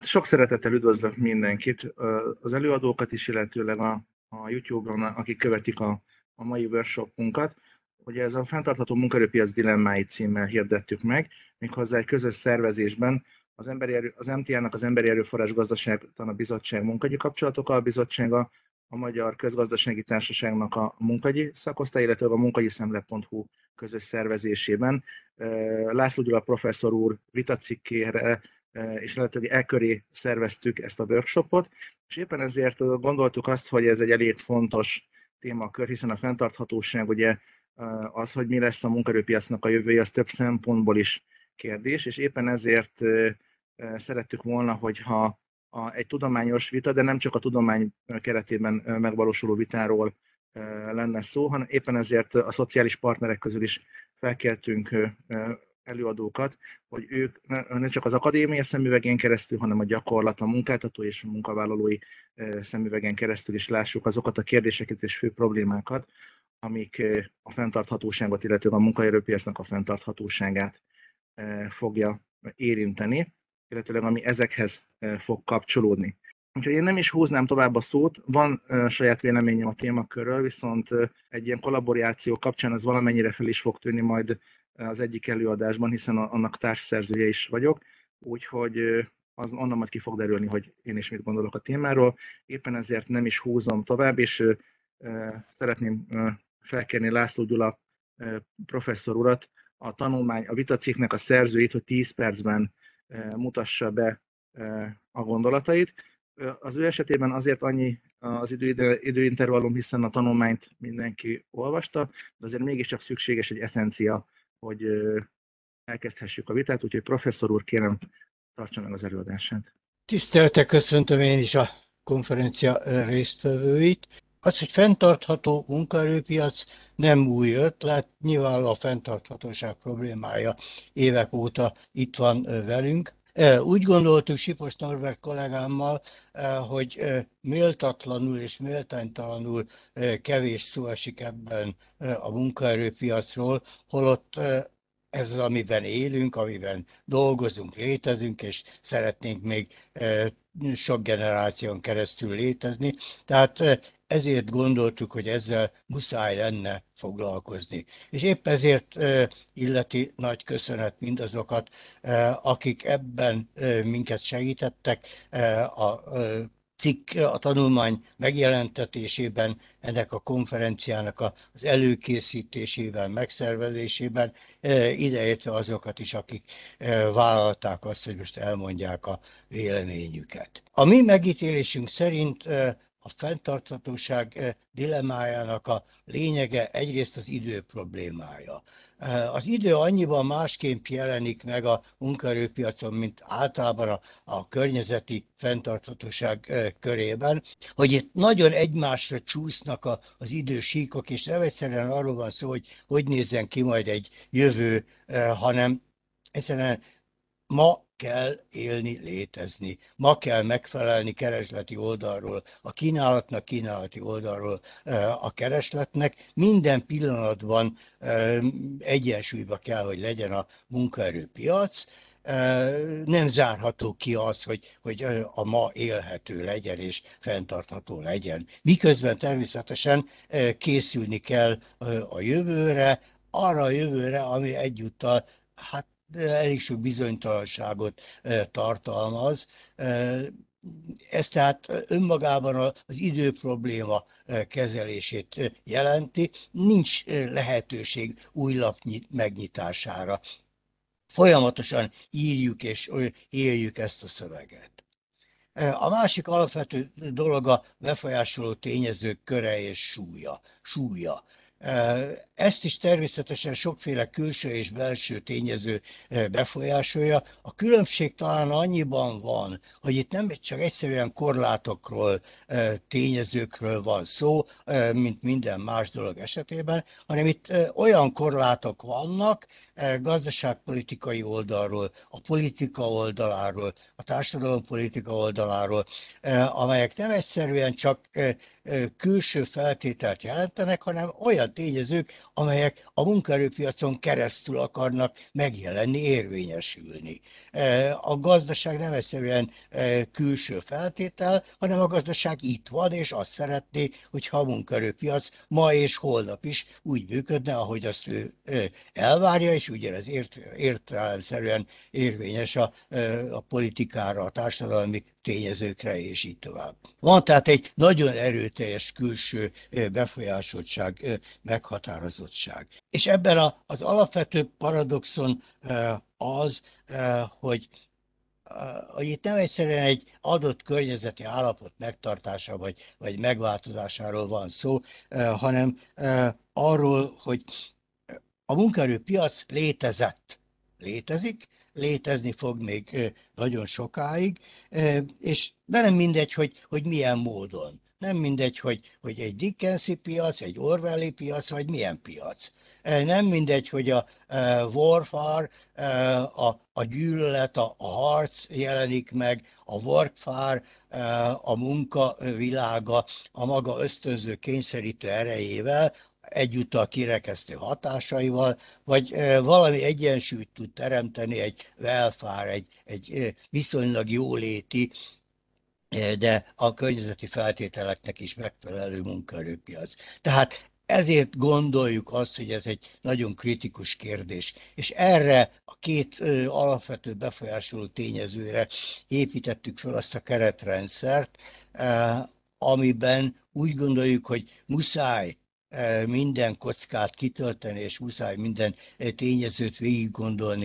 Sok szeretettel üdvözlök mindenkit, az előadókat is, illetőleg a YouTube-on, akik követik a mai workshopunkat. Ugye ez a Fenntartható munkaerőpiac dilemmái címmel hirdettük meg, méghozzá egy közös szervezésben az MTA-nak, az Emberi Erőforrás Gazdaságtani Bizottság munkagyi kapcsolatok albizottsága, a Magyar Közgazdasági Társaságnak a munkagyi szakosztály, illetve a munkagyiszemle.hu közös szervezésében. László Gyula professzor úr vitacikkére és lehetőleg elköré szerveztük ezt a workshopot, és éppen ezért gondoltuk azt, hogy ez egy elég fontos témakör, hiszen a fenntarthatóság ugye az, hogy mi lesz a munkaerőpiacnak a jövője, az több szempontból is kérdés, és éppen ezért szerettük volna, hogyha egy tudományos vita, de nem csak a tudomány keretében megvalósuló vitáról lenne szó, hanem éppen ezért a szociális partnerek közül is felkértünk előadókat, hogy ők ne csak az akadémia szemüvegén keresztül, hanem a gyakorlat, a munkáltató és a munkavállalói szemüvegen keresztül is lássuk azokat a kérdéseket és fő problémákat, amik a fenntarthatóságot, illetve a munkaerőpiacnak a fenntarthatóságát fogja érinteni, illetőleg ami ezekhez fog kapcsolódni. Úgyhogy én nem is húznám tovább a szót, van saját véleményem a témakörről, viszont egy ilyen kollaboráció kapcsán ez valamennyire fel is fog tűnni majd az egyik előadásban, hiszen annak társszerzője is vagyok, úgyhogy az onnan majd ki fog derülni, hogy én is mit gondolok a témáról. Éppen ezért nem is húzom tovább, és szeretném felkérni László Gyula professzor urat, a vitacikknek a szerzőit, hogy 10 percben mutassa be a gondolatait. Az ő esetében azért annyi az időintervallum, hiszen a tanulmányt mindenki olvasta, de azért mégiscsak szükséges egy eszencia, hogy elkezdhessük a vitát, úgyhogy professzor úr, kérem, tartsa meg az előadását. Tisztelettel köszöntöm én is a konferencia résztvevőit. Az, hogy fenntartható munkaerőpiac nem új ötlet, nyilván a fenntarthatóság problémája évek óta itt van velünk. Úgy gondoltuk Sipos Norbert kollégámmal, hogy méltatlanul és méltánytalanul kevés szó esik ebben a munkaerőpiacról, holott ez az, amiben élünk, amiben dolgozunk, létezünk, és szeretnénk még sok generáción keresztül létezni. Tehát ezért gondoltuk, hogy ezzel muszáj lenne foglalkozni. És épp ezért illeti nagy köszönet mindazokat, akik ebben minket segítettek, a tanulmány megjelentetésében, ennek a konferenciának az előkészítésében, megszervezésében, ideértve azokat is, akik vállalták azt, hogy most elmondják a véleményüket. A mi megítélésünk szerint a fenntarthatóság dilemmájának a lényege egyrészt az idő problémája. Az idő annyiban másképp jelenik meg a munkaerőpiacon, mint általában a környezeti fenntarthatóság körében, hogy itt nagyon egymásra csúsznak az idősíkok, és nem egyszerűen arról van szó, hogy nézzen ki majd egy jövő, hanem egyszerűen ma kell élni, létezni. Ma kell megfelelni keresleti oldalról a kínálatnak, kínálati oldalról a keresletnek. Minden pillanatban egyensúlyba kell, hogy legyen a munkaerőpiac. Nem zárható ki az, hogy a ma élhető legyen és fenntartható legyen. Miközben természetesen készülni kell a jövőre, arra a jövőre, ami egyúttal elég sok bizonytalanságot tartalmaz. Ez tehát önmagában az idő probléma kezelését jelenti, nincs lehetőség új lap megnyitására. Folyamatosan írjuk és éljük ezt a szöveget. A másik alapvető dolog a befolyásoló tényezők köre és súlya. Ezt is természetesen sokféle külső és belső tényező befolyásolja. A különbség talán annyiban van, hogy itt nem csak egyszerűen korlátokról, tényezőkről van szó, mint minden más dolog esetében, hanem itt olyan korlátok vannak, gazdaságpolitikai oldalról, a politika oldaláról, a társadalompolitika oldaláról, amelyek nem egyszerűen csak külső feltételt jelentenek, hanem olyan tényezők, amelyek a munkaerőpiacon keresztül akarnak megjelenni, érvényesülni. A gazdaság nem egyszerűen külső feltétel, hanem a gazdaság itt van, és azt szeretné, hogyha a munkaerőpiac ma és holnap is úgy működne, ahogy azt ő elvárja, és ugyanez értelemszerűen érvényes a politikára, a társadalmi tényezőkre, és így tovább. Van tehát egy nagyon erőteljes külső befolyásoltság, meghatározottság. És ebben az alapvető paradoxon az, hogy itt nem egyszerűen egy adott környezeti állapot megtartása vagy megváltozásáról van szó, hanem arról, hogy a munkaerőpiac létezik, létezni fog még nagyon sokáig, de nem mindegy, hogy milyen módon. Nem mindegy, hogy egy Dickensi piac, egy Orwelli piac, vagy milyen piac. Nem mindegy, hogy a warfare, a gyűlölet, a harc jelenik meg, a workfare, a munka világa, a maga ösztönző, kényszerítő erejével, egyúttal kirekesztő hatásaival, vagy valami egyensúlyt tud teremteni egy welfare, egy viszonylag jóléti, de a környezeti feltételeknek is megfelelő munkaerőpiac. Tehát ezért gondoljuk azt, hogy ez egy nagyon kritikus kérdés. És erre a két alapvető befolyásoló tényezőre építettük fel azt a keretrendszert, amiben úgy gondoljuk, hogy muszáj minden kockát kitölteni, és muszáj minden tényezőt végig gondolni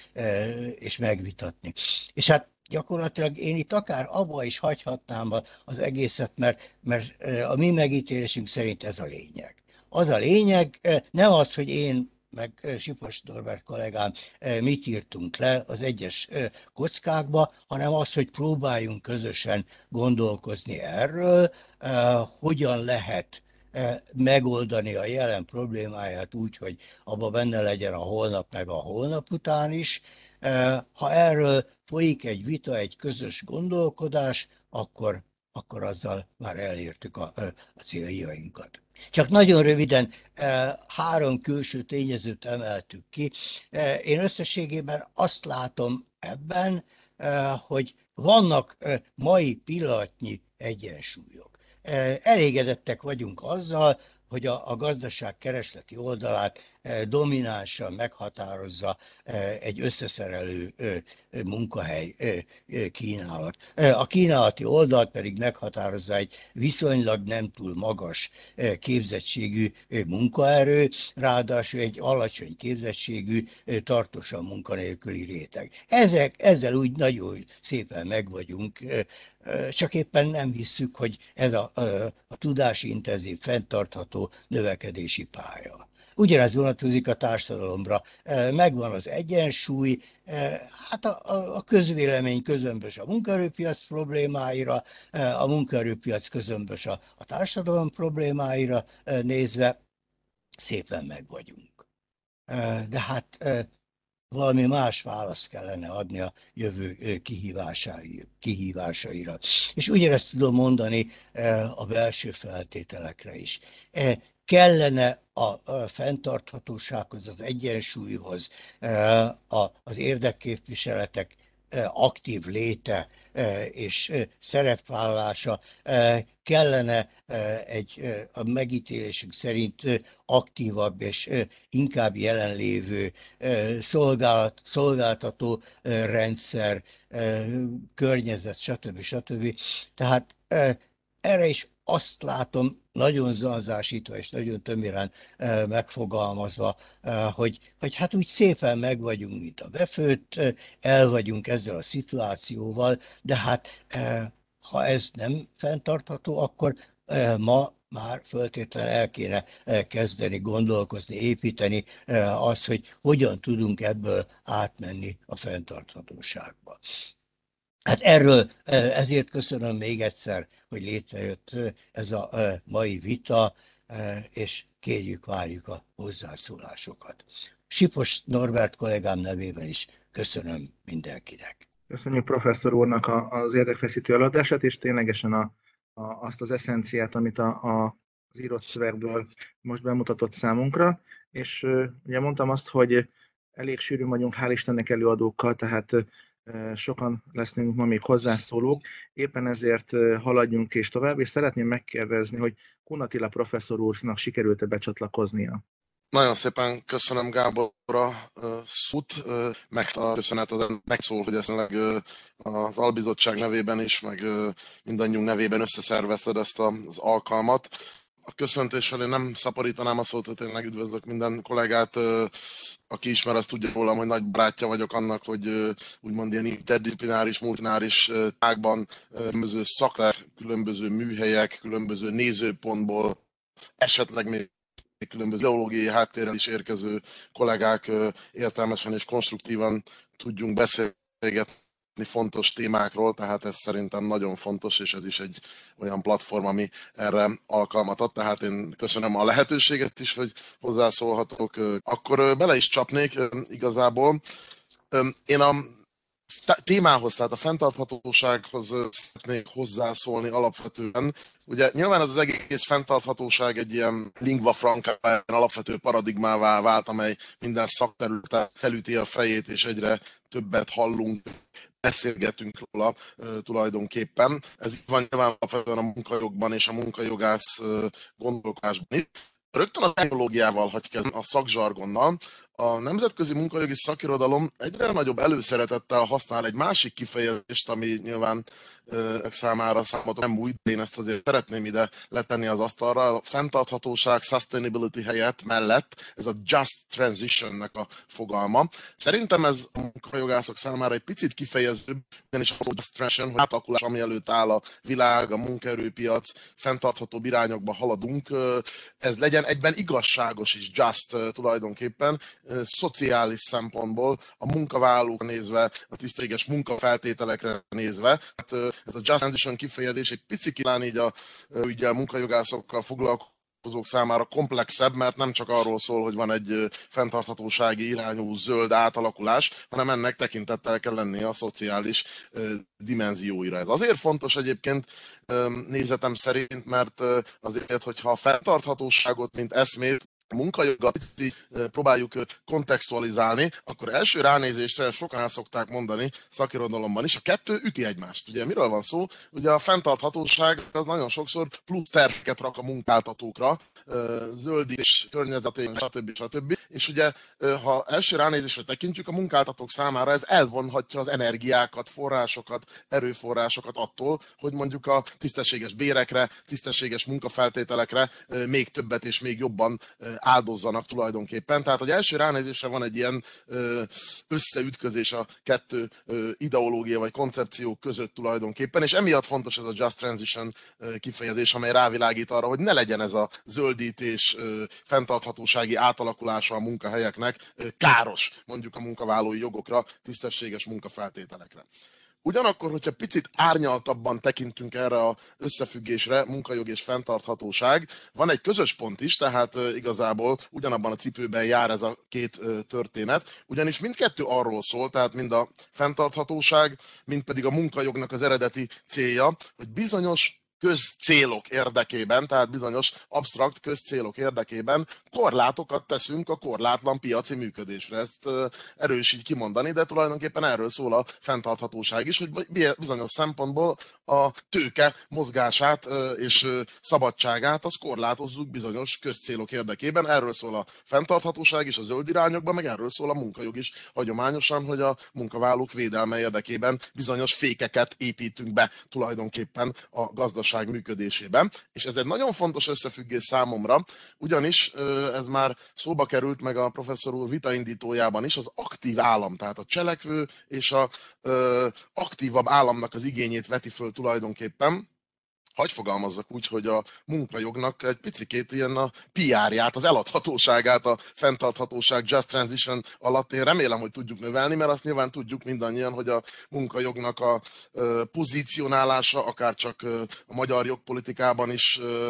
és megvitatni. És hát gyakorlatilag én itt akár abba is hagyhatnám az egészet, mert a mi megítélésünk szerint ez a lényeg. Az a lényeg, nem az, hogy én meg Sipos Norbert kollégám mit írtunk le az egyes kockákba, hanem az, hogy próbáljunk közösen gondolkozni erről, hogyan lehet megoldani a jelen problémáját úgy, hogy abban benne legyen a holnap meg a holnap után is. Ha erről folyik egy vita, egy közös gondolkodás, akkor azzal már elértük a céljainkat. Csak nagyon röviden 3 külső tényezőt emeltük ki. Én összességében azt látom ebben, hogy vannak mai pillanatnyi egyensúlyok. Elégedettek vagyunk azzal, hogy a gazdaság keresleti oldalát dominánsan meghatározza egy összeszerelő munkahely kínálat. A kínálati oldalt pedig meghatározza egy viszonylag nem túl magas képzettségű munkaerő, ráadásul egy alacsony képzettségű, tartósan munkanélküli réteg. Ezzel úgy nagyon szépen meg vagyunk, csak éppen nem hisszük, hogy ez a tudásintenzív, fenntartható növekedési pálya. Ugyanez vonatkozik a társadalomra. Megvan az egyensúly, hát a közvélemény közömbös a munkaerőpiac problémáira, a munkaerőpiac közömbös a társadalom problémáira nézve, szépen meg vagyunk. De hát valami más választ kellene adni a jövő kihívásaira. És ugyanezt tudom mondani a belső feltételekre is. Kellene a fenntarthatósághoz, az egyensúlyhoz, az érdekképviseletek aktív léte és szerepvállalása, kellene a megítélésünk szerint aktívabb és inkább jelenlévő szolgáltató rendszer, környezet, stb. Tehát erre is azt látom, nagyon zanzásítva és nagyon tömören megfogalmazva, hogy hát úgy szépen meg vagyunk, mint a befőtt, el vagyunk ezzel a szituációval, de hát ha ez nem fenntartható, akkor ma már föltétlenül el kéne kezdeni gondolkozni, építeni azt, hogy hogyan tudunk ebből átmenni a fenntarthatóságba. Hát ezért köszönöm még egyszer, hogy létrejött ez a mai vita, és várjuk a hozzászólásokat. Sipos Norbert kollégám nevében is köszönöm mindenkinek. Köszönjük professzor úrnak az érdekfeszítő előadását, és ténylegesen azt az eszenciát, amit az írott szövegből most bemutatott számunkra. És ugye mondtam azt, hogy elég sűrűn vagyunk, hál' Istennek előadókkal, tehát sokan leszünk ma még hozzászólók. Éppen ezért haladjunk és tovább, és szeretném megkérdezni, hogy Kun Attila professzor úrnak sikerült-e becsatlakoznia? Nagyon szépen köszönöm Gábor a szót, meg a köszönet az megszól, hogy ezt az albizottság nevében is, meg mindannyiunk nevében összeszervezted ezt az alkalmat. A köszöntéssel én nem szaporítanám a szót, tényleg üdvözlök minden kollégát, aki ismer, azt tudja rólam, hogy nagy barátja vagyok annak, hogy úgymond ilyen interdisziplináris, multináris tágban különböző szakták, különböző műhelyek, különböző nézőpontból, esetleg még különböző ideológiai háttérrel is érkező kollégák értelmesen és konstruktívan tudjunk beszélgetni fontos témákról, tehát ez szerintem nagyon fontos, és ez is egy olyan platform, ami erre alkalmat ad, tehát én köszönöm a lehetőséget is, hogy hozzászólhatok. Akkor bele is csapnék igazából. Én a témához, tehát a fenntarthatósághoz szeretnék hozzászólni alapvetően. Ugye nyilván ez az egész fenntarthatóság egy ilyen lingua franca, alapvető paradigmává vált, amely minden szakterületen felüti a fejét, és egyre többet hallunk, beszélgetünk róla tulajdonképpen. Ez így van nyilván alapvetően a munkajogban és a munkajogász gondolkodásban is. Rögtön a technológiával hagy kezdeni, a szakzsargonnal. A nemzetközi munkajogi szakirodalom egyre nagyobb előszeretettel használ egy másik kifejezést, ami nyilván számára számomra nem új, de én ezt azért szeretném ide letenni az asztalra. A fenntarthatóság, sustainability helyett mellett ez a just transition-nek a fogalma. Szerintem ez a munkajogászok számára egy picit kifejezőbb, ugyanis a just transition, hogy átalakulás, ami előtt áll a világ, a munkaerőpiac, fenntartható irányokba haladunk, ez legyen egyben igazságos is, just tulajdonképpen, szociális szempontból, a munkavállalókra nézve, a tisztességes munkafeltételekre nézve. Hát ez a just transition kifejezés egy picit talán így a munkajogászokkal foglalkozók számára komplexebb, mert nem csak arról szól, hogy van egy fenntarthatósági irányú zöld átalakulás, hanem ennek tekintettel kell lennie a szociális dimenzióira. Ez azért fontos egyébként nézetem szerint, mert azért, hogyha a fenntarthatóságot, mint eszmét, munkajoggal próbáljuk kontextualizálni, akkor első ránézésre sokan el szokták mondani szakirodalomban is, a kettő üti egymást. Ugye miről van szó? Ugye a fenntarthatóság az nagyon sokszor plusz terheket rak a munkáltatókra, zöldítés, környezetén, stb. És ugye, ha első ránézésre tekintjük, a munkáltatók számára ez elvonhatja az energiákat, forrásokat, erőforrásokat attól, hogy mondjuk a tisztességes bérekre, tisztességes munkafeltételekre még többet és még jobban áldozzanak tulajdonképpen. Tehát, hogy első ránézésre van egy ilyen összeütközés a kettő ideológia vagy koncepció között tulajdonképpen, és emiatt fontos ez a just transition kifejezés, amely rávilágít arra, hogy ne legyen ez a zöldítés, fenntarthatósági átalakulása a munkahelyeknek káros mondjuk a munkavállalói jogokra, tisztességes munkafeltételekre. Ugyanakkor, hogyha picit árnyaltabban tekintünk erre az összefüggésre, munkajog és fenntarthatóság, van egy közös pont is, tehát igazából ugyanabban a cipőben jár ez a két történet, ugyanis mindkettő arról szól, tehát mind a fenntarthatóság, mind pedig a munkajognak az eredeti célja, hogy bizonyos közcélok érdekében, tehát bizonyos absztrakt közcélok érdekében korlátokat teszünk a korlátlan piaci működésre. Ezt erős így kimondani, de tulajdonképpen erről szól a fenntarthatóság is, hogy bizonyos szempontból a tőke mozgását és szabadságát azt korlátozzuk bizonyos közcélok érdekében. Erről szól a fenntarthatóság is a zöld irányokban, meg erről szól a munkajog is hagyományosan, hogy a munkavállalók védelme érdekében bizonyos fékeket építünk be tulajdonképpen a gazdaság működésében. És ez egy nagyon fontos összefüggés számomra, ugyanis ez már szóba került meg a professzor úr vitaindítójában is, az aktív állam, tehát a cselekvő és a aktívabb államnak az igényét veti föl tulajdonképpen. Hagy fogalmazzak úgy, hogy a munkajognak egy picikét ilyen a PR-ját, az eladhatóságát a fenntarthatóság Just Transition alatt én remélem, hogy tudjuk növelni, mert azt nyilván tudjuk mindannyian, hogy a munkajognak a pozícionálása, akár csak a magyar jogpolitikában is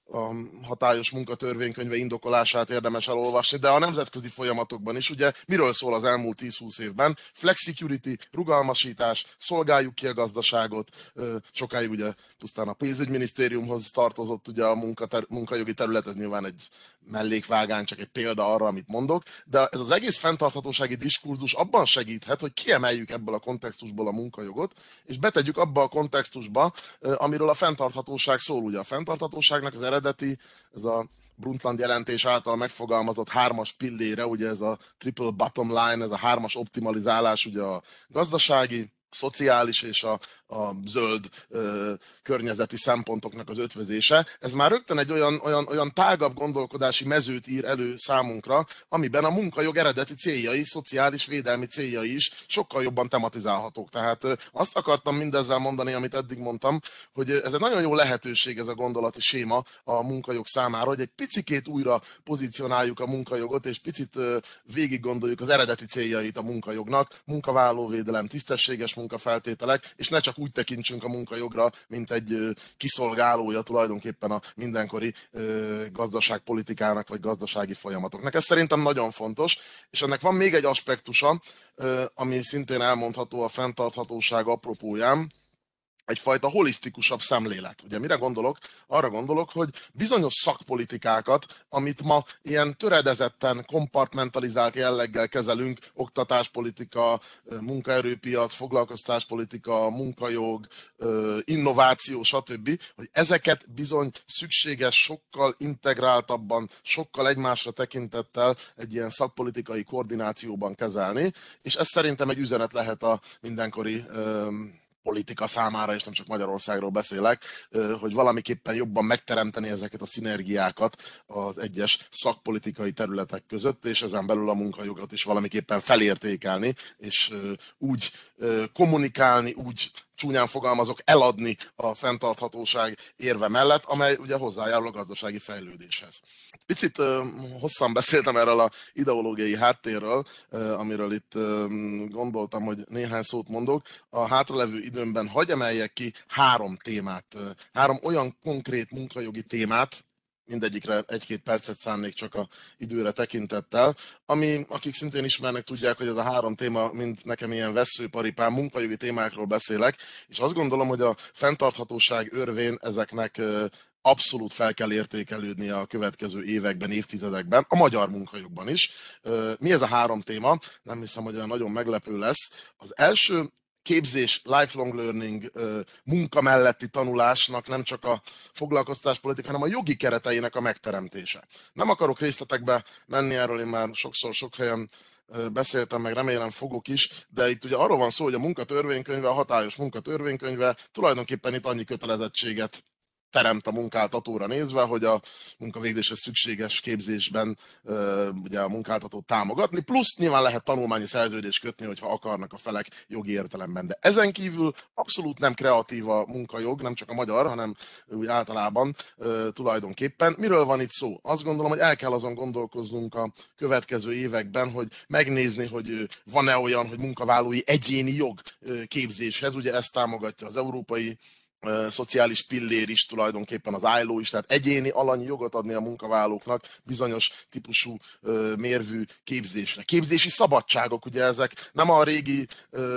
a hatályos munkatörvénykönyve indokolását érdemes elolvasni, de a nemzetközi folyamatokban is, ugye miről szól az elmúlt 10-20 évben? Flexicurity, rugalmasítás, szolgáljuk ki a gazdaságot, sokáig ugye pusztán a pénzügyminisztériumhoz tartozott ugye a munkajogi terület, ez nyilván egy mellékvágány, csak egy példa arra, amit mondok, de ez az egész fenntarthatósági diskurzus abban segíthet, hogy kiemeljük ebből a kontextusból a munkajogot, és betegyük abba a kontextusba, amiről a fenntarthatóság szól. Ugye a fenntarthatóságnak az eredeti, ez a Brundtland jelentés által megfogalmazott 3-as pillére, ugye ez a triple bottom line, ez a 3-as optimalizálás, ugye a gazdasági, szociális és a zöld környezeti szempontoknak az ötvözése. Ez már rögtön egy olyan tágabb gondolkodási mezőt ír elő számunkra, amiben a munkajog eredeti céljai, szociális védelmi céljai is sokkal jobban tematizálhatók. Tehát azt akartam mindezzel mondani, amit eddig mondtam, hogy ez egy nagyon jó lehetőség ez a gondolati séma a munkajog számára, hogy egy picikét újra pozícionáljuk a munkajogot, és picit végig gondoljuk az eredeti céljait a munkajognak, munkavállalóvédelem, tisztességes munkafeltételek, és ne csak úgy tekintsünk a munkajogra, mint egy kiszolgálója tulajdonképpen a mindenkori gazdaságpolitikának vagy gazdasági folyamatoknak. Ez szerintem nagyon fontos, és ennek van még egy aspektusa, ami szintén elmondható a fenntarthatóság apropóján, egyfajta holisztikusabb szemlélet. Ugye mire gondolok? Arra gondolok, hogy bizonyos szakpolitikákat, amit ma ilyen töredezetten, kompartmentalizált jelleggel kezelünk, oktatáspolitika, munkaerőpiac, foglalkoztatáspolitika, munkajog, innováció, stb., hogy ezeket bizony szükséges sokkal integráltabban, sokkal egymásra tekintettel egy ilyen szakpolitikai koordinációban kezelni, és ez szerintem egy üzenet lehet a mindenkori politika számára, és nem csak Magyarországról beszélek, hogy valamiképpen jobban megteremteni ezeket a szinergiákat az egyes szakpolitikai területek között, és ezen belül a munkajogot is valamiképpen felértékelni, és úgy kommunikálni, úgy csúnyán fogalmazok, eladni a fenntarthatóság érve mellett, amely ugye hozzájárul a gazdasági fejlődéshez. Picit hosszan beszéltem erről az ideológiai háttérről, amiről itt gondoltam, hogy néhány szót mondok. A hátralevő időmben hagy emeljek ki 3 témát, 3 olyan konkrét munkajogi témát, mindegyikre 1-2 percet szánnék csak a időre tekintettel, ami, akik szintén ismernek, tudják, hogy ez a 3 téma mind nekem ilyen vesszőparipám, munkajogi témákról beszélek, és azt gondolom, hogy a fenntarthatóság örvén ezeknek abszolút fel kell értékelődni a következő években, évtizedekben, a magyar munkajogban is. Mi ez a 3 téma? Nem hiszem, hogy olyan nagyon meglepő lesz. Az első, képzés, lifelong learning, munka melletti tanulásnak nem csak a foglalkoztatáspolitika, hanem a jogi kereteinek a megteremtése. Nem akarok részletekbe menni, erről én már sokszor sok helyen beszéltem, meg remélem fogok is, de itt ugye arról van szó, hogy a munkatörvénykönyve, a hatályos munkatörvénykönyve tulajdonképpen itt annyi kötelezettséget teremt a munkáltatóra nézve, hogy a munkavégzéshez szükséges képzésben ugye a munkáltatót támogatni, plusz nyilván lehet tanulmányi szerződést kötni, hogyha akarnak a felek jogi értelemben. De ezen kívül abszolút nem kreatív a munkajog, nem csak a magyar, hanem úgy általában tulajdonképpen. Miről van itt szó? Azt gondolom, hogy el kell azon gondolkoznunk a következő években, hogy megnézni, hogy van-e olyan, hogy munkavállalói egyéni jog képzéshez, ugye ezt támogatja az európai szociális pillér is, tulajdonképpen az ILO is, tehát egyéni alanyi jogot adni a munkavállalóknak bizonyos típusú mérvű képzésre. Képzési szabadságok, ugye ezek nem a régi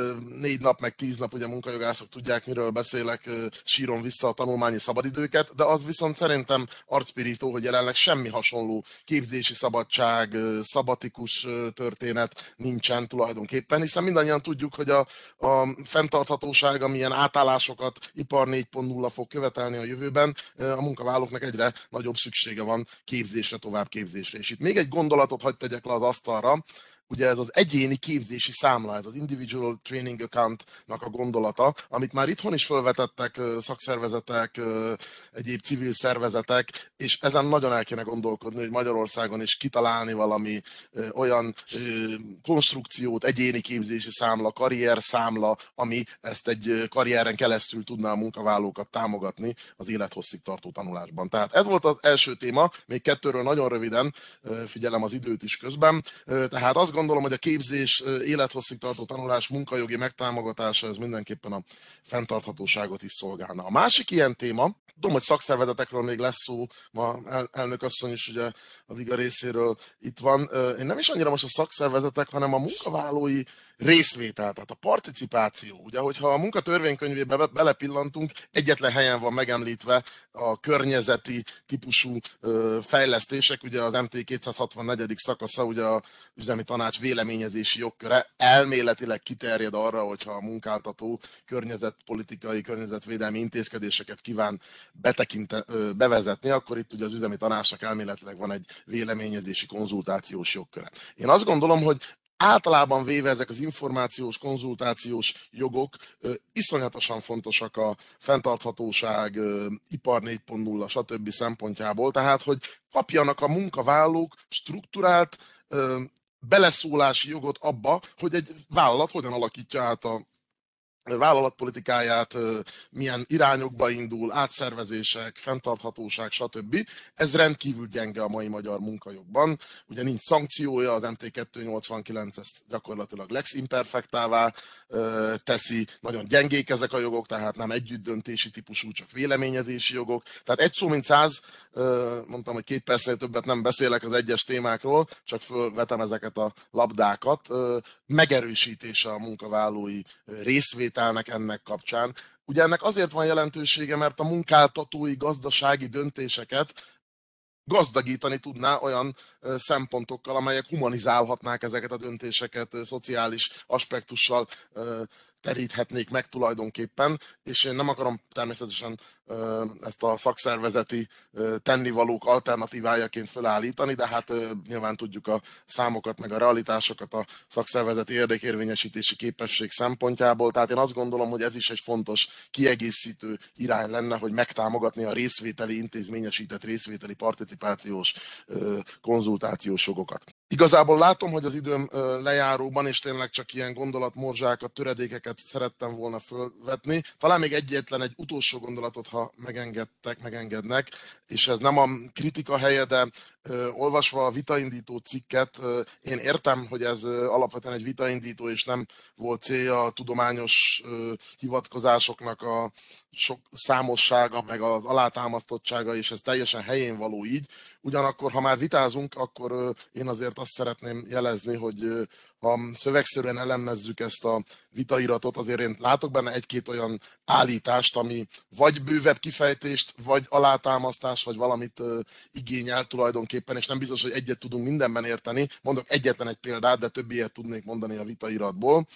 4 nap meg 10 nap, ugye munkajogászok tudják, miről beszélek, sírom vissza a tanulmányi szabadidőket, de az viszont szerintem arcpirító, hogy jelenleg semmi hasonló képzési szabadság, szabatikus történet nincsen tulajdonképpen, hiszen mindannyian tudjuk, hogy a fenntarthatóság, amilyen átállásokat ipar 4.0 fog követelni a jövőben, a munkavállalóknak egyre nagyobb szüksége van képzésre, továbbképzésre. És itt még egy gondolatot hadd tegyek le az asztalra, ugye ez az egyéni képzési számla, ez az Individual Training Account-nak a gondolata, amit már itthon is felvetettek szakszervezetek, egyéb civil szervezetek, és ezen nagyon el kéne gondolkodni, hogy Magyarországon is kitalálni valami olyan konstrukciót, egyéni képzési számla, karrier számla, ami ezt egy karrieren keresztül tudná a munkavállalókat támogatni az élethosszig tartó tanulásban. Tehát ez volt az első téma, még 2-ről nagyon röviden, figyelem az időt is közben, tehát azt gondolom, hogy a képzés, élethosszig tartó tanulás, munkajogi megtámogatása, ez mindenképpen a fenntarthatóságot is szolgálna. A másik ilyen téma, tudom, hogy szakszervezetekről még lesz szó, ma elnök asszony is ugye a Liga részéről itt van. Én nem is annyira most a szakszervezetek, hanem a munkavállalói részvétel, tehát a participáció. Ugye, hogyha a munkatörvénykönyvébe belepillantunk, egyetlen helyen van megemlítve a környezeti típusú fejlesztések, ugye az MT 264. szakasza, ugye az üzemi tanács véleményezési jogköre elméletileg kiterjed arra, hogyha a munkáltató környezetpolitikai, környezetvédelmi intézkedéseket kíván bevezetni, akkor itt ugye az üzemi tanácsnak elméletileg van egy véleményezési konzultációs jogköre. Én azt gondolom, hogy általában véve ezek az információs, konzultációs jogok iszonyatosan fontosak a fenntarthatóság, ipar 4.0, stb. Szempontjából, tehát hogy kapjanak a munkavállalók strukturált beleszólási jogot abba, hogy egy vállalat hogyan alakítja át a vállalatpolitikáját, milyen irányokba indul, átszervezések, fenntarthatóság, stb. Ez rendkívül gyenge a mai magyar munkajogban. Ugye nincs szankciója, az MT289 ezt gyakorlatilag lex imperfectává teszi, nagyon gyengék ezek a jogok, tehát nem együttdöntési típusú, csak véleményezési jogok. Tehát egy szó mint 100, mondtam, hogy 2 percnél többet nem beszélek az egyes témákról, csak fölvetem ezeket a labdákat. Megerősítése a munkavállalói részvételnek ennek kapcsán. Ugye ennek azért van jelentősége, mert a munkáltatói gazdasági döntéseket gazdagítani tudná olyan szempontokkal, amelyek humanizálhatnák ezeket a döntéseket, szociális aspektussal teríthetnék meg tulajdonképpen, és én nem akarom természetesen ezt a szakszervezeti tennivalók alternatívájaként felállítani, de hát nyilván tudjuk a számokat, meg a realitásokat a szakszervezeti érdekérvényesítési képesség szempontjából, tehát én azt gondolom, hogy ez is egy fontos kiegészítő irány lenne, hogy megtámogatni a részvételi, intézményesített részvételi participációs konzultációs jogokat. Igazából látom, hogy az időm lejáróban, és tényleg csak ilyen gondolatmorzsákat, töredékeket szerettem volna fölvetni. Talán még egy utolsó gondolatot, ha megengednek, és ez nem a kritika helye, de olvasva a vitaindító cikket, én értem, hogy ez alapvetően egy vitaindító, és nem volt célja a tudományos hivatkozásoknak a sok számossága, meg az alátámasztottsága, és ez teljesen helyén való így. Ugyanakkor, ha már vitázunk, akkor én azért azt szeretném jelezni, hogy ha szövegszerűen elemezzük ezt a vitairatot, azért én látok benne egy-két olyan állítást, ami vagy bővebb kifejtést, vagy alátámasztást, vagy valamit igényel tulajdonképpen, és nem biztos, hogy egyet tudunk mindenben érteni. Mondok egyetlen egy példát, de több ilyet tudnék mondani a vitairatból.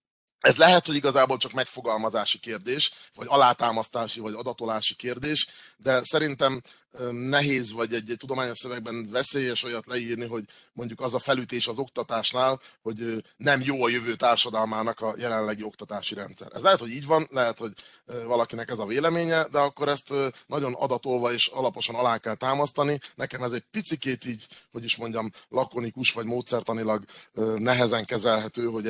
Ez lehet, hogy igazából csak megfogalmazási kérdés, vagy alátámasztási, vagy adatolási kérdés, de szerintem nehéz, vagy egy tudományos szövegben veszélyes olyat leírni, hogy mondjuk az a felütés az oktatásnál, hogy nem jó a jövő társadalmának a jelenlegi oktatási rendszer. Ez lehet, hogy így van, lehet, hogy valakinek ez a véleménye, de akkor ezt nagyon adatolva és alaposan alá kell támasztani. Nekem ez egy picikét így, hogy is mondjam, lakonikus vagy módszertanilag nehezen kezelhető, hogy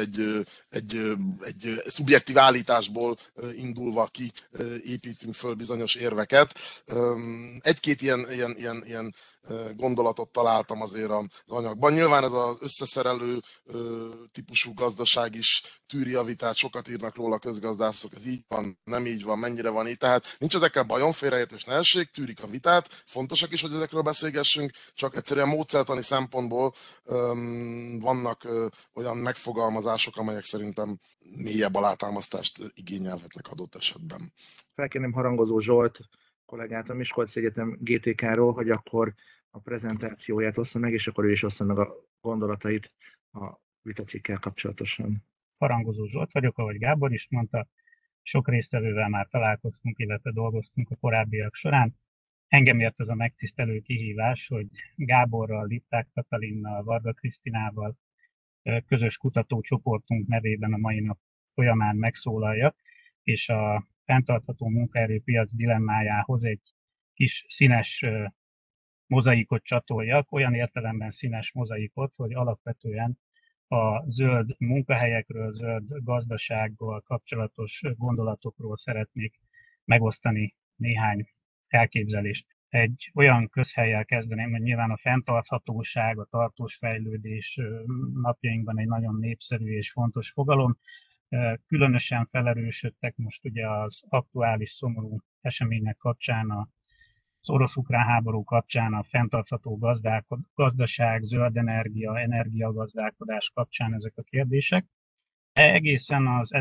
egy szubjektív állításból indulva ki építünk föl bizonyos érveket. Egy-két ilyen gondolatot találtam azért az anyagban. Nyilván ez az összeszerelő típusú gazdaság is tűri a vitát, sokat írnak róla a közgazdászok, ez így van, nem így van, mennyire van így. Tehát nincs ezekkel bajom, félreértés ne essék, tűrik a vitát, fontosak is, hogy ezekről beszélgessünk, csak egyszerűen módszertani szempontból vannak olyan megfogalmazások, amelyek szerintem mélyebb alátámasztást igényelhetnek adott esetben. Felkérném Harangozó Zsolt kollégát a Miskolci Egyetem GTK-ról, hogy akkor a prezentációját ossza meg, és akkor ő is ossza meg a gondolatait a vitacikkel kapcsolatosan. Harangozó Zsolt vagyok, ahogy Gábor is mondta, sok résztvevővel már találkoztunk, illetve dolgoztunk a korábbiak során. Engem ért ez a megtisztelő kihívás, hogy Gáborral, Lipták Katalinnal, Varga Krisztinával közös kutatócsoportunk nevében a mai nap folyamán megszólaljak, és a fenntartható munkaerőpiac dilemmájához egy kis színes mozaikot csatoljak, olyan értelemben színes mozaikot, hogy alapvetően a zöld munkahelyekről, zöld gazdasággal kapcsolatos gondolatokról szeretnék megosztani néhány elképzelést. egy olyan közhellyel kezdeném, hogy nyilván a fenntarthatóság, a tartós fejlődés napjainkban egy nagyon népszerű és fontos fogalom. Különösen felerősödtek most ugye az aktuális szomorú események kapcsán, az orosz-ukrán háború kapcsán, a fenntartható gazdaság, zöld energia, energiagazdálkodás kapcsán ezek a kérdések. Egészen az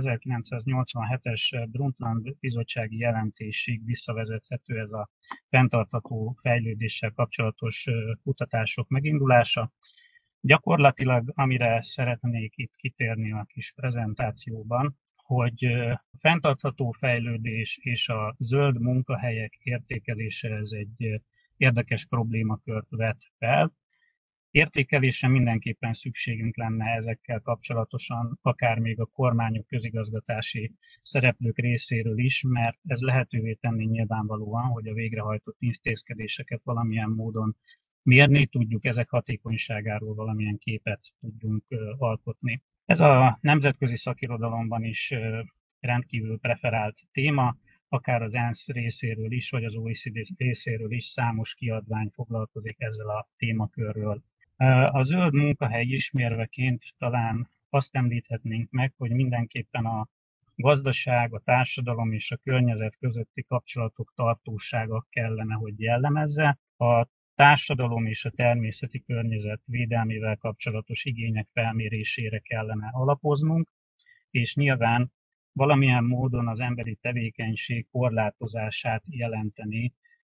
1987-es Brundtland bizottsági jelentésig visszavezethető ez a fenntartható fejlődéssel kapcsolatos kutatások megindulása. Gyakorlatilag, amire szeretnék itt kitérni a kis prezentációban, hogy a fenntartható fejlődés és a zöld munkahelyek értékelése ez egy érdekes problémakört vet fel. Értékelésre mindenképpen szükségünk lenne ezekkel kapcsolatosan, akár még a kormányok, közigazgatási szereplők részéről is, mert ez lehetővé tenni nyilvánvalóan, hogy a végrehajtott intézkedéseket valamilyen módon mérni tudjuk, ezek hatékonyságáról valamilyen képet tudjunk alkotni. Ez a nemzetközi szakirodalomban is rendkívül preferált téma, akár az ENSZ részéről is, vagy az OECD részéről is számos kiadvány foglalkozik ezzel a témakörről. A zöld munkahely ismérveként talán azt említhetnénk meg, hogy mindenképpen a gazdaság, a társadalom és a környezet közötti kapcsolatok tartósága kellene, hogy jellemezze. A társadalom és a természeti környezet védelmével kapcsolatos igények felmérésére kellene alapoznunk, és nyilván valamilyen módon az emberi tevékenység korlátozását jelenteni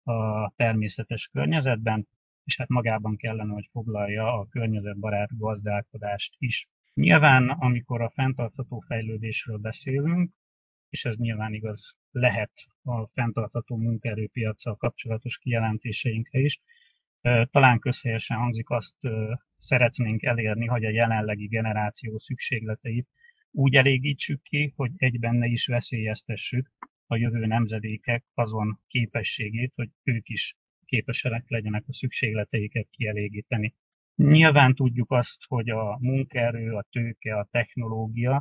a természetes környezetben, és hát magában kellene, hogy foglalja a környezetbarát gazdálkodást is. Nyilván, amikor a fenntartható fejlődésről beszélünk, és ez nyilván igaz lehet a fenntartható munkaerőpiaccal kapcsolatos kijelentéseinkre is, talán közhelyesen hangzik, azt szeretnénk elérni, hogy a jelenlegi generáció szükségleteit úgy elégítsük ki, hogy egyben ne is veszélyeztessük a jövő nemzedékek azon képességét, hogy ők is képesek legyenek a szükségleteiket kielégíteni. Nyilván tudjuk azt, hogy a munkaerő, a tőke, a technológia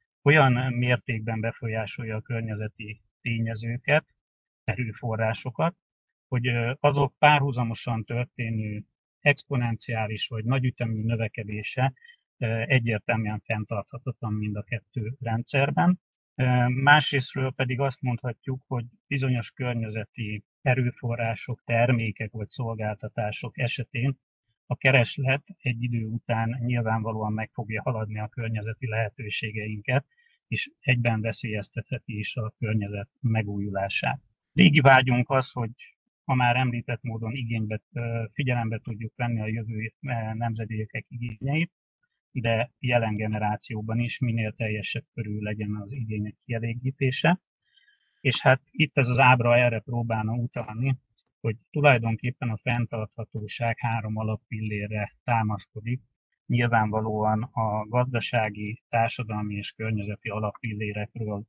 olyan mértékben befolyásolja a környezeti tényezőket, erőforrásokat, hogy azok párhuzamosan történő exponenciális vagy nagyütemű növekedése egyértelműen fenntarthatatlan mind a kettő rendszerben. Másrésztről pedig azt mondhatjuk, hogy bizonyos környezeti erőforrások, termékek vagy szolgáltatások esetén a kereslet egy idő után nyilvánvalóan meg fogja haladni a környezeti lehetőségeinket, és egyben veszélyeztetheti is a környezet megújulását. Régi vágyunk az, hogy a már említett módon figyelembe tudjuk venni a jövő nemzedékek igényeit, de jelen generációban is minél teljesebb körül legyen az igények kielégítése. És hát itt ez az ábra erre próbálna utalni, hogy tulajdonképpen a fenntarthatóság 3 alappillérre támaszkodik. Nyilvánvalóan a gazdasági, társadalmi és környezeti alappillérekről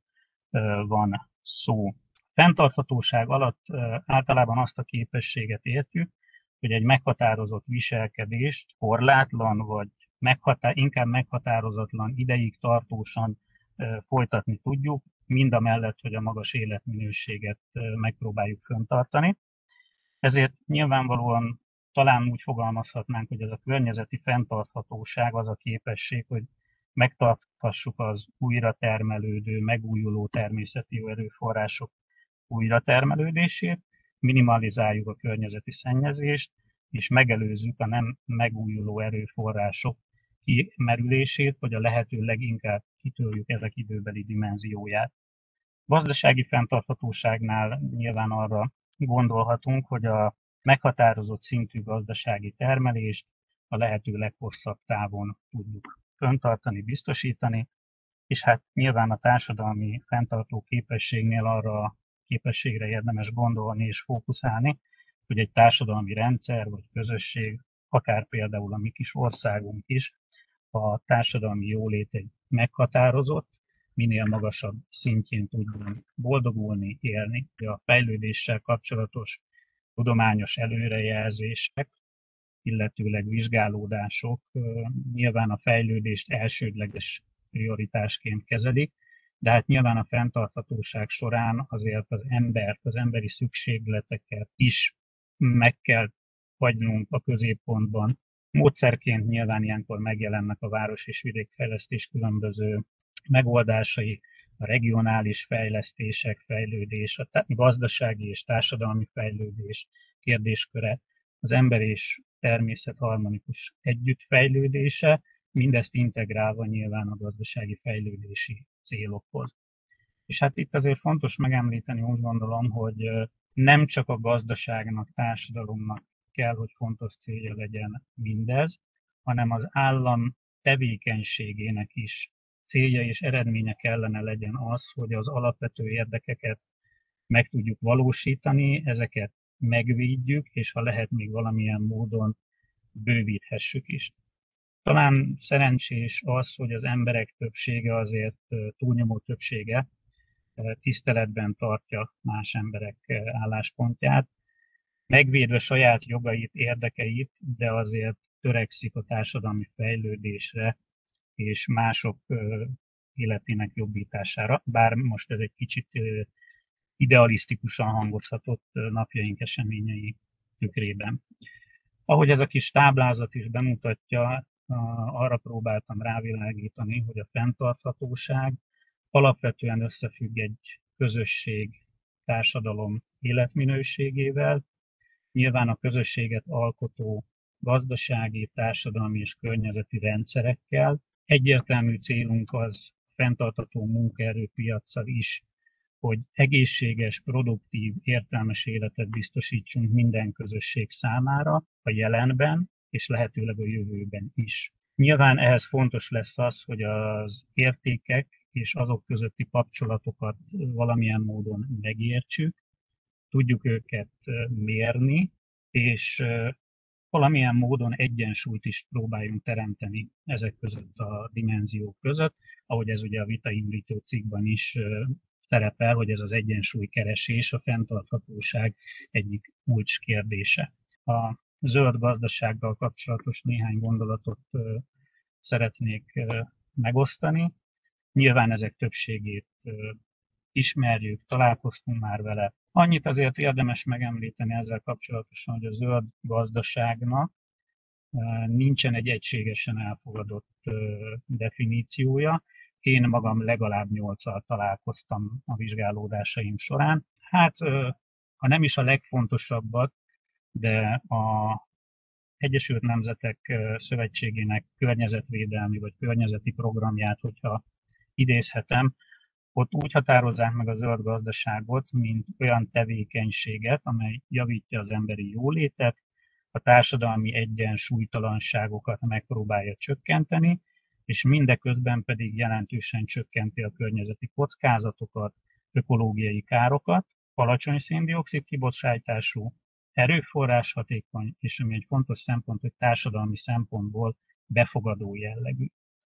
van szó. Fenntarthatóság alatt általában azt a képességet értjük, hogy egy meghatározott viselkedést korlátlan vagy inkább meghatározatlan ideig tartósan folytatni tudjuk, mindamellett, hogy a magas életminőséget megpróbáljuk fenntartani. Ezért nyilvánvalóan talán úgy fogalmazhatnánk, hogy ez a környezeti fenntarthatóság az a képesség, hogy megtarthassuk az újratermelődő, megújuló természeti erőforrások újratermelődését, minimalizáljuk a környezeti szennyezést, és megelőzzük a nem megújuló erőforrások kimerülését, hogy a lehető leginkább kitörjük ezek időbeli dimenzióját. Gazdasági fenntarthatóságnál nyilván arra gondolhatunk, hogy a meghatározott szintű gazdasági termelést a lehető leghosszabb távon tudjuk fenntartani, biztosítani, és hát nyilván a társadalmi fenntartó képességnél arra a képességre érdemes gondolni és fókuszálni, hogy egy társadalmi rendszer vagy közösség, akár például a mi kis országunk is, a társadalmi jólét egy meghatározott, minél magasabb szintjén tudjunk boldogulni, élni. A fejlődéssel kapcsolatos tudományos előrejelzések, illetőleg vizsgálódások nyilván a fejlődést elsődleges prioritásként kezelik, de hát nyilván a fenntarthatóság során azért az embert, az emberi szükségleteket is meg kell hagynunk a középpontban. Módszerként nyilván ilyenkor megjelennek a város- és vidékfejlesztés különböző megoldásai, a regionális fejlesztések, fejlődés, a gazdasági és társadalmi fejlődés kérdésköre, az ember és természet harmonikus együttfejlődése, mindezt integrálva nyilván a gazdasági fejlődési célokhoz. És hát itt azért fontos megemlíteni, úgy gondolom, hogy nem csak a gazdaságnak, társadalomnak kell, hogy fontos célja legyen mindez, hanem az állam tevékenységének is célja és eredménye kellene legyen az, hogy az alapvető érdekeket meg tudjuk valósítani, ezeket megvédjük, és ha lehet még valamilyen módon bővíthessük is. Talán szerencsés az, hogy az emberek többsége, azért túlnyomó többsége tiszteletben tartja más emberek álláspontját, megvédve saját jogait, érdekeit, de azért törekszik a társadalmi fejlődésre és mások életének jobbítására, bár most ez egy kicsit idealisztikusan hangozhatott napjaink eseményei tükrében. Ahogy ez a kis táblázat is bemutatja, arra próbáltam rávilágítani, hogy a fenntarthatóság alapvetően összefügg egy közösség, társadalom életminőségével, nyilván a közösséget alkotó gazdasági, társadalmi és környezeti rendszerekkel. Egyértelmű célunk az fenntartható munkaerőpiaccal is, hogy egészséges, produktív, értelmes életet biztosítsunk minden közösség számára a jelenben, és lehetőleg a jövőben is. Nyilván ehhez fontos lesz az, hogy az értékek és azok közötti kapcsolatokat valamilyen módon megértsük, tudjuk őket mérni, és valamilyen módon egyensúlyt is próbáljunk teremteni ezek között a dimenziók között, ahogy ez ugye a vitaindító cikkben is szerepel, hogy ez az egyensúlykeresés, a fenntarthatóság egyik kulcskérdése. A zöld gazdasággal kapcsolatos néhány gondolatot szeretnék megosztani. Nyilván ezek többségét ismerjük, találkoztunk már vele. Annyit azért érdemes megemlíteni ezzel kapcsolatosan, hogy a zöld gazdaságnak nincsen egy egységesen elfogadott definíciója. Én magam legalább 8-al találkoztam a vizsgálódásaim során. Hát, ha nem is a legfontosabbat, de a Egyesült Nemzetek Szövetségének környezetvédelmi vagy környezeti programját, hogyha idézhetem, ott úgy határozzák meg a zöld gazdaságot, mint olyan tevékenységet, amely javítja az emberi jólétet, a társadalmi egyensúlytalanságokat megpróbálja csökkenteni, és mindeközben pedig jelentősen csökkenti a környezeti kockázatokat, ökológiai károkat, alacsony szén-dioxid kibocsátású, erőforrás hatékony, és ami egy fontos szempont, hogy társadalmi szempontból befogadó jellegű.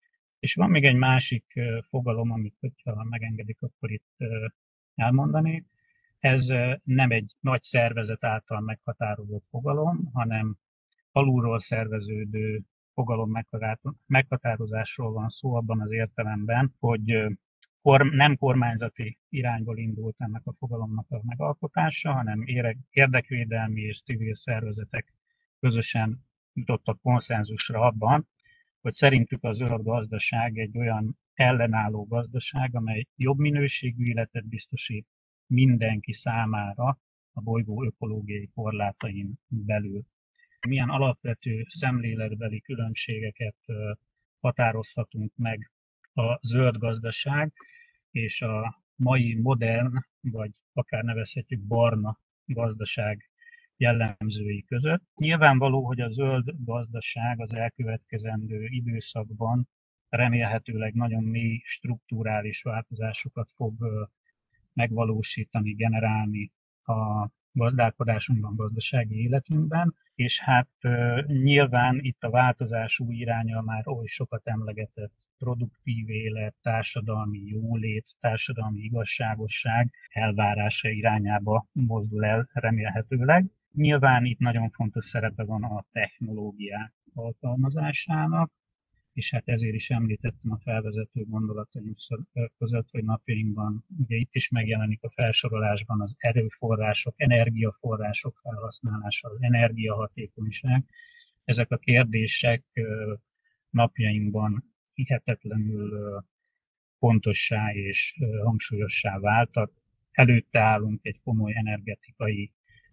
És van még egy másik fogalom, amit, hogyha megengedik, akkor itt elmondani. Ez nem egy nagy szervezet által meghatározott fogalom, hanem alulról szerveződő fogalom meghatározásról van szó abban az értelemben, hogy nem kormányzati irányból indult ennek a fogalomnak a megalkotása, hanem érdekvédelmi és civil szervezetek közösen jutottak konszenzusra abban, hogy szerintük a zöld gazdaság egy olyan ellenálló gazdaság, amely jobb minőségű életet biztosít mindenki számára a bolygó ökológiai korlátain belül. Milyen alapvető szemléletbeli különbségeket határozhatunk meg a zöld gazdaság és a mai modern, vagy akár nevezhetjük barna gazdaság jellemzői között. Nyilvánvaló, hogy a zöld gazdaság az elkövetkezendő időszakban remélhetőleg nagyon mély strukturális változásokat fog megvalósítani, generálni a gazdálkodásunkban, gazdasági életünkben, és hát nyilván itt a változás új iránya már oly sokat emlegetett produktív élet, társadalmi jólét, társadalmi igazságosság elvárása irányába mozdul el remélhetőleg. Nyilván itt nagyon fontos szerepe van a technológiák alkalmazásának, és hát ezért is említettem a felvezető gondolataim között, hogy napjainkban ugye itt is megjelenik a felsorolásban az erőforrások, energiaforrások felhasználása, az energiahatékonyság. Ezek a kérdések napjainkban hihetetlenül fontossá és hangsúlyossá váltak. Előtte állunk egy komoly energetikai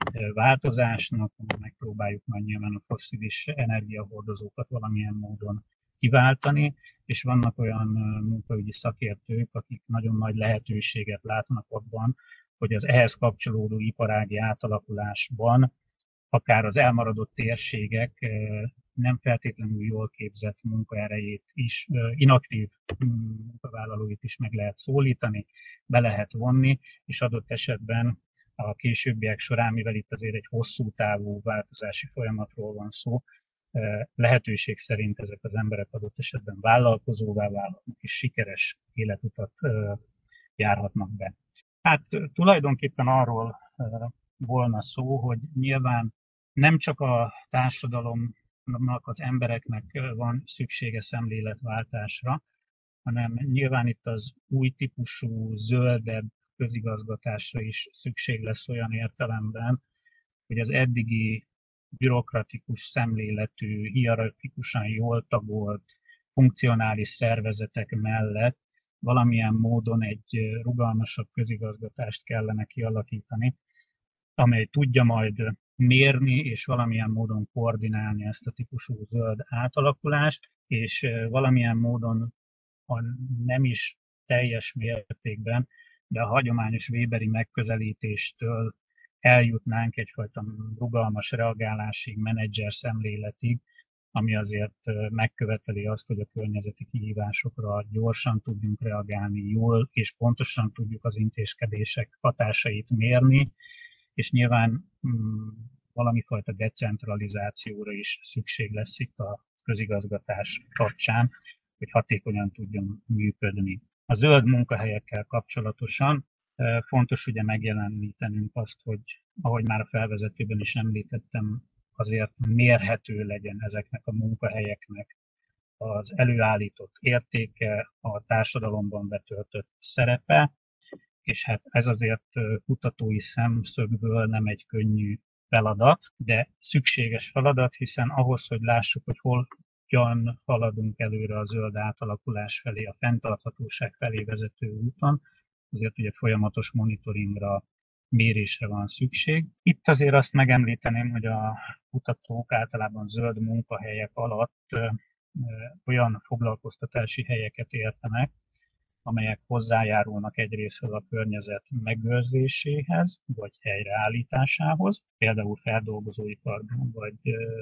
változásnak, megpróbáljuk majd nyilván a fosszilis energiahordozókat valamilyen módon kiváltani, és vannak olyan munkaügyi szakértők, akik nagyon nagy lehetőséget látnak abban, hogy az ehhez kapcsolódó iparági átalakulásban akár az elmaradott térségek nem feltétlenül jól képzett munkaerejét is, inaktív munkavállalóit is meg lehet szólítani, be lehet vonni, és adott esetben a későbbiek során, mivel itt azért egy hosszú távú változási folyamatról van szó, lehetőség szerint ezek az emberek adott esetben vállalkozóvá válhatnak, és sikeres életutat járhatnak be. Hát tulajdonképpen arról volna szó, hogy nyilván nem csak a társadalomnak, az embereknek van szüksége szemléletváltásra, hanem nyilván itt az új típusú, zöldebb közigazgatásra is szükség lesz olyan értelemben, hogy az eddigi bürokratikus szemléletű, hierarchikusan jól tagolt, funkcionális szervezetek mellett valamilyen módon egy rugalmasabb közigazgatást kellene kialakítani, amely tudja majd mérni és valamilyen módon koordinálni ezt a típusú zöld átalakulást, és valamilyen módon, ha nem is teljes mértékben, de a hagyományos Weberi megközelítéstől eljutnánk egyfajta rugalmas reagálásig, menedzser szemléletig, ami azért megköveteli azt, hogy a környezeti kihívásokra gyorsan tudjunk reagálni, jól és pontosan tudjuk az intézkedések hatásait mérni, és nyilván valami fajta decentralizációra is szükség lesz itt a közigazgatás kapcsán, hogy hatékonyan tudjon működni. A zöld munkahelyekkel kapcsolatosan fontos ugye megjelenítenünk azt, hogy ahogy már a felvezetőben is említettem, azért mérhető legyen ezeknek a munkahelyeknek az előállított értéke, a társadalomban betöltött szerepe, és hát ez azért kutatói szemszögből nem egy könnyű feladat, de szükséges feladat, hiszen ahhoz, hogy lássuk, hogy hogyan haladunk előre a zöld átalakulás felé, a fenntarthatóság felé vezető úton, azért ugye folyamatos monitoringra, mérésre van szükség. Itt azért azt megemlíteném, hogy a kutatók általában zöld munkahelyek alatt olyan foglalkoztatási helyeket értenek, amelyek hozzájárulnak egyrésztről a környezet megőrzéséhez, vagy helyreállításához, például feldolgozóiparban, vagy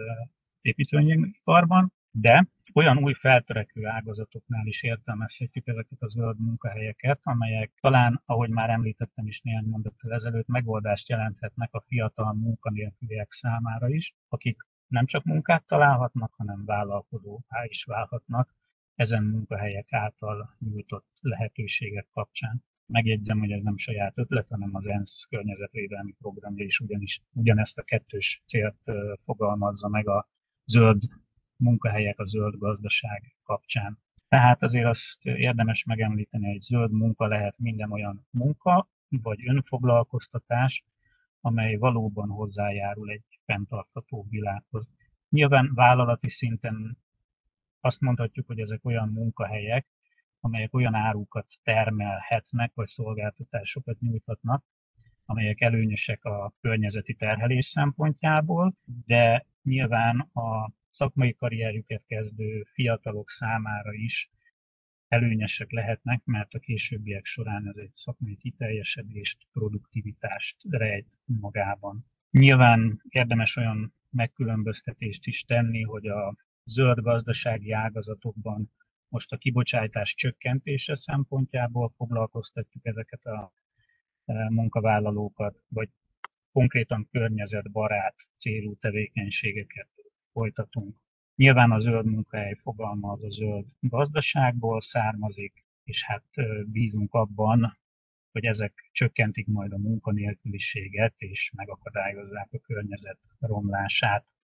építőanyagiparban, de olyan új feltörekvő ágazatoknál is értelmezhetjük ezeket a zöld munkahelyeket, amelyek talán, ahogy már említettem is néhány mondattal ezelőtt, megoldást jelenthetnek a fiatal munkanélküliek számára is, akik nem csak munkát találhatnak, hanem vállalkozóvá is válhatnak ezen munkahelyek által nyújtott lehetőségek kapcsán. Megjegyzem, hogy ez nem saját ötlet, hanem az ENSZ környezetvédelmi programja is ugyanezt a kettős célt fogalmazza meg a zöld munkahelyek, a zöld gazdaság kapcsán. Tehát azért azt érdemes megemlíteni, hogy zöld munka lehet minden olyan munka, vagy önfoglalkoztatás, amely valóban hozzájárul egy fenntartható világhoz. Nyilván vállalati szinten azt mondhatjuk, hogy ezek olyan munkahelyek, amelyek olyan árukat termelhetnek, vagy szolgáltatásokat nyújthatnak, amelyek előnyösek a környezeti terhelés szempontjából, de nyilván a szakmai karrierjüket kezdő fiatalok számára is előnyesek lehetnek, mert a későbbiek során ez egy szakmai kiteljesedést, produktivitást rejt magában. Nyilván érdemes olyan megkülönböztetést is tenni, hogy a zöld gazdasági ágazatokban most a kibocsátás csökkentése szempontjából foglalkoztatjuk ezeket a munkavállalókat, vagy konkrétan környezetbarát célú tevékenységeket folytatunk. Nyilván a zöld munkahely fogalma az a zöld gazdaságból származik, és hát bízunk abban, hogy ezek csökkentik majd a munkanélküliséget, és megakadályozzák a környezet romlását.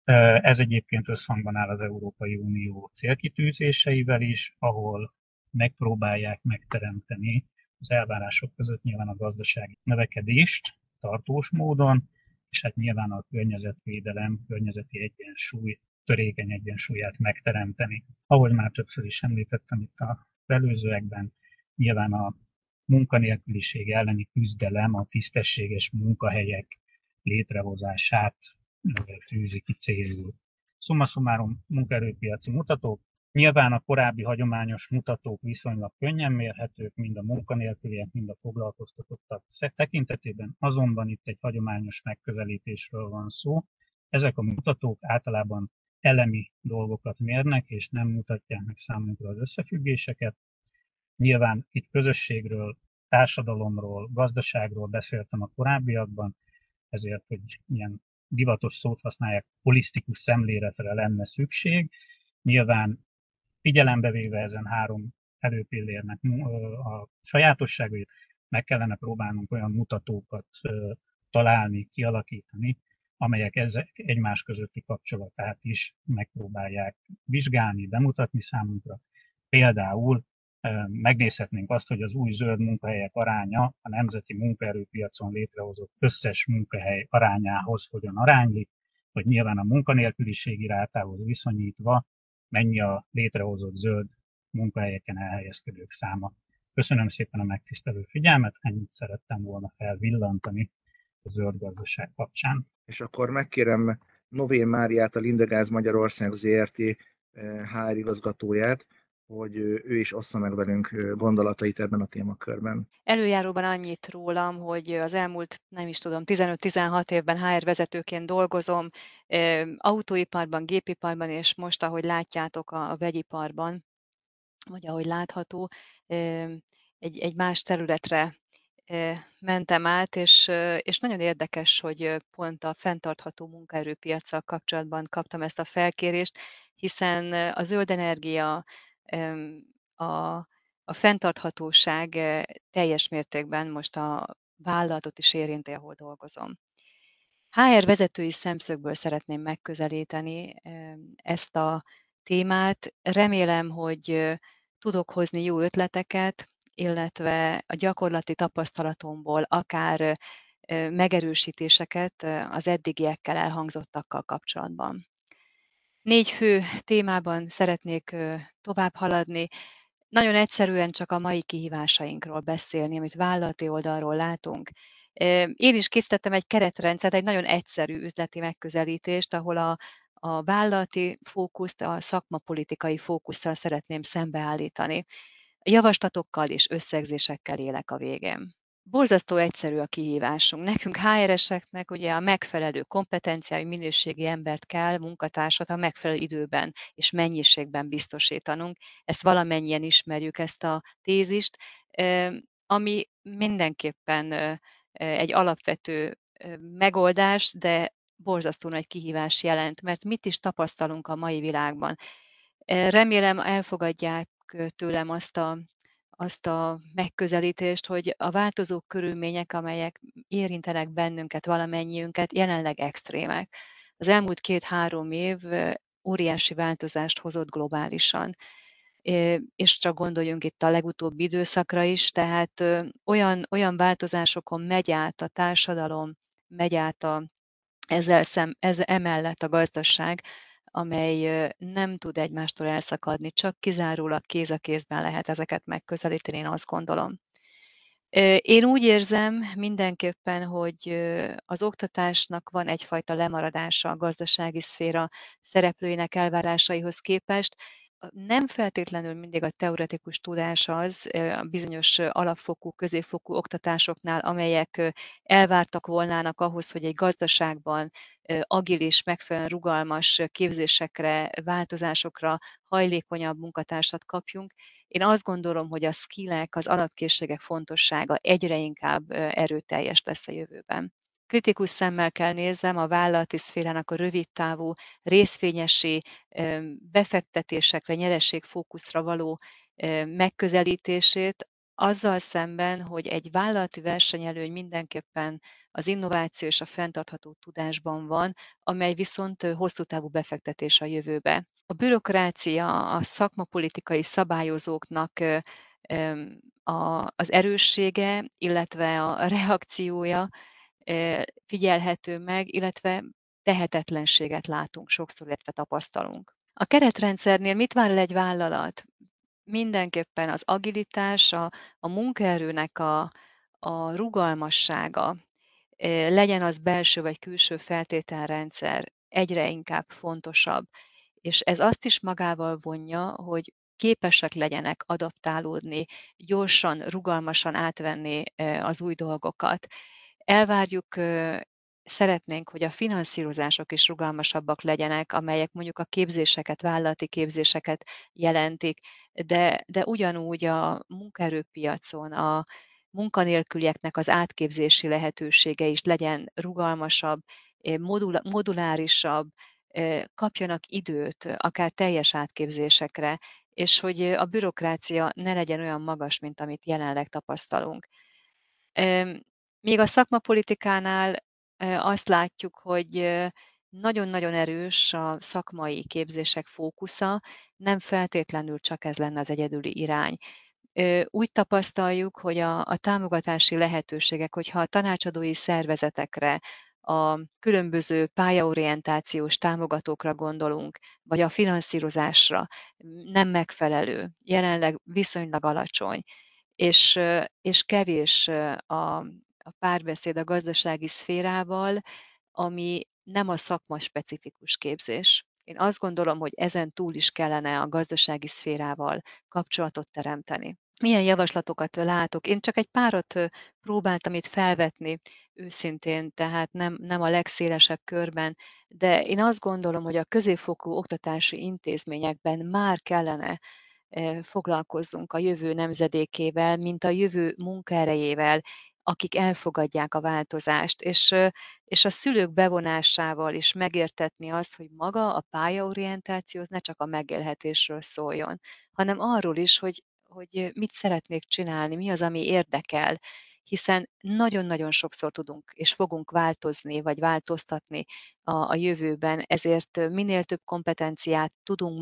Ez egyébként összhangban áll az Európai Unió célkitűzéseivel is, ahol megpróbálják megteremteni az elvárások között nyilván a gazdasági növekedést tartós módon, és hát nyilván a környezetvédelem, környezeti egyensúly, törékeny egyensúlyát megteremteni. Ahogy már többször is említettem itt a előzőekben, nyilván a munkanélküliség elleni küzdelem, a tisztességes munkahelyek létrehozását tűzi ki célul. Summa summarum munkaerőpiaci mutatók. Nyilván a korábbi hagyományos mutatók viszonylag könnyen mérhetők, mind a munkanélküliek, mind a foglalkoztatottak tekintetében, azonban itt egy hagyományos megközelítésről van szó. Ezek a mutatók általában elemi dolgokat mérnek, és nem mutatják meg számunkra az összefüggéseket. Nyilván itt közösségről, társadalomról, gazdaságról beszéltem a korábbiakban, ezért, hogy ilyen divatos szót használják, holisztikus szemléletre lenne szükség. Nyilván figyelembe véve ezen három előpillérnek a sajátosságait, meg kellene próbálnunk olyan mutatókat találni, kialakítani, amelyek ezek egymás közötti kapcsolatát is megpróbálják vizsgálni, bemutatni számunkra. Például megnézhetnénk azt, hogy az új zöld munkahelyek aránya a nemzeti munkaerőpiacon létrehozott összes munkahely arányához hogyan aránylik, hogy nyilván a munkanélküliségi rátához viszonyítva mennyi a létrehozott zöld munkahelyeken elhelyezkedők száma. Köszönöm szépen a megtisztelő figyelmet, ennyit szerettem volna felvillantani a zöld gazdaság kapcsán. És akkor megkérem Nové Máriát, a Lindegáz Magyarország Zrt. HR igazgatóját, hogy ő is ossza meg velünk gondolatait ebben a témakörben. Előjáróban annyit rólam, hogy az elmúlt, nem is tudom, 15-16 évben HR vezetőként dolgozom, autóiparban, gépiparban, és most, ahogy látjátok, a vegyiparban, vagy ahogy látható, egy más területre mentem át, és nagyon érdekes, hogy pont a fenntartható munkaerőpiaccal kapcsolatban kaptam ezt a felkérést, hiszen a zöld energia, a fenntarthatóság teljes mértékben most a vállalatot is érinti, ahol dolgozom. HR vezetői szemszögből szeretném megközelíteni ezt a témát. Remélem, hogy tudok hozni jó ötleteket, illetve a gyakorlati tapasztalatomból akár megerősítéseket az eddigiekkel elhangzottakkal kapcsolatban. 4 fő témában szeretnék tovább haladni. Nagyon egyszerűen csak a mai kihívásainkról beszélni, amit vállalati oldalról látunk. Én is készítettem egy keretrendszert, egy nagyon egyszerű üzleti megközelítést, ahol a vállalati fókuszt a szakmapolitikai fókusszal szeretném szembeállítani. Javaslatokkal és összegzésekkel élek a végén. Borzasztó egyszerű a kihívásunk. Nekünk HR-eseknek ugye a megfelelő kompetenciájú minőségi embert kell, munkatársat a megfelelő időben és mennyiségben biztosítanunk. Ezt valamennyien ismerjük, ezt a tézist, ami mindenképpen egy alapvető megoldás, de borzasztó nagy kihívás jelent, mert mit is tapasztalunk a mai világban. Remélem elfogadják tőlem azt a megközelítést, hogy a változó körülmények, amelyek érintenek bennünket, valamennyiünket, jelenleg extrémek. Az elmúlt 2-3 év óriási változást hozott globálisan. És csak gondoljunk itt a legutóbbi időszakra is, tehát olyan változásokon megy át a társadalom, megy át emellett a gazdaság, amely nem tud egymástól elszakadni, csak kizárólag kéz a kézben lehet ezeket megközelíteni, én azt gondolom. Én úgy érzem mindenképpen, hogy az oktatásnak van egyfajta lemaradása a gazdasági szféra szereplőinek elvárásaihoz képest. Nem feltétlenül mindig a teoretikus tudás az a bizonyos alapfokú, középfokú oktatásoknál, amelyek elvártak volnának ahhoz, hogy egy gazdaságban agilis, megfelelően rugalmas képzésekre, változásokra hajlékonyabb munkatársat kapjunk. Én azt gondolom, hogy a skillek, az alapkészségek fontossága egyre inkább erőteljes lesz a jövőben. Kritikus szemmel kell nézzem a vállalati szférának a rövidtávú, részvényesi befektetésekre, nyereségfókuszra való megközelítését, azzal szemben, hogy egy vállalati versenyelőny mindenképpen az innováció és a fenntartható tudásban van, amely viszont hosszú távú befektetés a jövőbe. A bürokrácia, a szakmapolitikai szabályozóknak az erőssége, illetve a reakciója figyelhető meg, illetve tehetetlenséget látunk sokszor, illetve tapasztalunk. A keretrendszernél mit vár el egy vállalat? Mindenképpen az agilitás, a munkaerőnek a rugalmassága, legyen az belső vagy külső feltételrendszer, egyre inkább fontosabb. És ez azt is magával vonja, hogy képesek legyenek adaptálódni, gyorsan, rugalmasan átvenni az új dolgokat. Elvárjuk, szeretnénk, hogy a finanszírozások is rugalmasabbak legyenek, amelyek mondjuk a képzéseket, vállalati képzéseket jelentik, de ugyanúgy a munkaerőpiacon a munkanélkülieknek az átképzési lehetősége is legyen rugalmasabb, modulárisabb, kapjanak időt, akár teljes átképzésekre, és hogy a bürokrácia ne legyen olyan magas, mint amit jelenleg tapasztalunk. Még a szakmapolitikánál azt látjuk, hogy nagyon-nagyon erős a szakmai képzések fókusza, nem feltétlenül csak ez lenne az egyedüli irány. Úgy tapasztaljuk, hogy a támogatási lehetőségek, hogyha a tanácsadói szervezetekre, a különböző pályaorientációs támogatókra gondolunk, vagy a finanszírozásra, nem megfelelő, jelenleg viszonylag alacsony, és kevés a párbeszéd a gazdasági szférával, ami nem a szakmaspecifikus képzés. Én azt gondolom, hogy ezen túl is kellene a gazdasági szférával kapcsolatot teremteni. Milyen javaslatokat látok? Én csak egy párat próbáltam itt felvetni őszintén, tehát nem a legszélesebb körben, de én azt gondolom, hogy a középfokú oktatási intézményekben már kellene foglalkozzunk a jövő nemzedékével, mint a jövő munkaerejével, akik elfogadják a változást, és a szülők bevonásával is megértetni azt, hogy maga a pályaorientáció ne csak a megélhetésről szóljon, hanem arról is, hogy mit szeretnék csinálni, mi az, ami érdekel, hiszen nagyon-nagyon sokszor tudunk és fogunk változni, vagy változtatni a jövőben, ezért minél több kompetenciát tudunk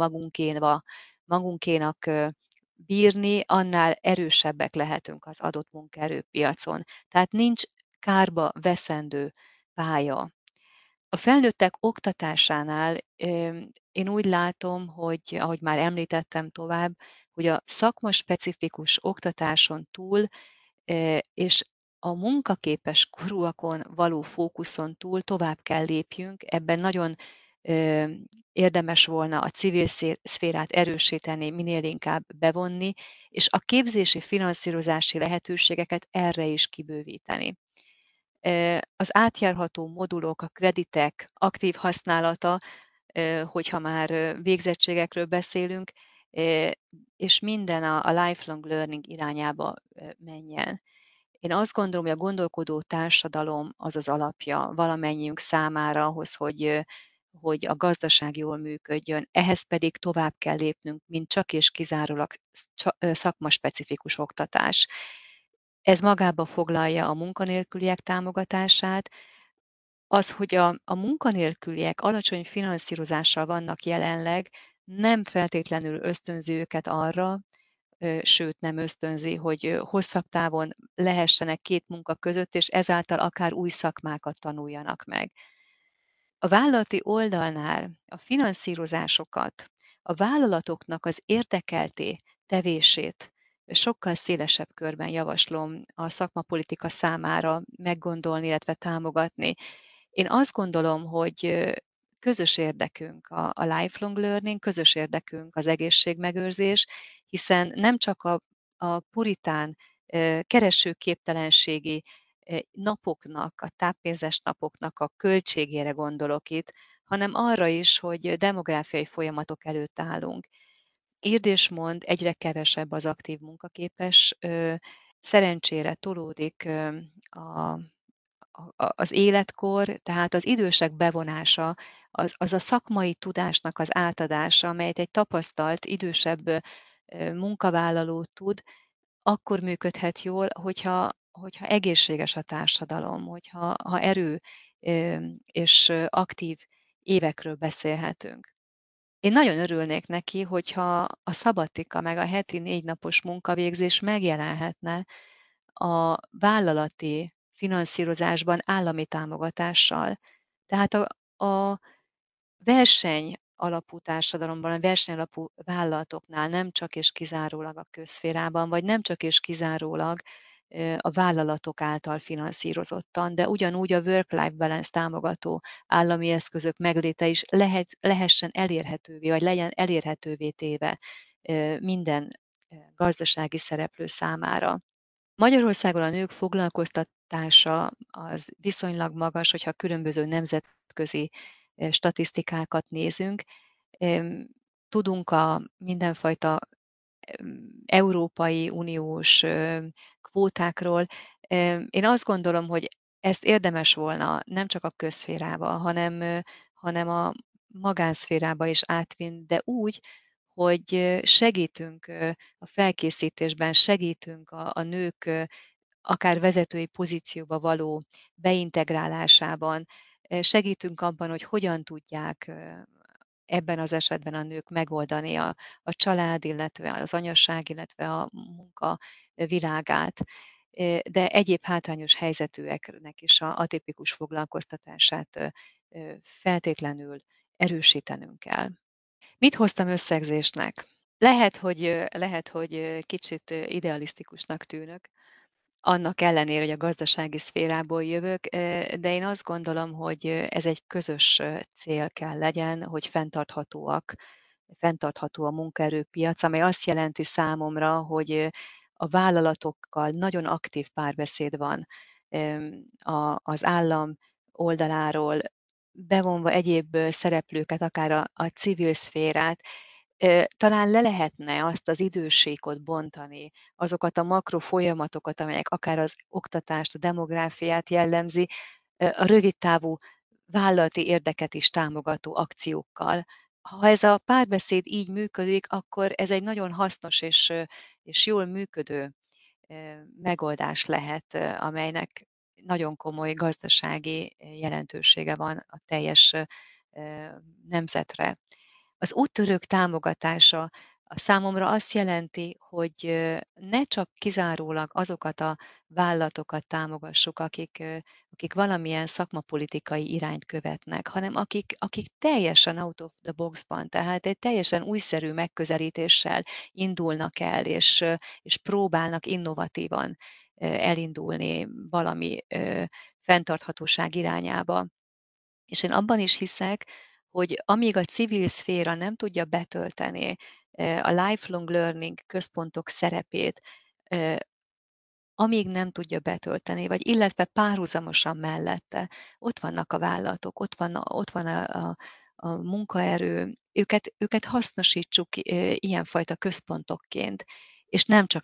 magunkénak bírni, annál erősebbek lehetünk az adott munkaerőpiacon. Tehát nincs kárba veszendő pálya. A felnőttek oktatásánál én úgy látom, hogy ahogy már említettem tovább, hogy a szakmaspecifikus oktatáson túl és a munkaképes korúakon való fókuszon túl tovább kell lépjünk. Ebben nagyon érdemes volna a civil szférát erősíteni, minél inkább bevonni, és a képzési finanszírozási lehetőségeket erre is kibővíteni. Az átjárható modulok, a kreditek aktív használata, hogyha már végzettségekről beszélünk, és minden a lifelong learning irányába menjen. Én azt gondolom, hogy a gondolkodó társadalom az az alapja valamennyiünk számára ahhoz, hogy a gazdaság jól működjön. Ehhez pedig tovább kell lépnünk, mint csak és kizárólag szakmaspecifikus oktatás. Ez magába foglalja a munkanélküliek támogatását, az, hogy a munkanélküliek alacsony finanszírozással vannak jelenleg, nem feltétlenül ösztönzi őket arra, sőt nem ösztönzi, hogy hosszabb távon lehessenek két munka között, és ezáltal akár új szakmákat tanuljanak meg. A vállalati oldalnál a finanszírozásokat, a vállalatoknak az érdekelté tevését sokkal szélesebb körben javaslom a szakmapolitika számára meggondolni, illetve támogatni. Én azt gondolom, hogy közös érdekünk a lifelong learning, közös érdekünk az egészségmegőrzés, hiszen nem csak a puritán keresőképtelenségi napoknak, a táppénzes napoknak a költségére gondolok itt, hanem arra is, hogy demográfiai folyamatok előtt állunk. Írd és mond, egyre kevesebb az aktív munkaképes, szerencsére tolódik az életkor, tehát az idősek bevonása, az a szakmai tudásnak az átadása, amelyet egy tapasztalt, idősebb munkavállaló tud, akkor működhet jól, hogyha egészséges a társadalom, ha erő és aktív évekről beszélhetünk. Én nagyon örülnék neki, hogyha a szabatika meg a heti 4 napos munkavégzés megjelenhetne a vállalati finanszírozásban állami támogatással. Tehát a verseny alapú társadalomban, a verseny alapú vállalatoknál nem csak és kizárólag a közszférában, vagy nem csak és kizárólag a vállalatok által finanszírozottan, de ugyanúgy a work-life balance támogató állami eszközök megléte is lehessen elérhetővé, vagy legyen elérhetővé téve minden gazdasági szereplő számára. Magyarországon a nők foglalkoztatása az viszonylag magas, hogyha különböző nemzetközi statisztikákat nézünk. Tudunk a mindenfajta Európai Uniós kvótákról. Én azt gondolom, hogy ezt érdemes volna nem csak a közszférába, hanem a magánszférába is átvinni, de úgy, hogy segítünk a felkészítésben, segítünk a nők akár vezetői pozícióba való beintegrálásában, segítünk abban, hogy hogyan tudják ebben az esetben a nők megoldani a család, illetve az anyaság, illetve a munka világát, de egyéb hátrányos helyzetűeknek is a atipikus foglalkoztatását feltétlenül erősítenünk kell. Mit hoztam összegzésnek? Lehet, hogy kicsit idealisztikusnak tűnök, annak ellenére, hogy a gazdasági szférából jövök, de én azt gondolom, hogy ez egy közös cél kell legyen, hogy fenntartható a munkaerőpiac, amely azt jelenti számomra, hogy a vállalatokkal nagyon aktív párbeszéd van az állam oldaláról, bevonva egyéb szereplőket, akár a civil szférát, talán le lehetne azt az idősíkot bontani, azokat a makrofolyamatokat, amelyek akár az oktatást, a demográfiát jellemzi, a rövidtávú vállalati érdeket is támogató akciókkal. Ha ez a párbeszéd így működik, akkor ez egy nagyon hasznos és jól működő megoldás lehet, amelynek nagyon komoly gazdasági jelentősége van a teljes nemzetre. Az úttörők támogatása a számomra azt jelenti, hogy ne csak kizárólag azokat a vállalatokat támogassuk, akik valamilyen szakmapolitikai irányt követnek, hanem akik teljesen out of the boxban, tehát egy teljesen újszerű megközelítéssel indulnak el, és próbálnak innovatívan elindulni valami fenntarthatóság irányába. És én abban is hiszek, hogy amíg a civil szféra nem tudja betölteni a lifelong learning központok szerepét, amíg nem tudja betölteni, vagy illetve párhuzamosan mellette, ott vannak a vállalatok, ott van a munkaerő, őket hasznosítsuk ilyenfajta központokként, és nem csak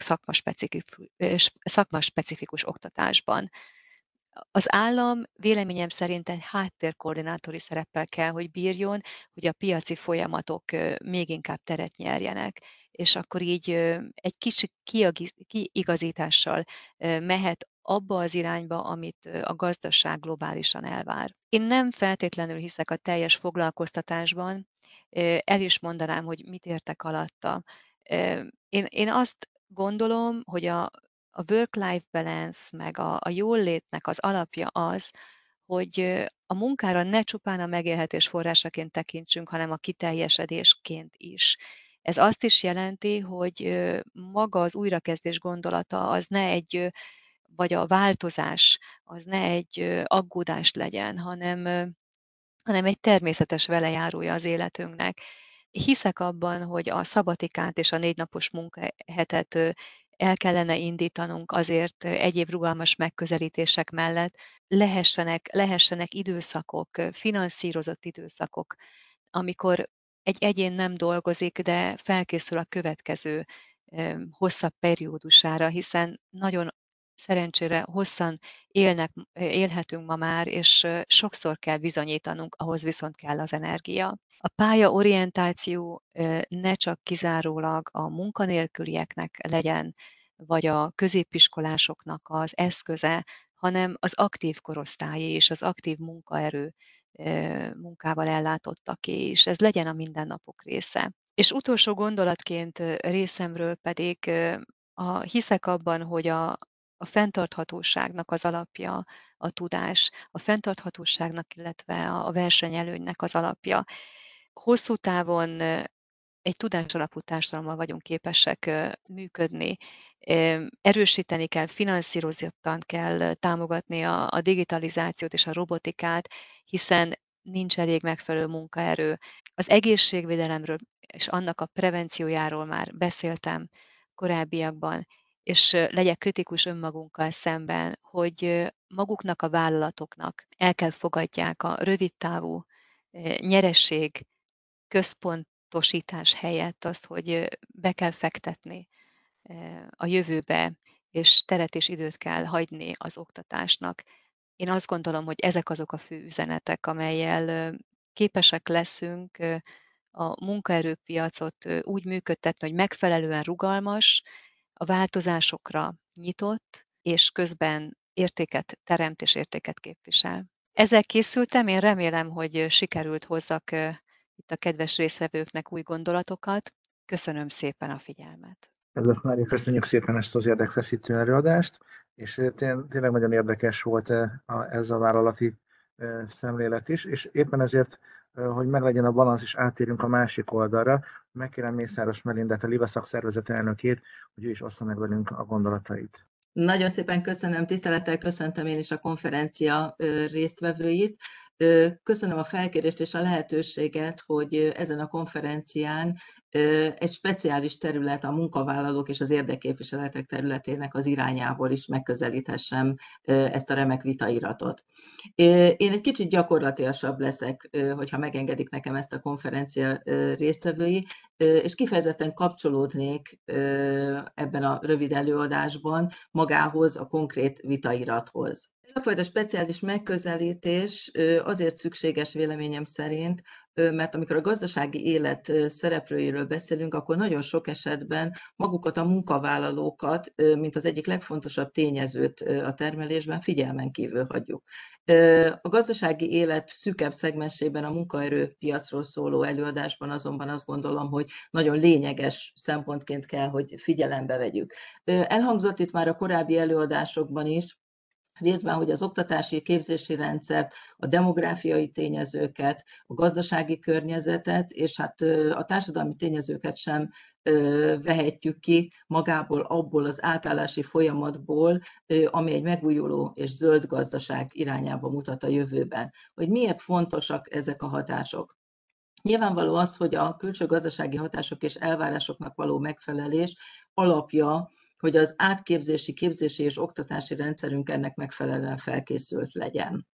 szakmaspecifikus oktatásban. Az állam véleményem szerint egy háttérkoordinátori szereppel kell, hogy bírjon, hogy a piaci folyamatok még inkább teret nyerjenek, és akkor így egy kicsi kiigazítással mehet abba az irányba, amit a gazdaság globálisan elvár. Én nem feltétlenül hiszek a teljes foglalkoztatásban, el is mondanám, hogy mit értek alatta. Én azt gondolom, hogy a work-life balance, meg a jóllétnek az alapja az, hogy a munkára ne csupán a megélhetés forrásaként tekintsünk, hanem a kiteljesedésként is. Ez azt is jelenti, hogy maga az újrakezdés gondolata az ne vagy a változás, az ne egy aggódás legyen, hanem egy természetes velejárója az életünknek. Hiszek abban, hogy a szabatikát és a 4 napos munkahetet el kellene indítanunk azért egyéb rugalmas megközelítések mellett, lehessenek időszakok, finanszírozott időszakok, amikor egy egyén nem dolgozik, de felkészül a következő hosszabb periódusára, hiszen nagyon szerencsére hosszan élhetünk ma már, és sokszor kell bizonyítanunk, ahhoz viszont kell az energia. A pályaorientáció ne csak kizárólag a munkanélkülieknek legyen vagy a középiskolásoknak az eszköze, hanem az aktív korosztályé és az aktív munkaerő munkával ellátottaké is. Ez legyen a mindennapok része. És utolsó gondolatként részemről pedig hiszek abban, hogy a fenntarthatóságnak az alapja a tudás, a fenntarthatóságnak, illetve a versenyelőnynek az alapja. Hosszú távon egy tudásalapú társadalommal vagyunk képesek működni. Erősíteni kell, finanszírozottan kell támogatni a digitalizációt és a robotikát, hiszen nincs elég megfelelő munkaerő. Az egészségvédelemről és annak a prevenciójáról már beszéltem korábbiakban, és legyek kritikus önmagunkkal szemben, hogy maguknak a vállalatoknak el kell fogadják a rövidtávú nyeresség központosítás helyett azt, hogy be kell fektetni a jövőbe, és teret és időt kell hagyni az oktatásnak. Én azt gondolom, hogy ezek azok a fő üzenetek, amellyel képesek leszünk a munkaerőpiacot úgy működtetni, hogy megfelelően rugalmas, a változásokra nyitott, és közben értéket teremt és értéket képvisel. Ezzel készültem, én remélem, hogy sikerült hozzak itt a kedves résztvevőknek új gondolatokat. Köszönöm szépen a figyelmet. Kedves Mária, köszönjük szépen ezt az érdekfeszítő előadást, és tényleg nagyon érdekes volt ez a vállalati szemlélet is, és éppen ezért, hogy meglegyen a balansz, és átérjünk a másik oldalra, megkérem Mészáros Melindát, a LIVA szakszervezet elnökét, hogy ő is ossza meg velünk a gondolatait. Nagyon szépen köszönöm, tisztelettel köszöntöm én is a konferencia résztvevőit. Köszönöm a felkérést és a lehetőséget, hogy ezen a konferencián egy speciális terület, a munkavállalók és az érdekképviseletek területének az irányából is megközelíthessem ezt a remek vitairatot. Én egy kicsit gyakorlatilasabb leszek, hogyha megengedik nekem ezt a konferencia résztvevői, és kifejezetten kapcsolódnék ebben a rövid előadásban magához, a konkrét vitairathoz. Ez a fajta speciális megközelítés azért szükséges véleményem szerint, mert amikor a gazdasági élet szereplőiről beszélünk, akkor nagyon sok esetben magukat a munkavállalókat, mint az egyik legfontosabb tényezőt a termelésben figyelmen kívül hagyjuk. A gazdasági élet szűkebb szegmensében a munkaerőpiacról szóló előadásban azonban azt gondolom, hogy nagyon lényeges szempontként kell, hogy figyelembe vegyük. Elhangzott itt már a korábbi előadásokban is, részben, hogy az oktatási képzési rendszert, a demográfiai tényezőket, a gazdasági környezetet, és hát a társadalmi tényezőket sem vehetjük ki magából, abból az átállási folyamatból, ami egy megújuló és zöld gazdaság irányába mutat a jövőben. Hogy miért fontosak ezek a hatások? Nyilvánvaló az, hogy a külső gazdasági hatások és elvárásoknak való megfelelés alapja, hogy az átképzési, képzési és oktatási rendszerünk ennek megfelelően felkészült legyen.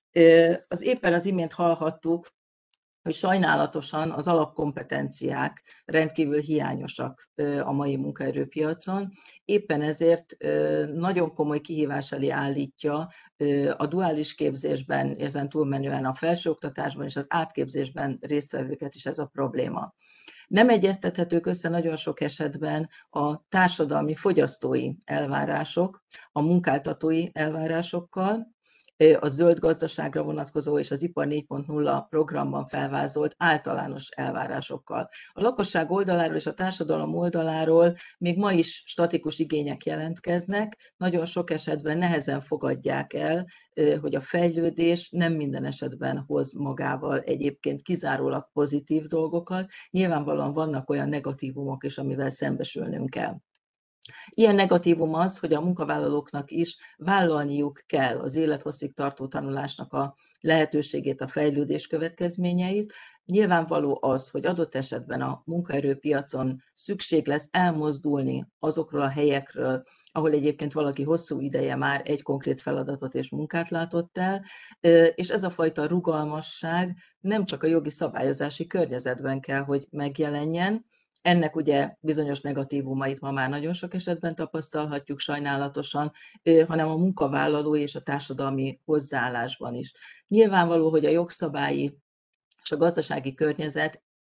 Az éppen az imént hallhattuk, hogy sajnálatosan az alapkompetenciák rendkívül hiányosak a mai munkaerőpiacon. Éppen ezért nagyon komoly kihívás elé állítja a duális képzésben, ezen túlmenően a felsőoktatásban és az átképzésben résztvevőket is ez a probléma. Nem egyeztethetők össze nagyon sok esetben a társadalmi fogyasztói elvárások a munkáltatói elvárásokkal, a zöld gazdaságra vonatkozó és az Ipar 4.0 programban felvázolt általános elvárásokkal. A lakosság oldaláról és a társadalom oldaláról még ma is statikus igények jelentkeznek, nagyon sok esetben nehezen fogadják el, hogy a fejlődés nem minden esetben hoz magával egyébként kizárólag pozitív dolgokat, nyilvánvalóan vannak olyan negatívumok is, amivel szembesülnünk kell. Ilyen negatívum az, hogy a munkavállalóknak is vállalniuk kell az élethosszig tartó tanulásnak a lehetőségét, a fejlődés következményeit. Nyilvánvaló az, hogy adott esetben a munkaerőpiacon szükség lesz elmozdulni azokról a helyekről, ahol egyébként valaki hosszú ideje már egy konkrét feladatot és munkát látott el, és ez a fajta rugalmasság nem csak a jogi szabályozási környezetben kell, hogy megjelenjen. Ennek ugye bizonyos negatívumait ma már nagyon sok esetben tapasztalhatjuk sajnálatosan, hanem a munkavállalói és a társadalmi hozzáállásban is. Nyilvánvaló, hogy a jogszabályi és a gazdasági környezet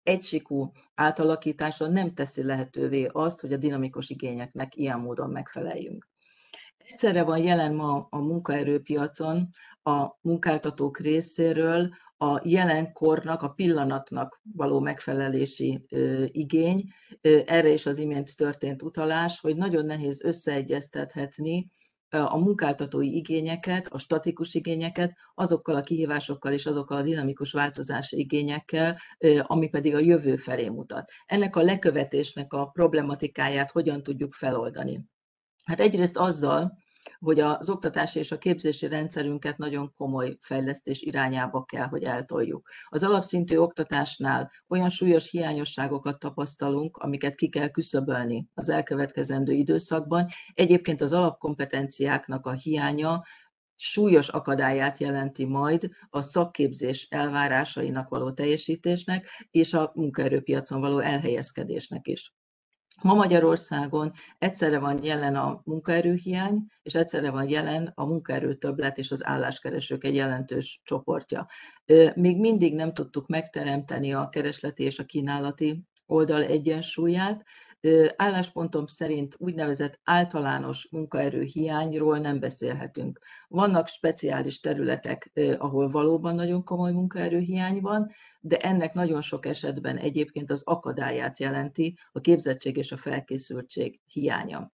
egysíkú átalakítása nem teszi lehetővé azt, hogy a dinamikus igényeknek ilyen módon megfeleljünk. Egyszerre van jelen ma a munkaerőpiacon a munkáltatók részéről a jelenkornak, a pillanatnak való megfelelési igény. Erre is az imént történt utalás, hogy nagyon nehéz összeegyeztethetni a munkáltatói igényeket, a statikus igényeket azokkal a kihívásokkal és azokkal a dinamikus változási igényekkel, ami pedig a jövő felé mutat. Ennek a lekövetésnek a problematikáját hogyan tudjuk feloldani? Hát egyrészt azzal, hogy az oktatási és a képzési rendszerünket nagyon komoly fejlesztés irányába kell, hogy eltoljuk. Az alapszintű oktatásnál olyan súlyos hiányosságokat tapasztalunk, amiket ki kell küszöbölni az elkövetkezendő időszakban. Egyébként az alapkompetenciáknak a hiánya súlyos akadályát jelenti majd a szakképzés elvárásainak való teljesítésnek és a munkaerőpiacon való elhelyezkedésnek is. Ma Magyarországon egyszerre van jelen a munkaerőhiány, és egyszerre van jelen a munkaerőtöbblet és az álláskeresők egy jelentős csoportja. Még mindig nem tudtuk megteremteni a keresleti és a kínálati oldal egyensúlyát. Álláspontom szerint úgynevezett általános munkaerőhiányról nem beszélhetünk. Vannak speciális területek, ahol valóban nagyon komoly munkaerőhiány van, de ennek nagyon sok esetben egyébként az akadályát jelenti a képzettség és a felkészültség hiánya.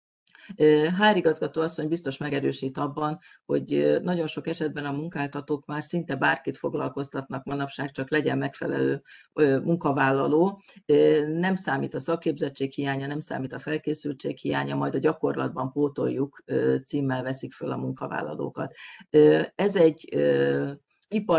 Hárigazgató asszony biztos megerősít abban, hogy nagyon sok esetben a munkáltatók már szinte bárkit foglalkoztatnak manapság, csak legyen megfelelő munkavállaló. Nem számít a szakképzettség hiánya, nem számít a felkészültség hiánya, majd a gyakorlatban pótoljuk címmel veszik föl a munkavállalókat. Ez egy Ipar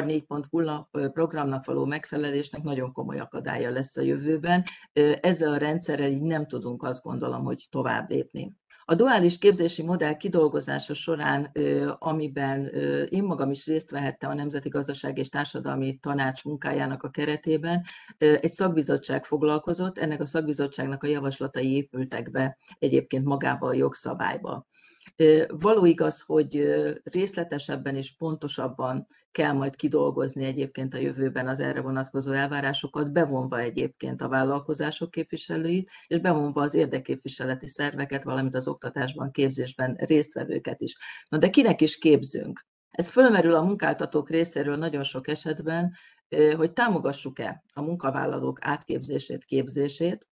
4.0 programnak való megfelelésnek nagyon komoly akadálya lesz a jövőben. Ezzel a rendszerrel így nem tudunk, azt gondolom, hogy tovább lépni. A duális képzési modell kidolgozása során, amiben én magam is részt vehettem a Nemzeti Gazdasági és Társadalmi Tanács munkájának a keretében, egy szakbizottság foglalkozott, ennek a szakbizottságnak a javaslatai épültek be egyébként magába a jogszabályba. Való igaz, hogy részletesebben és pontosabban kell majd kidolgozni egyébként a jövőben az erre vonatkozó elvárásokat, bevonva egyébként a vállalkozások képviselőit, és bevonva az érdekképviseleti szerveket, valamint az oktatásban, képzésben résztvevőket is. Na de kinek is képzünk? Ez fölmerül a munkáltatók részéről nagyon sok esetben, hogy támogassuk-e a munkavállalók átképzését, képzését,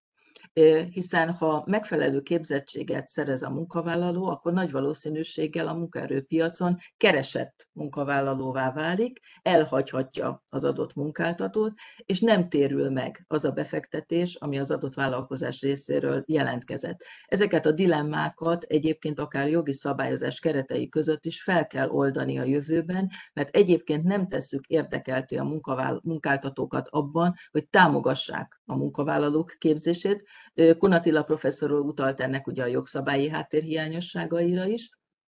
hiszen ha megfelelő képzettséget szerez a munkavállaló, akkor nagy valószínűséggel a munkaerőpiacon keresett munkavállalóvá válik, elhagyhatja az adott munkáltatót, és nem térül meg az a befektetés, ami az adott vállalkozás részéről jelentkezett. Ezeket a dilemmákat egyébként akár jogi szabályozás keretei között is fel kell oldani a jövőben, mert egyébként nem tesszük érdekelté a munkáltatókat abban, hogy támogassák a munkavállalók képzését. Kun Attila professzor úr utalt ennek ugye a jogszabályi háttérhiányosságaira is.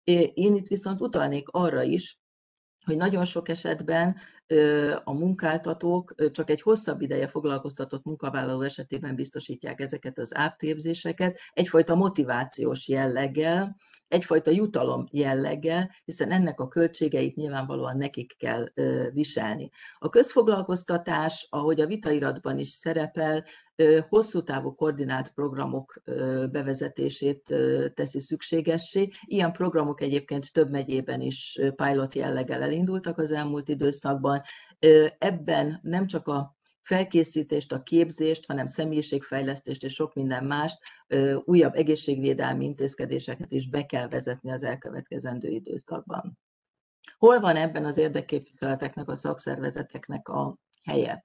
Én itt viszont utalnék arra is, hogy nagyon sok esetben a munkáltatók csak egy hosszabb ideje foglalkoztatott munkavállaló esetében biztosítják ezeket az átképzéseket, egyfajta motivációs jelleggel, egyfajta jutalom jelleggel, hiszen ennek a költségeit nyilvánvalóan nekik kell viselni. A közfoglalkoztatás, ahogy a vitairatban is szerepel, hosszú távú koordinált programok bevezetését teszi szükségessé. Ilyen programok egyébként több megyében is pilot jelleggel elindultak az elmúlt időszakban. Ebben nem csak a felkészítést, a képzést, hanem személyiségfejlesztést és sok minden mást, újabb egészségvédelmi intézkedéseket is be kell vezetni az elkövetkezendő időszakban. Hol van ebben az érdekképviseleteknek, a szakszervezeteknek a helye?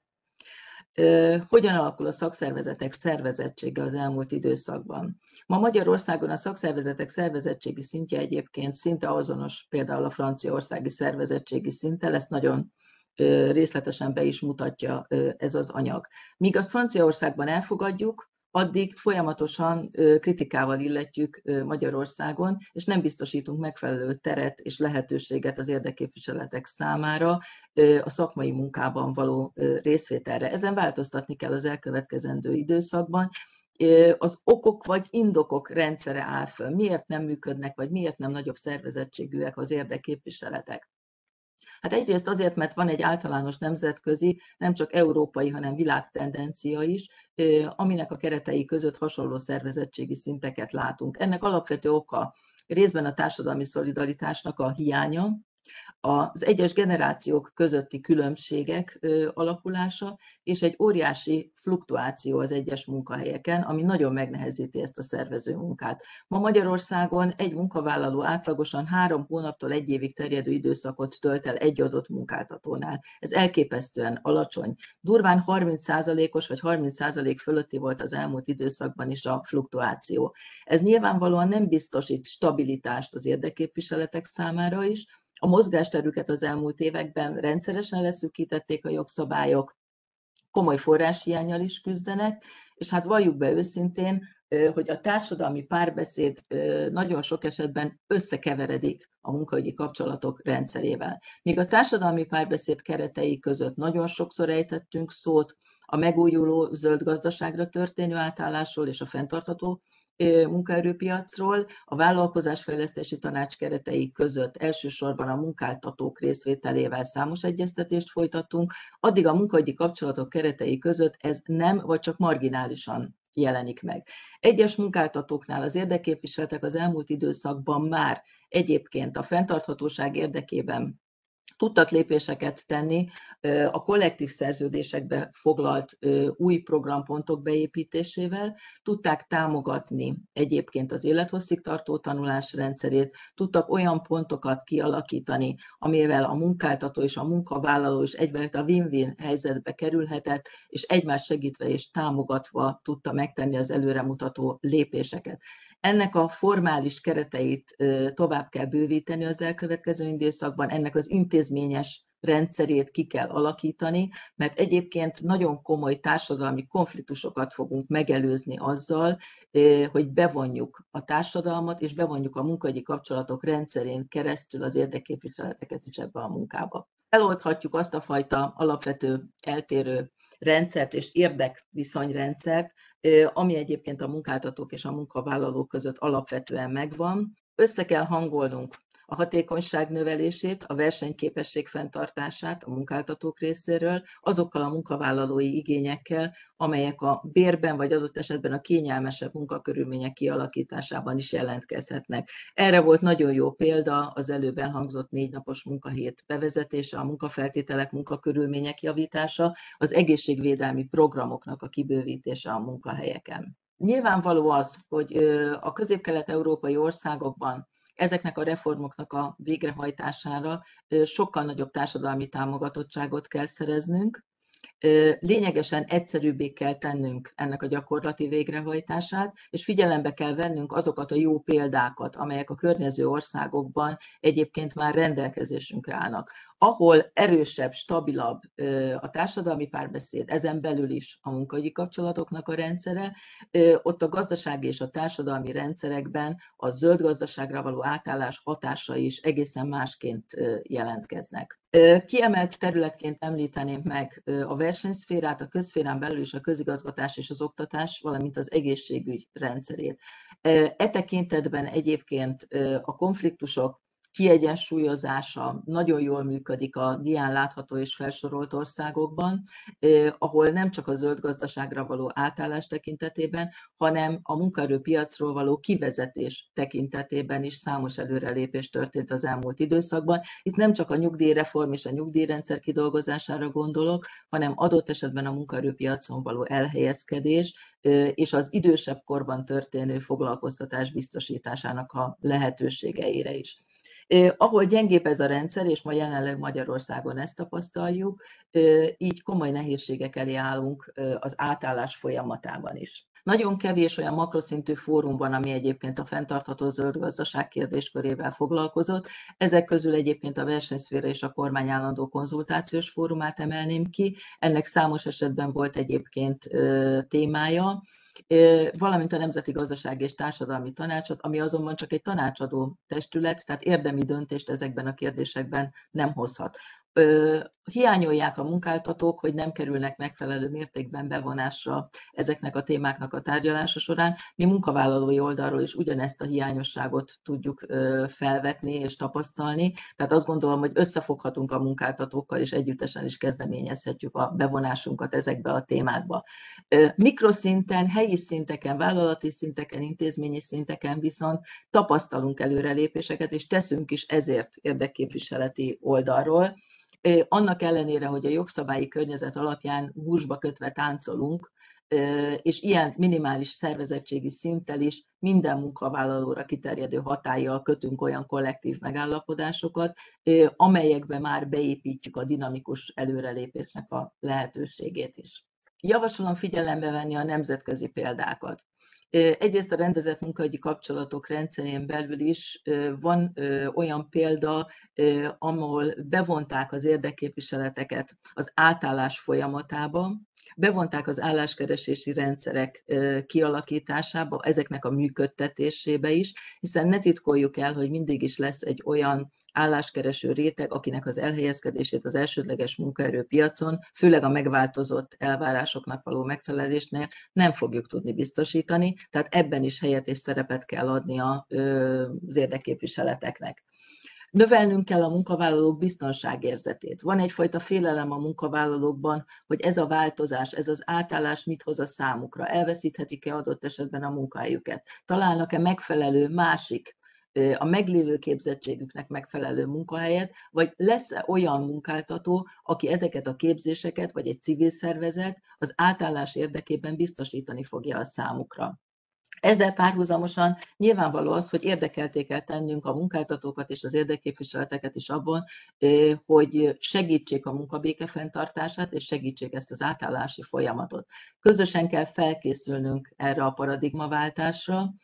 Hogyan alakul a szakszervezetek szervezettsége az elmúlt időszakban? Ma Magyarországon a szakszervezetek szervezettségi szintje egyébként szinte azonos például a franciaországi szervezettségi szinttel, ezt nagyon részletesen be is mutatja ez az anyag. Míg azt Franciaországban elfogadjuk, addig folyamatosan kritikával illetjük Magyarországon, és nem biztosítunk megfelelő teret és lehetőséget az érdekképviseletek számára a szakmai munkában való részvételre. Ezen változtatni kell az elkövetkezendő időszakban. Az okok vagy indokok rendszere áll föl. Miért nem működnek, vagy miért nem nagyobb szervezettségűek az érdekképviseletek? Hát egyrészt azért, mert van egy általános nemzetközi, nem csak európai, hanem világtendencia is, aminek a keretei között hasonló szervezettségi szinteket látunk. Ennek alapvető oka részben a társadalmi szolidaritásnak a hiánya, az egyes generációk közötti különbségek alakulása, és egy óriási fluktuáció az egyes munkahelyeken, ami nagyon megnehezíti ezt a szervező munkát. Ma Magyarországon egy munkavállaló átlagosan 3 hónaptól 1 évig terjedő időszakot tölt el egy adott munkáltatónál. Ez elképesztően alacsony. Durván 30%-os vagy 30% fölötti volt az elmúlt időszakban is a fluktuáció. Ez nyilvánvalóan nem biztosít stabilitást az érdekképviseletek számára is. A mozgásterüket az elmúlt években rendszeresen leszűkítették a jogszabályok, komoly forráshiánnyal is küzdenek, és hát valljuk be őszintén, hogy a társadalmi párbeszéd nagyon sok esetben összekeveredik a munkaügyi kapcsolatok rendszerével. Míg a társadalmi párbeszéd keretei között nagyon sokszor ejtettünk szót a megújuló zöld gazdaságra történő átállásról és a fenntartható munkaerőpiacról, a vállalkozásfejlesztési tanács keretei között elsősorban a munkáltatók részvételével számos egyeztetést folytattunk, addig a munkaügyi kapcsolatok keretei között ez nem, vagy csak marginálisan jelenik meg. Egyes munkáltatóknál az érdekképviseletek az elmúlt időszakban már egyébként a fenntarthatóság érdekében tudtak lépéseket tenni a kollektív szerződésekbe foglalt új programpontok beépítésével, tudták támogatni egyébként az élethosszig tartó tanulás rendszerét, tudtak olyan pontokat kialakítani, amivel a munkáltató és a munkavállaló is egyfajta win-win helyzetbe kerülhetett, és egymást segítve és támogatva tudta megtenni az előremutató lépéseket. Ennek a formális kereteit tovább kell bővíteni az elkövetkező időszakban, ennek az intézményes rendszerét ki kell alakítani, mert egyébként nagyon komoly társadalmi konfliktusokat fogunk megelőzni azzal, hogy bevonjuk a társadalmat, és bevonjuk a munkahogyi kapcsolatok rendszerén keresztül az érdekképviseleteket is ebbe a munkába. Feloldhatjuk azt a fajta alapvető eltérő rendszert és érdekviszonyrendszert, ami egyébként a munkáltatók és a munkavállalók között alapvetően megvan. Össze kell hangolnunk a hatékonyság növelését, a versenyképesség fenntartását a munkáltatók részéről, azokkal a munkavállalói igényekkel, amelyek a bérben vagy adott esetben a kényelmesebb munkakörülmények kialakításában is jelentkezhetnek. Erre volt nagyon jó példa az előbb elhangzott 4 napos munkahét bevezetése, a munkafeltételek, munkakörülmények javítása, az egészségvédelmi programoknak a kibővítése a munkahelyeken. Nyilvánvaló az, hogy a közép-kelet-európai országokban ezeknek a reformoknak a végrehajtására sokkal nagyobb társadalmi támogatottságot kell szereznünk, lényegesen egyszerűbbé kell tennünk ennek a gyakorlati végrehajtását, és figyelembe kell vennünk azokat a jó példákat, amelyek a környező országokban egyébként már rendelkezésünkre állnak. Ahol erősebb, stabilabb a társadalmi párbeszéd, ezen belül is a munkahogyi kapcsolatoknak a rendszere, ott a gazdasági és a társadalmi rendszerekben a zöld gazdaságra való átállás hatásai is egészen másként jelentkeznek. Kiemelt területként említeném meg a versenyszférát, a közszférán belül is a közigazgatás és az oktatás, valamint az egészségügy rendszerét. E tekintetben egyébként a konfliktusok kiegyensúlyozása nagyon jól működik a dián látható és felsorolt országokban, ahol nem csak a zöld gazdaságra való átállás tekintetében, hanem a munkaerőpiacról való kivezetés tekintetében is számos előrelépés történt az elmúlt időszakban. Itt nem csak a nyugdíjreform és a nyugdíjrendszer kidolgozására gondolok, hanem adott esetben a munkaerőpiacon való elhelyezkedés és az idősebb korban történő foglalkoztatás biztosításának a lehetőségeire is. Ahol gyengébb ez a rendszer, és ma jelenleg Magyarországon ezt tapasztaljuk, így komoly nehézségek elé állunk az átállás folyamatában is. Nagyon kevés olyan makroszintű fórum van, ami egyébként a fenntartható zöld gazdaság kérdéskörével foglalkozott. Ezek közül egyébként a versenyszféra és a kormány állandó konzultációs fórumát emelném ki. Ennek számos esetben volt egyébként témája, valamint a Nemzeti Gazdasági és Társadalmi Tanácsot, ami azonban csak egy tanácsadó testület, tehát érdemi döntést ezekben a kérdésekben nem hozhat. hiányolják a munkáltatók, hogy nem kerülnek megfelelő mértékben bevonásra ezeknek a témáknak a tárgyalása során. Mi munkavállalói oldalról is ugyanezt a hiányosságot tudjuk felvetni és tapasztalni. Tehát azt gondolom, hogy összefoghatunk a munkáltatókkal, és együttesen is kezdeményezhetjük a bevonásunkat ezekbe a témákba. Mikroszinten, helyi szinteken, vállalati szinteken, intézményi szinteken viszont tapasztalunk előrelépéseket, és teszünk is ezért érdekképviseleti oldalról. Annak ellenére, hogy a jogszabályi környezet alapján húsba kötve táncolunk, és ilyen minimális szervezettségi szinttel is minden munkavállalóra kiterjedő hatállyal kötünk olyan kollektív megállapodásokat, amelyekbe már beépítjük a dinamikus előrelépésnek a lehetőségét is. Javasolom figyelembe venni a nemzetközi példákat. Egyrészt a rendezett munkaügyi kapcsolatok rendszerén belül is van olyan példa, ahol bevonták az érdekképviseleteket az átállás folyamatába, bevonták az álláskeresési rendszerek kialakításába, ezeknek a működtetésébe is, hiszen ne titkoljuk el, hogy mindig is lesz egy olyan álláskereső réteg, akinek az elhelyezkedését az elsődleges munkaerőpiacon, főleg a megváltozott elvárásoknak való megfelelésnél nem fogjuk tudni biztosítani, tehát ebben is helyet és szerepet kell adni az érdekképviseleteknek. Növelnünk kell a munkavállalók biztonságérzetét. Van egyfajta félelem a munkavállalókban, hogy ez a változás, ez az átállás mit hoz a számukra, elveszíthetik-e adott esetben a munkahelyüket, találnak-e megfelelő másik, a meglévő képzettségüknek megfelelő munkahelyet, vagy lesz-e olyan munkáltató, aki ezeket a képzéseket, vagy egy civil szervezet az átállás érdekében biztosítani fogja a számukra. Ezzel párhuzamosan nyilvánvaló az, hogy érdekelté kell tennünk a munkáltatókat és az érdekképviseleteket is abban, hogy segítsék a munkabéke fenntartását, és segítsék ezt az átállási folyamatot. Közösen kell felkészülnünk erre a paradigmaváltásra.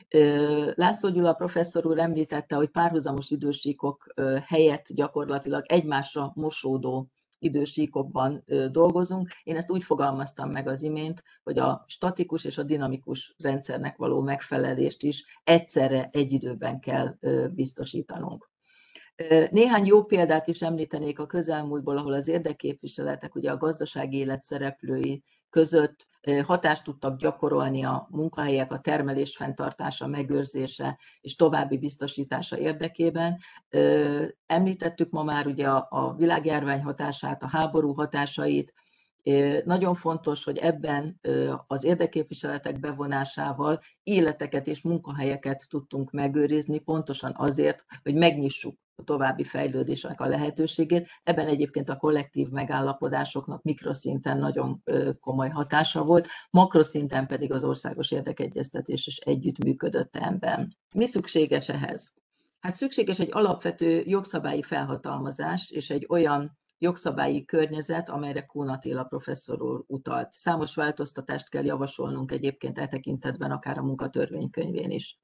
László Gyula professzor úr említette, hogy párhuzamos idősíkok helyett gyakorlatilag egymásra mosódó idősíkokban dolgozunk. Én ezt úgy fogalmaztam meg az imént, hogy a statikus és a dinamikus rendszernek való megfelelést is egyszerre egy időben kell biztosítanunk. Néhány jó példát is említenék a közelmúltból, ahol az érdekképviseletek ugye a gazdasági élet szereplői között hatást tudtak gyakorolni a munkahelyek, a termelés fenntartása, megőrzése és további biztosítása érdekében. Említettük ma már ugye a világjárvány hatását, a háború hatásait. Nagyon fontos, hogy ebben az érdekképviseletek bevonásával életeket és munkahelyeket tudtunk megőrizni, pontosan azért, hogy megnyissuk a további fejlődésnek a lehetőségét. Ebben egyébként a kollektív megállapodásoknak mikroszinten nagyon komoly hatása volt, makroszinten pedig az országos érdekegyeztetés is együttműködött ebben. Mi szükséges ehhez? Hát szükséges egy alapvető jogszabályi felhatalmazás és egy olyan jogszabályi környezet, amelyre Kun Attila professzor úr utalt. Számos változtatást kell javasolnunk egyébként e tekintetben, akár a munkatörvénykönyvén is.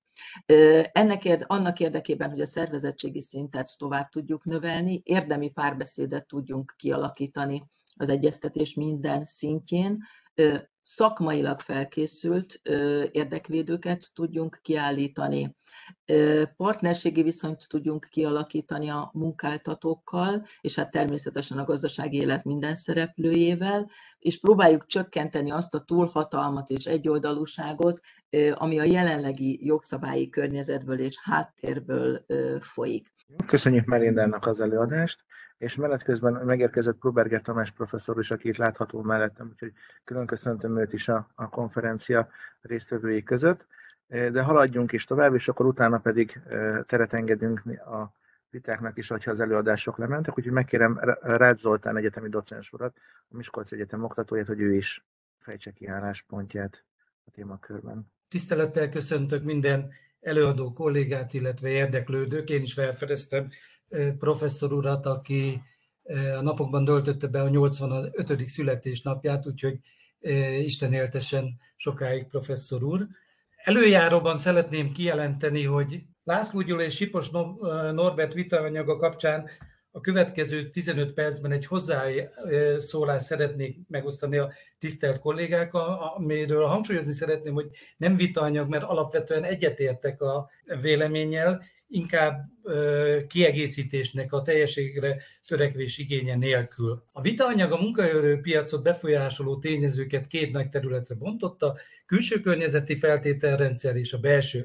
Annak érdekében, hogy a szervezettségi szintet tovább tudjuk növelni, érdemi párbeszédet tudjunk kialakítani az egyeztetés minden szintjén, szakmailag felkészült érdekvédőket tudjunk kiállítani, partnerségi viszonyt tudjunk kialakítani a munkáltatókkal, és hát természetesen a gazdasági élet minden szereplőjével, és próbáljuk csökkenteni azt a túlhatalmat és egyoldalúságot, ami a jelenlegi jogszabályi környezetből és háttérből folyik. Köszönjük Melindának az előadást, és menet közben megérkezett Proberger Tamás professzor is, aki itt látható mellettem, úgyhogy külön köszöntöm őt is a konferencia résztvevői között. De haladjunk is tovább, és akkor utána pedig teret engedünk a vitáknak is, hogyha az előadások lementek, úgyhogy megkérem Rácz Zoltán egyetemi docens urat, a Miskolci Egyetem oktatóját, hogy ő is fejtse ki álláspontját a témakörben. Tisztelettel köszöntök minden előadó kollégát, illetve érdeklődők. Én is felfedeztem professzor urat, aki a napokban töltötte be a 85. születésnapját, úgyhogy Isten éltessen sokáig professzor úr. Előjáróban szeretném kijelenteni, hogy László Gyula és Sipos Norbert vitaanyaga kapcsán a következő 15 percben egy hozzászólást szeretnék megosztani a tisztelt kollégákkal, amiről hangsúlyozni szeretném, hogy nem vitaanyag, mert alapvetően egyetértek a véleménnyel, inkább kiegészítésnek, a teljességre törekvés igénye nélkül. A vitaanyag a munkaerőpiacot befolyásoló tényezőket két nagy területre bontotta, külső környezeti feltételrendszer és a belső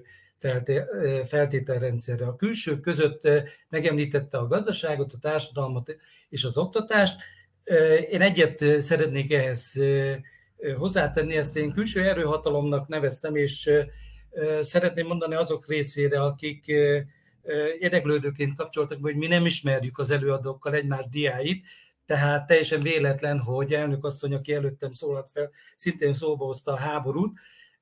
feltételrendszerre. A külső között megemlítette a gazdaságot, a társadalmat és az oktatást. Én egyet szeretnék ehhez hozzátenni, ezt én külső erőhatalomnak neveztem, és szeretném mondani azok részére, akik érdeklődőként kapcsoltak, hogy mi nem ismerjük az előadókkal egymás diáit, tehát teljesen véletlen, hogy elnök asszony, aki előttem szólalt fel, szintén szóba hozta a háborút.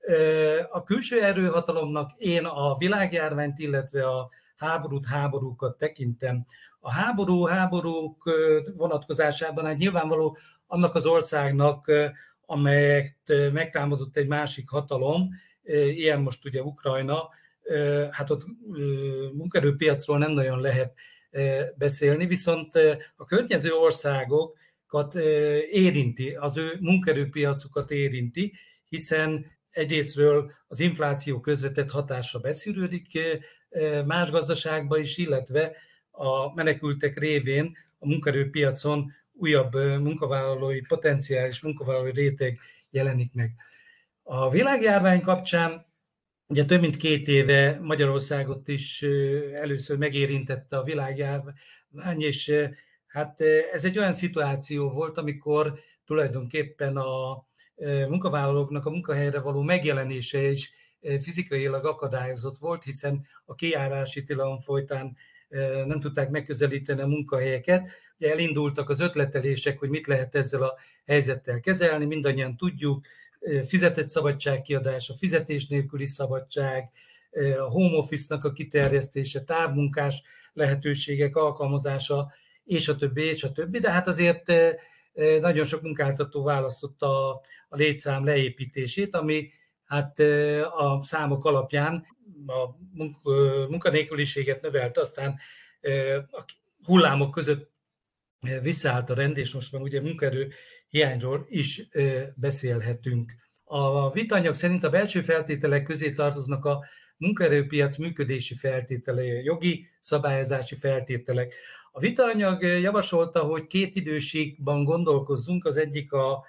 A külső erőhatalomnak én a világjárványt, illetve a háborúkat tekintem. A háborúk vonatkozásában hát nyilvánvaló annak az országnak, amelyet megtámadott egy másik hatalom, ilyen most ugye Ukrajna, hát ott munkaerőpiacról nem nagyon lehet beszélni, viszont a környező országokat érinti, az ő munkaerőpiacukat érinti, hiszen egyrészről az infláció közvetett hatásra beszűrődik más gazdaságba is, illetve a menekültek révén a munkaerőpiacon újabb munkavállalói, potenciális munkavállalói réteg jelenik meg. A világjárvány kapcsán ugye több mint 2 éve Magyarországot is először megérintette a világjárvány, és hát ez egy olyan szituáció volt, amikor tulajdonképpen a munkavállalóknak a munkahelyre való megjelenése is fizikailag akadályozott volt, hiszen a kijárási tilalom folytán nem tudták megközelíteni a munkahelyeket. Ugye elindultak az ötletelések, hogy mit lehet ezzel a helyzettel kezelni, mindannyian tudjuk, fizetett szabadságkiadása, fizetés nélküli szabadság, a home office-nak a kiterjesztése, távmunkás lehetőségek alkalmazása, és a többi, de hát azért nagyon sok munkáltató választotta a létszám leépítését, ami hát a számok alapján a munkanélküliséget növelt, aztán a hullámok között visszaállt a rend, és most már ugye munkaerő hiányról is beszélhetünk. A vitaanyag szerint a belső feltételek közé tartoznak a munkaerőpiac működési feltételei, jogi szabályozási feltételek. A vitaanyag javasolta, hogy 2 időségben gondolkozzunk, az egyik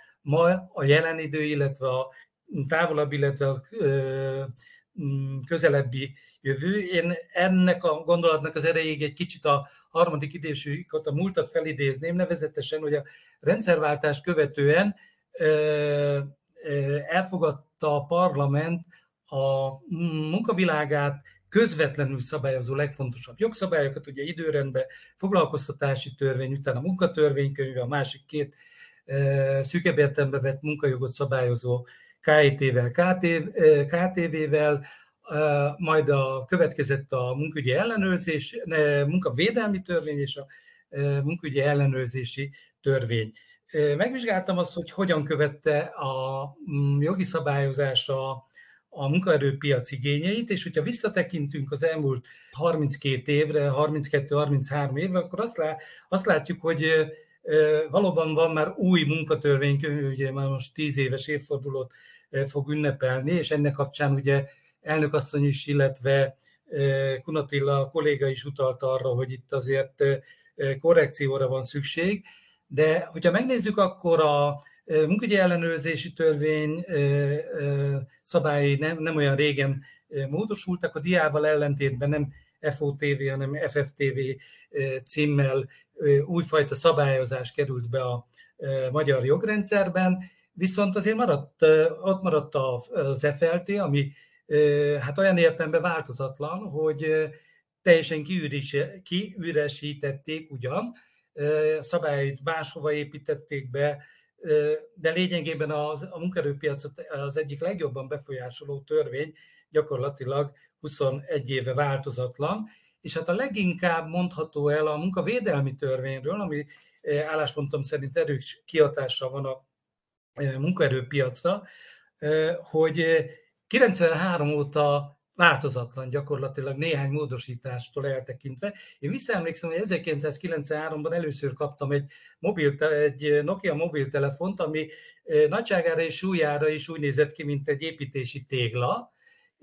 a jelen idő, illetve a távolabb, illetve a közelebbi jövő. Én ennek a gondolatnak az erejéig egy kicsit a harmadik időséget, a múltat felidézném, nevezetesen, hogy a rendszerváltást követően elfogadta a parlament a munkavilágát közvetlenül szabályozó legfontosabb jogszabályokat, ugye időrendben foglalkoztatási törvény, utána munkatörvénykönyve, a másik 2 szűkebb értelembe vett munkajogot szabályozó KIT-vel, KTV-vel, majd következett a munkaügyi ellenőrzés, munkavédelmi törvény és a munkaügyi ellenőrzési törvény. Megvizsgáltam azt, hogy hogyan követte a jogi szabályozás a munkaerőpiac igényeit, és hogyha visszatekintünk az elmúlt 32 évre, 32-33 évre, akkor azt látjuk, hogy valóban van már új munkatörvény, ugye már most 10 éves évfordulót fog ünnepelni, és ennek kapcsán ugye elnök asszony is, illetve Kun Attila kolléga is utalt arra, hogy itt azért korrekcióra van szükség, de hogyha megnézzük, akkor a munkaügyi ellenőrzési törvény szabályai nem olyan régen módosultak, a diával ellentétben nem FOTV, hanem FFTV címmel újfajta szabályozás került be a magyar jogrendszerben, viszont azért ott maradt az FLT, ami hát olyan értelemben változatlan, hogy teljesen kiüresítették ugyan, szabályait máshova építették be, de lényegében a munkaerőpiacot az egyik legjobban befolyásoló törvény gyakorlatilag 21 éve változatlan, és hát a leginkább mondható el a munkavédelmi törvényről, ami álláspontom szerint erős kihatással van a munkaerőpiacra, hogy 93 óta változatlan gyakorlatilag néhány módosítástól eltekintve. Én visszaemlékszem, hogy 1993-ban először kaptam egy Nokia mobiltelefont, ami nagyságára és súlyára is úgy nézett ki, mint egy építési tégla,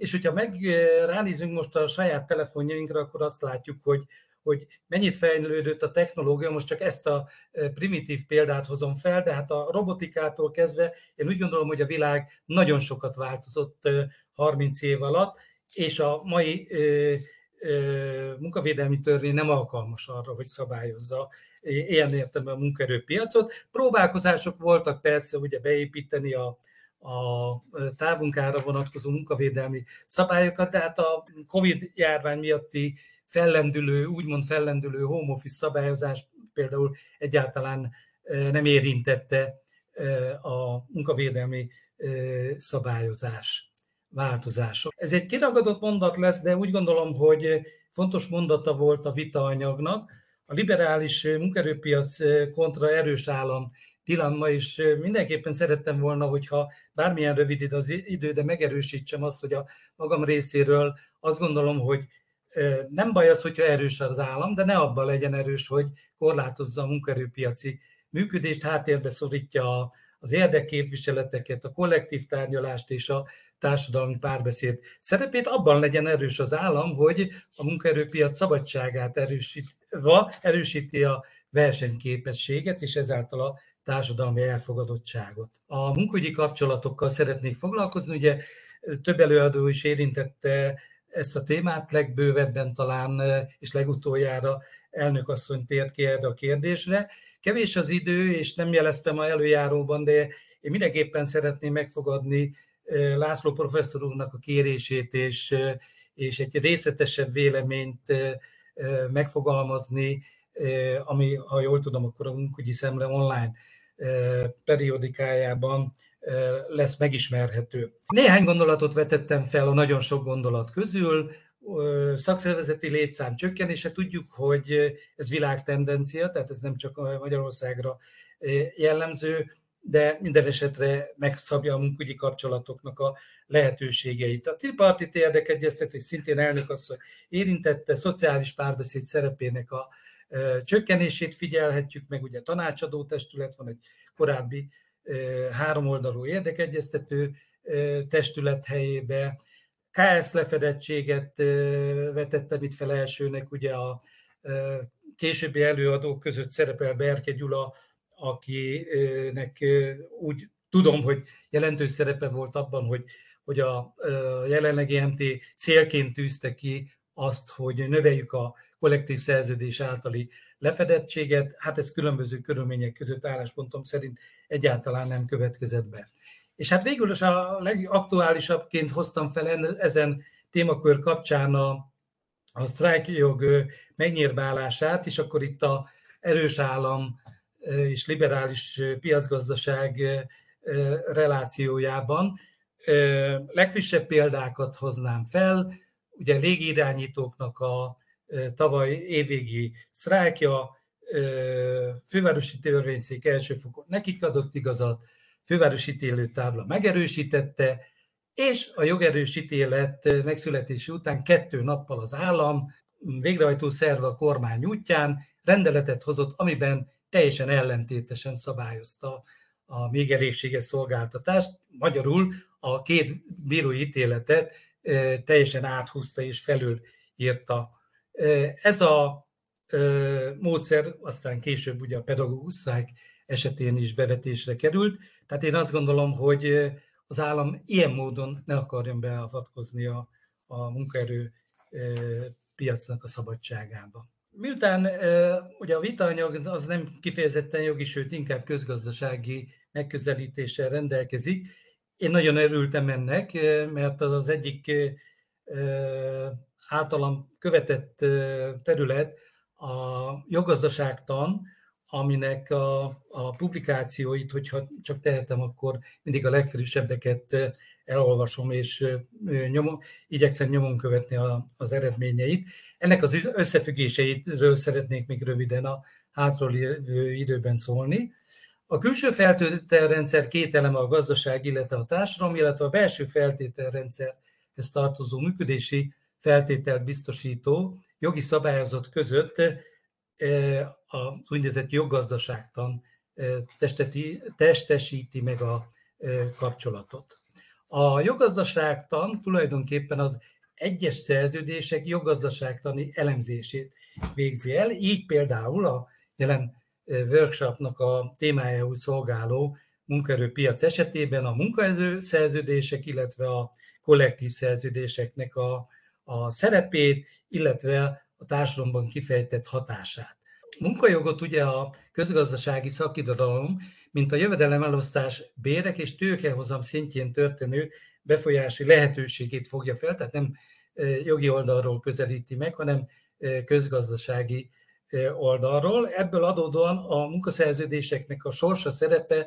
és hogyha ránézünk most a saját telefonjainkra, akkor azt látjuk, hogy mennyit fejlődött a technológia, most csak ezt a primitív példát hozom fel, de hát a robotikától kezdve én úgy gondolom, hogy a világ nagyon sokat változott 30 év alatt, és a mai munkavédelmi törvény nem alkalmas arra, hogy szabályozza ilyen értelemben a munkaerőpiacot. Próbálkozások voltak persze ugye beépíteni a távmunkára vonatkozó munkavédelmi szabályokat, de hát a Covid-járvány miatti úgymond fellendülő home office szabályozás például egyáltalán nem érintette a munkavédelmi szabályozás változások. Ez egy kiragadott mondat lesz, de úgy gondolom, hogy fontos mondata volt a vitaanyagnak. A liberális munkaerőpiac kontra erős állam dilemma, és mindenképpen szerettem volna, hogyha bármilyen rövid az idő, de megerősítsem azt, hogy a magam részéről azt gondolom, hogy nem baj az, hogyha erős az állam, de ne abban legyen erős, hogy korlátozza a munkaerőpiaci működést, háttérbe szorítja az érdekképviseleteket, a kollektív tárgyalást és a társadalmi párbeszéd szerepét. Abban legyen erős az állam, hogy a munkaerőpiac szabadságát erősíti a versenyképességet, és ezáltal a társadalmi elfogadottságot. A munkaügyi kapcsolatokkal szeretnék foglalkozni, ugye több előadó is érintette ezt a témát, legbővebben talán, és legutoljára elnök asszony tért ki erre a kérdésre. Kevés az idő, és nem jeleztem a előjáróban, de én mindenképpen szeretném megfogadni László professzor úrnak a kérését, és egy részletesebb véleményt megfogalmazni, ami, ha jól tudom, akkor a Munkaügyi Szemle online periódikájában lesz megismerhető. Néhány gondolatot vetettem fel a nagyon sok gondolat közül. Szakszervezeti létszám csökkenése, tudjuk, hogy ez világtendencia, tehát ez nem csak Magyarországra jellemző, de minden esetre megszabja a munkaügyi kapcsolatoknak a lehetőségeit. A tripartit érdekegyeztetés szintén elnök asszony érintette, szociális párbeszéd szerepének a csökkenését figyelhetjük meg, ugye tanácsadó testület van, egy korábbi háromoldalú érdekegyeztető testület helyébe. KS lefedettséget vetettem itt fel elsőnek, ugye a későbbi előadók között szerepel Berke Gyula, akinek úgy tudom, hogy jelentős szerepe volt abban, hogy a jelenlegi MT célként tűzte ki azt, hogy növeljük a kollektív szerződés általi lefedettséget. Hát ez különböző körülmények között álláspontom szerint egyáltalán nem következett be. És hát végül is a legaktuálisabbként hoztam fel ezen témakör kapcsán a sztrájkjog megnyírbálását, és akkor itt a erős állam és liberális piacgazdaság relációjában legfrissebb példákat hoznám fel. Ugye légirányítóknak a tavaly évvégi sztrájkja, fővárosi törvényszék első fokon nekik adott igazat, fővárosi ítélőtábla megerősítette, és a jogerős ítélet megszületése után 2 nappal az állam végrehajtó szerve a kormány útján rendeletet hozott, amiben teljesen ellentétesen szabályozta a még elégséges szolgáltatást. Magyarul a 2 bírói ítéletet teljesen áthúzta és felülírta. Ez a módszer aztán később ugye a pedagógus sztrájk esetén is bevetésre került. Tehát én azt gondolom, hogy az állam ilyen módon ne akarjon beavatkozni a munkaerő piacnak a szabadságába. Miután ugye a vitaanyag az nem kifejezetten jogi, sőt inkább közgazdasági megközelítéssel rendelkezik, én nagyon örültem ennek, mert az egyik általam követett terület a joggazdaságtan, aminek a publikációit, hogyha csak tehetem, akkor mindig a legfrissebbeket elolvasom, és igyekszem nyomon követni az eredményeit. Ennek az összefüggéseitről szeretnék még röviden a hátralévő időben szólni. A külső feltételrendszer 2 eleme a gazdaság, illetve a társadalom, illetve a belső feltételrendszerhez tartozó működési feltételt biztosító jogi szabályozat között az úgynevezett joggazdaságtan testesíti meg a kapcsolatot. A joggazdaságtan tulajdonképpen az egyes szerződések joggazdaságtani elemzését végzi el, így például a jelen workshopnak a témájául szolgáló munkaerőpiac esetében a munkaerő szerződések, illetve a kollektív szerződéseknek a szerepét, illetve a társadalomban kifejtett hatását. A munkajogot ugye a közgazdasági szakirodalom, mint a jövedelemelosztás, bérek és tőkehozam szintjén történő befolyási lehetőségét fogja fel, tehát nem jogi oldalról közelíti meg, hanem közgazdasági oldalról. Ebből adódóan a munkaszerződéseknek a sorsa, szerepe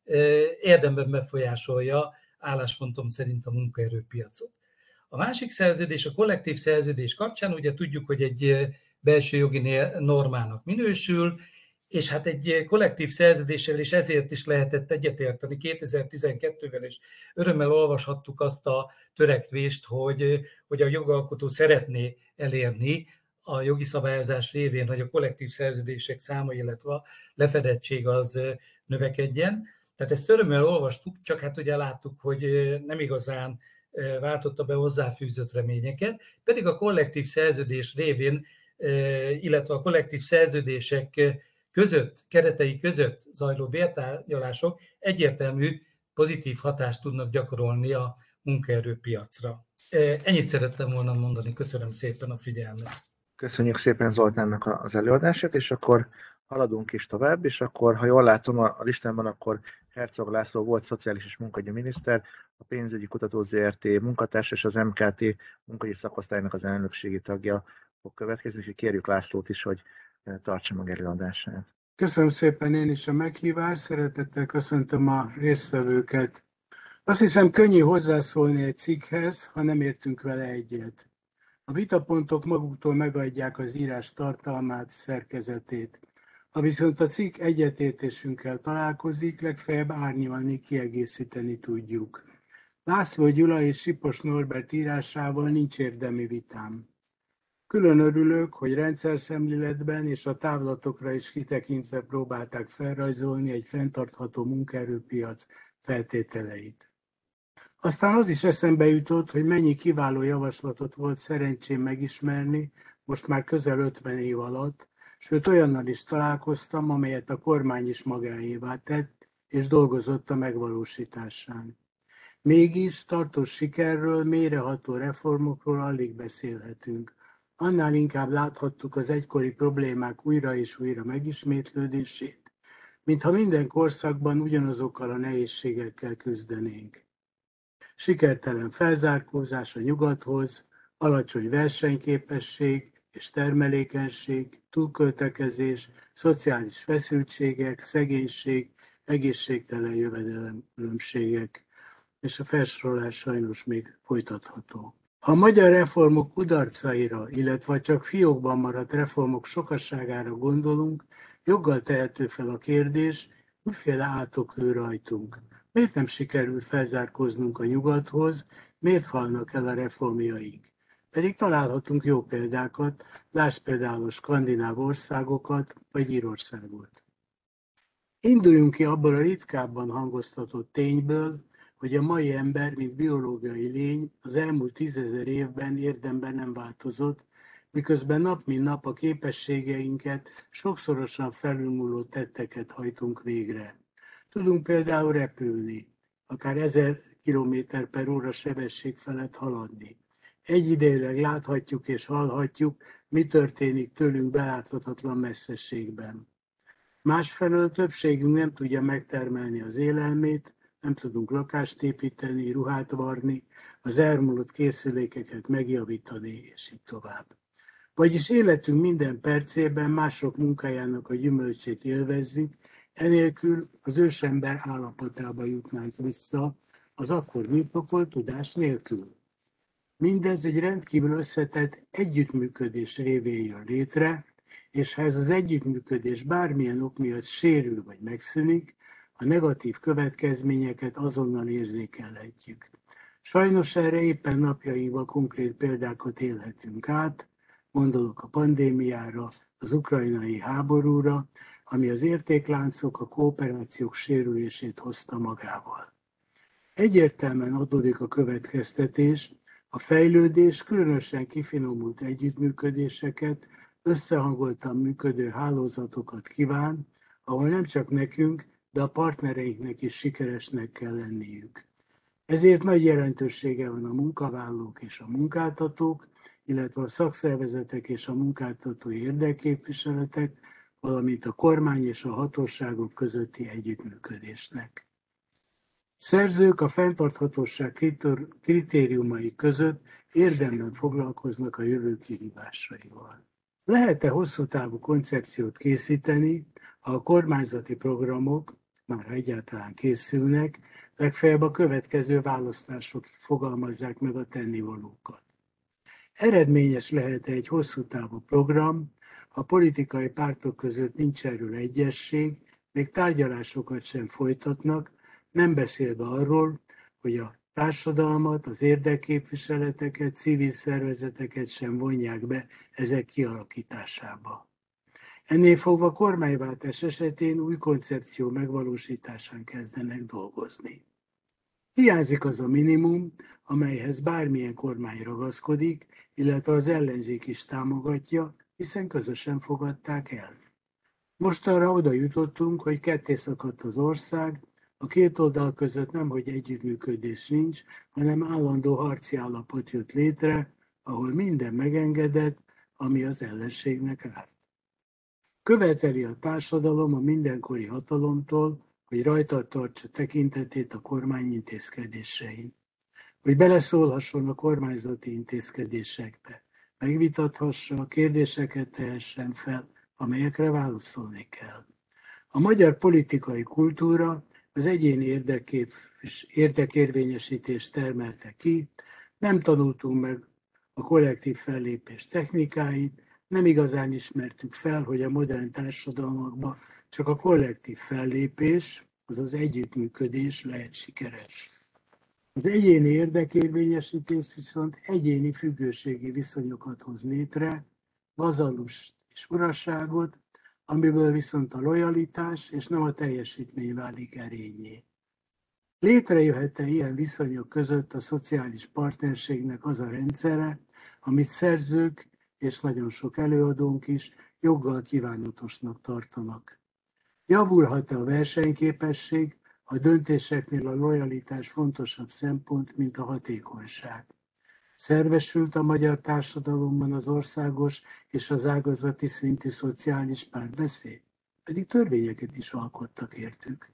érdemben befolyásolja álláspontom szerint a munkaerőpiacot. A másik szerződés, a kollektív szerződés kapcsán ugye tudjuk, hogy egy belső jogi normának minősül, és hát egy kollektív szerződéssel, és ezért is lehetett egyetérteni 2012-vel, és örömmel olvashattuk azt a törekvést, hogy a jogalkotó szeretné elérni a jogi szabályozás révén, hogy a kollektív szerződések száma, illetve a lefedettség az növekedjen. Tehát ezt örömmel olvastuk, csak hát ugye láttuk, hogy nem igazán váltotta be hozzáfűzött reményeket, pedig a kollektív szerződés révén, illetve a kollektív szerződések között, keretei között zajló bértárgyalások egyértelmű pozitív hatást tudnak gyakorolni a munkaerőpiacra. Ennyit szerettem volna mondani, köszönöm szépen a figyelmet. Köszönjük szépen Zoltánnak az előadását, és akkor haladunk is tovább, és akkor, ha jól látom a listámban, akkor Herzog László volt szociális és munkahogyi miniszter, a pénzügyi kutató ZRT munkatársa és az MKT munkahogyi szakosztálynak az elnökségi tagja fog következni, úgyhogy kérjük Lászlót is, hogy tartsa meg előadását. Köszönöm szépen én is a meghívást, szeretettel köszöntöm a résztvevőket. Azt hiszem, könnyű hozzászólni egy cikkhez, ha nem értünk vele egyet. A vitapontok maguktól megadják az írás tartalmát, szerkezetét. Ha viszont a cikk egyetértésünkkel találkozik, legfeljebb árnyalni, kiegészíteni tudjuk. László Gyula és Sipos Norbert írásával nincs érdemi vitám. Külön örülök, hogy rendszerszemléletben és a távlatokra is kitekintve próbálták felrajzolni egy fenntartható munkaerőpiac feltételeit. Aztán az is eszembe jutott, hogy mennyi kiváló javaslatot volt szerencsém megismerni, most már közel 50 év alatt, sőt olyannal is találkoztam, amelyet a kormány is magáévá tett, és dolgozott a megvalósításán. Mégis tartós sikerről, mélyreható reformokról alig beszélhetünk. Annál inkább láthattuk az egykori problémák újra és újra megismétlődését, mintha minden korszakban ugyanazokkal a nehézségekkel küzdenénk. Sikertelen felzárkózás a nyugathoz, alacsony versenyképesség és termelékenység, túlköltekezés, szociális feszültségek, szegénység, egészségtelen jövedelemkülönbségek, és a felsorolás sajnos még folytatható. Ha a magyar reformok kudarcaira, illetve csak fiókban maradt reformok sokasságára gondolunk, joggal tehető fel a kérdés, miféle átok lő rajtunk. Miért nem sikerül felzárkóznunk a nyugathoz, miért halnak el a reformjaink? Pedig találhatunk jó példákat, lásd például a skandináv országokat, vagy Írországot. Induljunk ki abból a ritkábban hangoztatott tényből, hogy a mai ember, mint biológiai lény, az elmúlt 10 000 évben érdemben nem változott, miközben nap mint nap a képességeinket sokszorosan felülmúló tetteket hajtunk végre. Tudunk például repülni, akár 1000 km/h sebesség felett haladni. Egyidejűleg láthatjuk és hallhatjuk, mi történik tőlünk beláthatatlan messzeségben. Másfelől többségünk nem tudja megtermelni az élelmét, nem tudunk lakást építeni, ruhát varni, az elmúlott készülékeket megjavítani, és így tovább. Vagyis életünk minden percében mások munkájának a gyümölcsét élvezzük, enélkül az ősember állapotába jutnánk vissza, az akkor birtokolt tudás nélkül. Mindez egy rendkívül összetett együttműködés révén jön létre, és ha ez az együttműködés bármilyen ok miatt sérül vagy megszűnik, a negatív következményeket azonnal érzékelhetjük. Sajnos erre éppen napjainkban konkrét példákat élhetünk át, gondolok a pandémiára, az ukrajnai háborúra, ami az értékláncok, a kooperációk sérülését hozta magával. Egyértelműen adódik a következtetés, a fejlődés különösen kifinomult együttműködéseket, összehangoltan működő hálózatokat kíván, ahol nem csak nekünk, de a partnereinknek is sikeresnek kell lenniük. Ezért nagy jelentősége van a munkavállalók és a munkáltatók, illetve a szakszervezetek és a munkáltatói érdekképviseletek, valamint a kormány és a hatóságok közötti együttműködésnek. Szerzők a fenntarthatóság kritériumai között érdemben foglalkoznak a jövő kihívásaival. Lehet-e hosszú távú koncepciót készíteni, ha a kormányzati programok, már ha egyáltalán készülnek, legfeljebb a következő választásokig fogalmazzák meg a tennivalókat? Eredményes lehet-e egy hosszú távú program, ha a politikai pártok között nincs erről egyesség, még tárgyalásokat sem folytatnak, nem beszélve arról, hogy a társadalmat, az érdekképviseleteket, civil szervezeteket sem vonják be ezek kialakításába. Ennél fogva kormányváltás esetén új koncepció megvalósításán kezdenek dolgozni. Hiányzik az a minimum, amelyhez bármilyen kormány ragaszkodik, illetve az ellenzék is támogatja, hiszen közösen fogadták el. Mostanra oda jutottunk, hogy ketté szakadt az ország, a két oldal között nemhogy együttműködés nincs, hanem állandó harci állapot jött létre, ahol minden megengedett, ami az ellenségnek árt. Követeli a társadalom a mindenkori hatalomtól, hogy rajta tartsa tekintetét a kormány intézkedésein, hogy beleszólhasson a kormányzati intézkedésekbe, megvitathassa, a kérdéseket tehessen fel, amelyekre válaszolni kell. A magyar politikai kultúra az egyéni érdekérvényesítést termelte ki, nem tanultunk meg a kollektív fellépés technikáit, nem igazán ismertük fel, hogy a modern társadalmakban csak a kollektív fellépés, azaz együttműködés lehet sikeres. Az egyéni érdekérvényesítés viszont egyéni függőségi viszonyokat hoz létre, vazalust és urasságot, amiből viszont a lojalitás és nem a teljesítmény válik erényé. Létrejöhet-e ilyen viszonyok között a szociális partnerségnek az a rendszere, amit szerzők és nagyon sok előadónk is joggal kívánatosnak tartanak? Javulhat-e a versenyképesség, a döntéseknél a lojalitás fontosabb szempont, mint a hatékonyság? Szervesült a magyar társadalomban az országos és az ágazati szintű szociális párbeszéd? Pedig törvényeket is alkottak értük.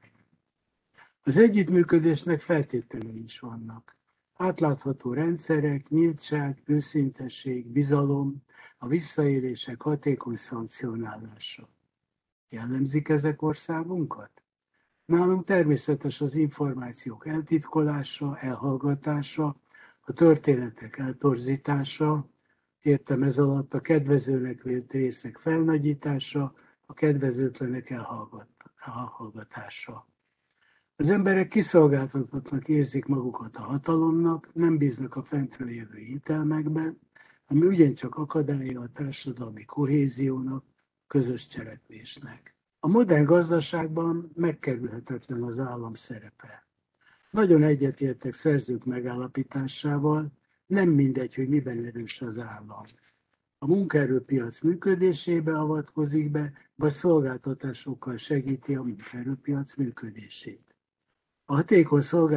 Az együttműködésnek feltételei is vannak. Átlátható rendszerek, nyíltság, őszintesség, bizalom, a visszaélések hatékony szankcionálása. Jellemzik ezek országunkat? Nálunk természetes az információk eltitkolása, elhallgatása, a történetek eltorzítása, értem ez alatt a kedvezőnek vélt részek felnagyítása, a kedvezőtlenek elhallgatása. Az emberek kiszolgáltatottnak érzik magukat a hatalomnak, nem bíznak a fentről jövő jutalmakban, ami ugyancsak akadálya a társadalmi kohéziónak, közös cselekvésnek. A modern gazdaságban megkerülhetetlen az állam szerepe. Nagyon egyetértek szerzők megállapításával, nem mindegy, hogy miben erős az állam. A munkaerőpiac működésébe avatkozik be, vagy szolgáltatásokkal segíti a munkaerőpiac működését. A hatékony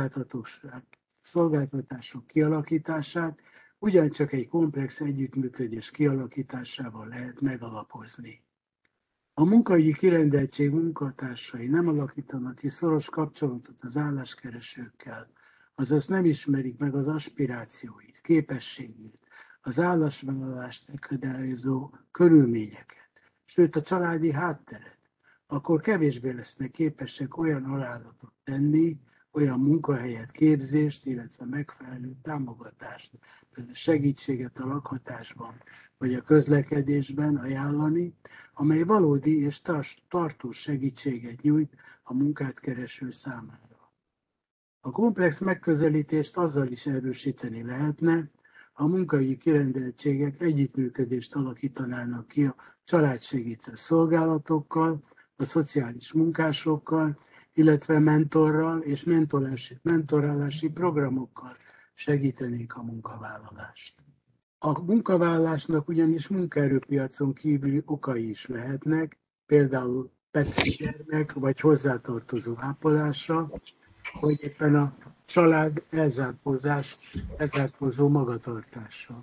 szolgáltatások kialakítását ugyancsak egy komplex együttműködés kialakításával lehet megalapozni. A munkaügyi kirendeltség munkatársai nem alakítanak ki szoros kapcsolatot az álláskeresőkkel, azaz nem ismerik meg az aspirációit, képességét, az állásvállalást akadályozó körülményeket, sőt a családi hátteret, akkor kevésbé lesznek képesek olyan ajánlatot tenni, olyan munkahelyet, képzést, illetve megfelelő támogatást, segítséget a lakhatásban vagy a közlekedésben ajánlani, amely valódi és tartós segítséget nyújt a munkát kereső számára. A komplex megközelítést azzal is erősíteni lehetne, a munkaügyi kirendeltségek együttműködést alakítanának ki a családsegítő szolgálatokkal, a szociális munkásokkal illetve mentorral és mentorálási programokkal segítenék a munkavállalást. A munkavállalásnak ugyanis munkaerőpiacon kívüli okai is lehetnek, például beteg gyermek vagy hozzátartozó ápolása, vagy éppen a család elzárkózó magatartása.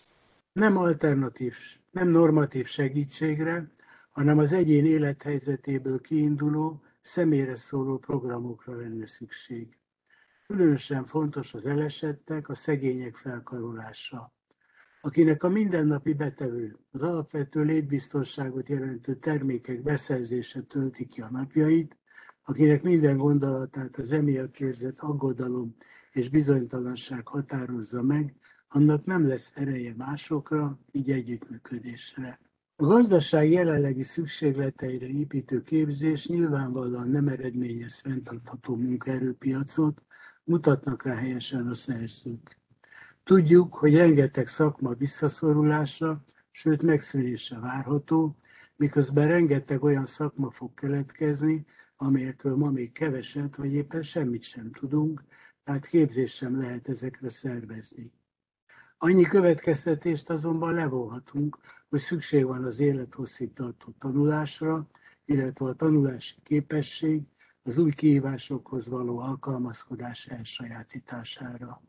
Nem normatív segítségre, hanem az egyén élethelyzetéből kiinduló, személyre szóló programokra lenne szükség. Különösen fontos az elesettek, a szegények felkarolása. Akinek a mindennapi betevő, az alapvető létbiztonságot jelentő termékek beszerzése tölti ki a napjait, akinek minden gondolatát az emiatt érzett aggodalom és bizonytalanság határozza meg, annak nem lesz ereje másokra, így együttműködésre. A gazdaság jelenlegi szükségleteire építő képzés nyilvánvalóan nem eredményez fenntartható munkaerőpiacot, mutatnak rá helyesen a szerzők. Tudjuk, hogy rengeteg szakma visszaszorulása, sőt megszűnése várható, miközben rengeteg olyan szakma fog keletkezni, amelyekről ma még keveset, vagy éppen semmit sem tudunk, tehát képzést sem lehet ezekre szervezni. Annyi következtetést azonban levonhatunk, hogy szükség van az élethosszig tartó tanulásra, illetve a tanulási képesség az új kihívásokhoz való alkalmazkodás elsajátítására.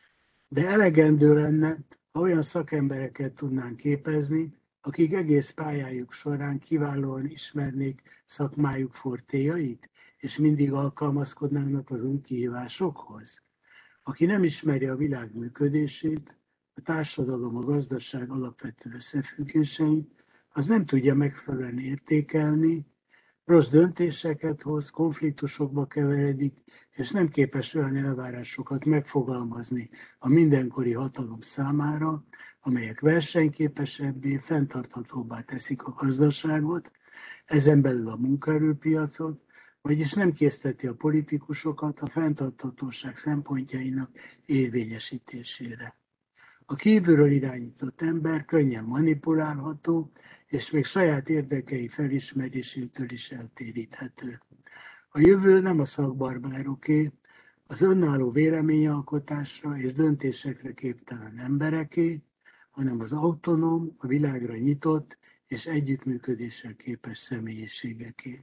De elegendő lenne, ha olyan szakembereket tudnánk képezni, akik egész pályájuk során kiválóan ismernék szakmájuk fortéjait, és mindig alkalmazkodnának az új kihívásokhoz. Aki nem ismeri a világ működését, a társadalom, a gazdaság alapvető összefüggéseit, az nem tudja megfelelően értékelni, rossz döntéseket hoz, konfliktusokba keveredik, és nem képes olyan elvárásokat megfogalmazni a mindenkori hatalom számára, amelyek versenyképesebbé, fenntarthatóbbá teszik a gazdaságot, ezen belül a munkaerőpiacot, vagyis nem készteti a politikusokat a fenntarthatóság szempontjainak érvényesítésére. A kívülről irányított ember könnyen manipulálható, és még saját érdekei felismerésétől is eltéríthető. A jövő nem a szakbarbároké, az önálló véleményalkotásra és döntésekre képtelen embereké, hanem az autonóm, a világra nyitott és együttműködésre képes személyiségeké.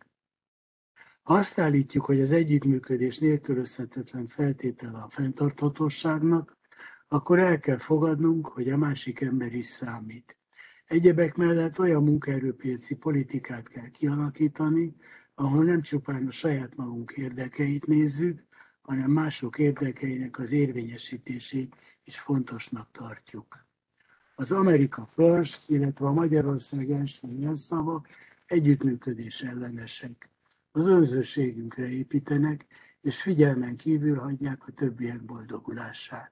Ha azt állítjuk, hogy az együttműködés nélkülözhetetlen feltétele a fenntarthatóságnak, akkor el kell fogadnunk, hogy a másik ember is számít. Egyebek mellett olyan munkaerőpiaci politikát kell kialakítani, ahol nem csupán a saját magunk érdekeit nézzük, hanem mások érdekeinek az érvényesítését is fontosnak tartjuk. Az America First, illetve a Magyarország első jelszavak együttműködés ellenesek. Az önzőségünkre építenek, és figyelmen kívül hagyják a többiek boldogulását.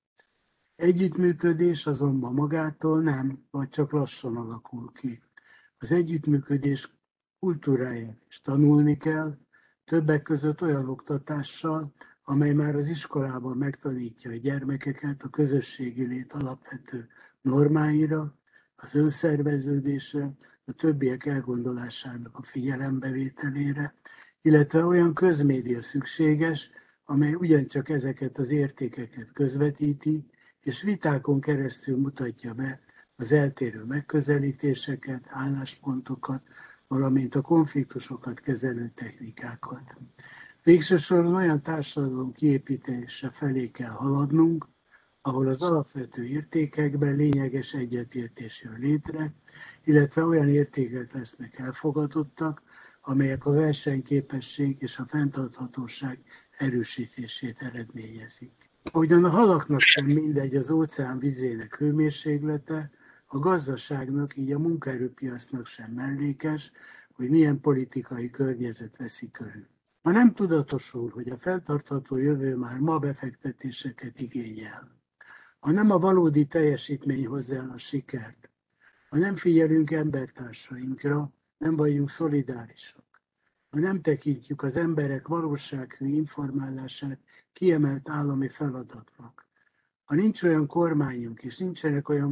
Együttműködés azonban magától nem, vagy csak lassan alakul ki. Az együttműködés kultúráját is tanulni kell, többek között olyan oktatással, amely már az iskolában megtanítja a gyermekeket a közösségi lét alapvető normáira, az önszerveződésre, a többiek elgondolásának a figyelembevételére, illetve olyan közmédia szükséges, amely ugyancsak ezeket az értékeket közvetíti, és vitákon keresztül mutatja be az eltérő megközelítéseket, álláspontokat, valamint a konfliktusokat kezelő technikákat. Végső soron olyan társadalom kiépítése felé kell haladnunk, ahol az alapvető értékekben lényeges egyetértés jön létre, illetve olyan értékek lesznek elfogadottak, amelyek a versenyképesség és a fenntarthatóság erősítését eredményezik. Ahogyan a halaknak sem mindegy az óceán vizének hőmérséklete, a gazdaságnak, így a munkaerőpiacnak sem mellékes, hogy milyen politikai környezet veszi körül. Ha nem tudatosul, hogy a fenntartható jövő már ma befektetéseket igényel, ha nem a valódi teljesítmény hozzá el a sikert, ha nem figyelünk embertársainkra, nem vagyunk szolidárisak, ha nem tekintjük az emberek valósághű informálását kiemelt állami feladatnak, ha nincs olyan kormányunk és nincsenek olyan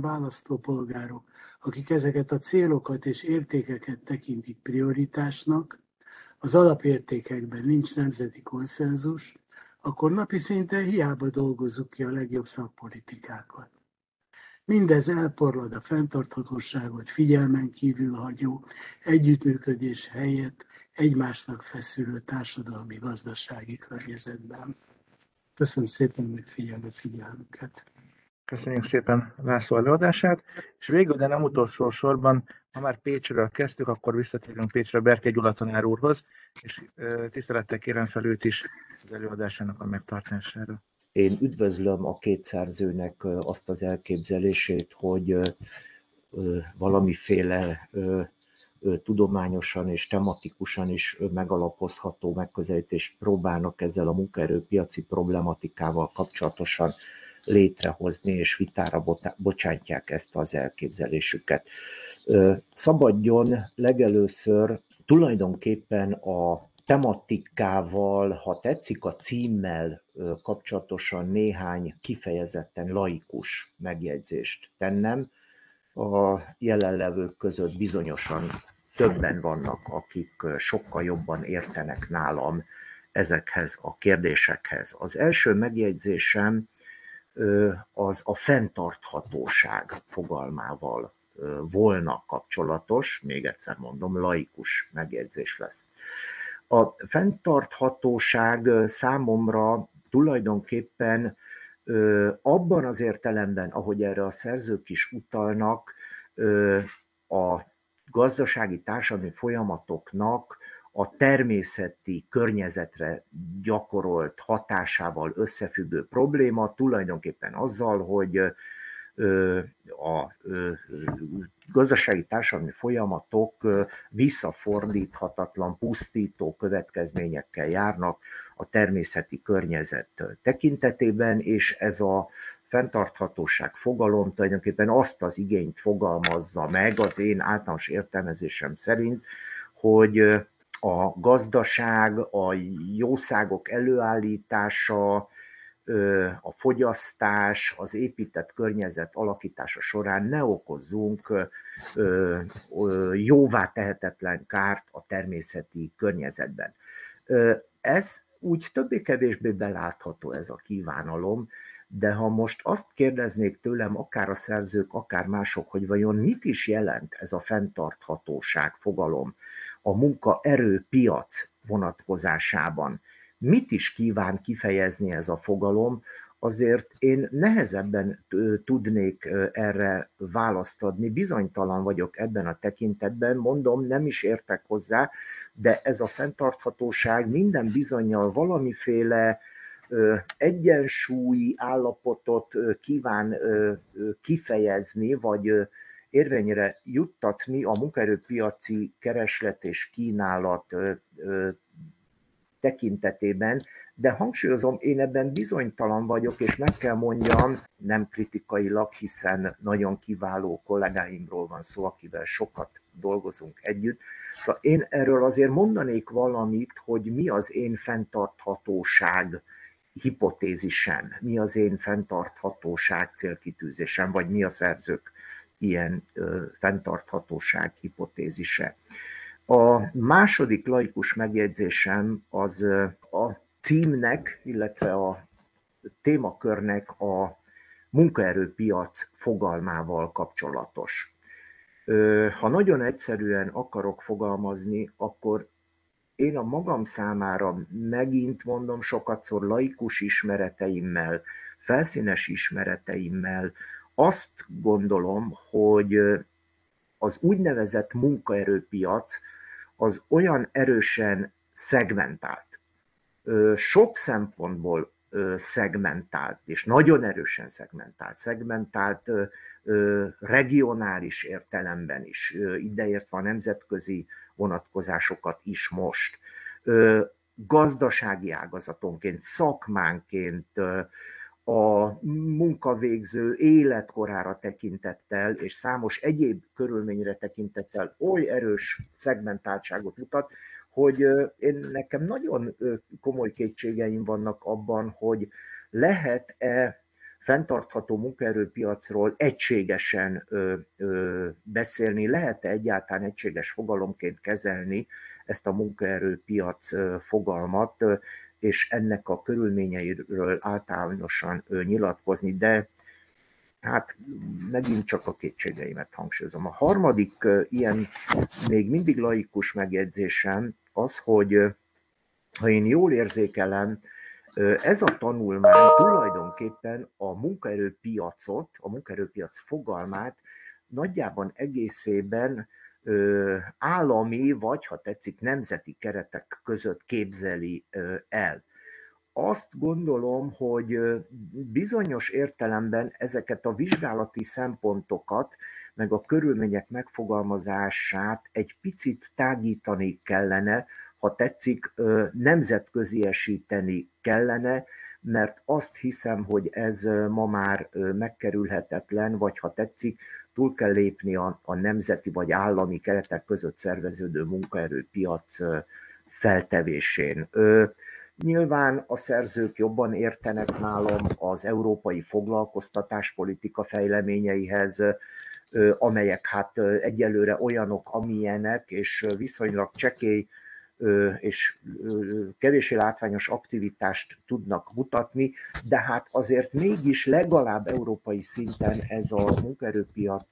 választópolgárok, akik ezeket a célokat és értékeket tekintik prioritásnak, az alapértékekben nincs nemzeti konszenzus, akkor napi szinten hiába dolgozzuk ki a legjobb szakpolitikákat. Mindez elporlad a fenntarthatóságot figyelmen kívül hagyó, együttműködés helyett egymásnak feszülő társadalmi-gazdasági környezetben. Köszönöm szépen, hogy figyelmüket. Köszönjük szépen László előadását, és végül, de nem utolsó sorban, ha már Pécsről kezdtük, akkor visszatérünk Pécsre Berke Gyula tanár úrhoz, és tisztelettel kérem fel őt is az előadásának a megtartására. Én üdvözlöm a két szerzőnek azt az elképzelését, hogy valamiféle tudományosan és tematikusan is megalapozható megközelítést próbálnak ezzel a munkaerőpiaci problematikával kapcsolatosan létrehozni, és vitára bocsátják ezt az elképzelésüket. Szabadjon legelőször tulajdonképpen a tematikával, ha tetszik, a címmel kapcsolatosan néhány kifejezetten laikus megjegyzést tennem. A jelenlevők között bizonyosan többen vannak, akik sokkal jobban értenek nálam ezekhez a kérdésekhez. Az első megjegyzésem az a fenntarthatóság fogalmával volna kapcsolatos, még egyszer mondom, laikus megjegyzés lesz. A fenntarthatóság számomra tulajdonképpen abban az értelemben, ahogy erre a szerzők is utalnak, a gazdasági társadalmi folyamatoknak a természeti környezetre gyakorolt hatásával összefüggő probléma, tulajdonképpen azzal, hogy a gazdasági társadalmi folyamatok visszafordíthatatlan, pusztító következményekkel járnak a természeti környezet tekintetében, és ez a fenntarthatóság fogalom tulajdonképpen azt az igényt fogalmazza meg az én általános értelmezésem szerint, hogy a gazdaság, a jószágok előállítása, a fogyasztás, az épített környezet alakítása során ne okozzunk jóvá tehetetlen kárt a természeti környezetben. Ez úgy többé-kevésbé belátható, ez a kívánalom, de ha most azt kérdeznék tőlem, akár a szerzők, akár mások, hogy vajon mit is jelent ez a fenntarthatóság fogalom a munkaerőpiac vonatkozásában, mit is kíván kifejezni ez a fogalom, azért én nehezebben tudnék erre választ adni, bizonytalan vagyok ebben a tekintetben, mondom, nem is értek hozzá, de ez a fenntarthatóság minden bizonnyal valamiféle egyensúlyi állapotot kíván kifejezni, vagy érvényre juttatni a munkaerőpiaci kereslet és kínálat tekintetében, de hangsúlyozom, én ebben bizonytalan vagyok, és meg kell mondjam, nem kritikailag, hiszen nagyon kiváló kollégáimról van szó, akivel sokat dolgozunk együtt. Szóval én erről azért mondanék valamit, hogy mi az én fenntarthatóság hipotézisem, mi az én fenntarthatóság célkitűzésem, vagy mi a szerzők ilyen fenntarthatóság hipotézise. A második laikus megjegyzésem az a címnek, illetve a témakörnek a munkaerőpiac fogalmával kapcsolatos. Ha nagyon egyszerűen akarok fogalmazni, akkor én a magam számára megint mondom sokatszor laikus ismereteimmel, felszínes ismereteimmel azt gondolom, hogy az úgynevezett munkaerőpiac az olyan erősen szegmentált, sok szempontból szegmentált, és nagyon erősen szegmentált regionális értelemben is, ideértve a nemzetközi vonatkozásokat is most, gazdasági ágazatonként, szakmánként, a munkavégző életkorára tekintettel és számos egyéb körülményre tekintettel oly erős szegmentáltságot mutat, hogy nekem nagyon komoly kétségeim vannak abban, hogy lehet-e fenntartható munkaerőpiacról egységesen beszélni, lehet-e egyáltalán egységes fogalomként kezelni ezt a munkaerőpiac fogalmat, és ennek a körülményeiről általánosan nyilatkozni, de hát megint csak a kétségeimet hangsúlyozom. A harmadik ilyen még mindig laikus megjegyzésem az, hogy ha én jól érzékelem, ez a tanulmány tulajdonképpen a munkaerőpiacot, a munkaerőpiac fogalmát nagyjában egészében állami, vagy ha tetszik, nemzeti keretek között képzeli el. Azt gondolom, hogy bizonyos értelemben ezeket a vizsgálati szempontokat, meg a körülmények megfogalmazását egy picit tágítani kellene, ha tetszik, nemzetköziesíteni kellene, mert azt hiszem, hogy ez ma már megkerülhetetlen, vagy ha tetszik, túl kell lépni a nemzeti vagy állami keretek között szerveződő munkaerőpiac feltevésén. Nyilván a szerzők jobban értenek nálam az európai foglalkoztatáspolitika fejleményeihez, amelyek hát egyelőre olyanok, amilyenek, és viszonylag csekély és kevéssé látványos aktivitást tudnak mutatni, de hát azért mégis legalább európai szinten ez a munkaerőpiac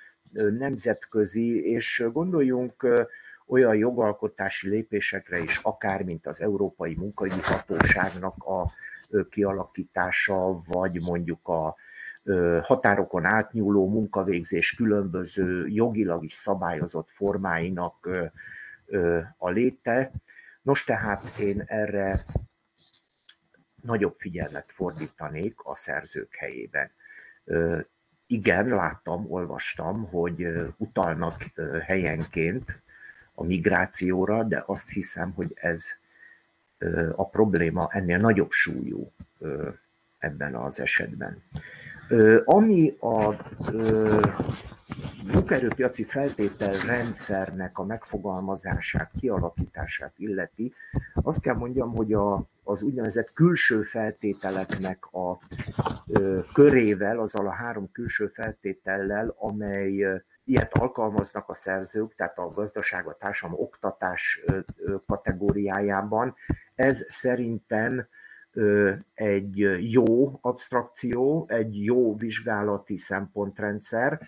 nemzetközi, és gondoljunk olyan jogalkotási lépésekre is, akár mint az Európai Munkaügyi Hatóságnak a kialakítása, vagy mondjuk a határokon átnyúló munkavégzés különböző jogilag is szabályozott formáinak a léte. Nos, tehát én erre nagyobb figyelmet fordítanék a szerzők helyében. Igen, láttam, olvastam, hogy utalnak helyenként a migrációra, de azt hiszem, hogy ez a probléma ennél nagyobb súlyú ebben az esetben. Ami a munkaerőpiaci feltételrendszernek a megfogalmazását, kialakítását illeti, azt kell mondjam, hogy az úgynevezett külső feltételeknek a körével, azzal a 3 külső feltétellel, amely ilyet alkalmaznak a szerzők, tehát a gazdaság, a társadalom, oktatás kategóriájában, ez szerintem egy jó absztrakció, egy jó vizsgálati szempontrendszer.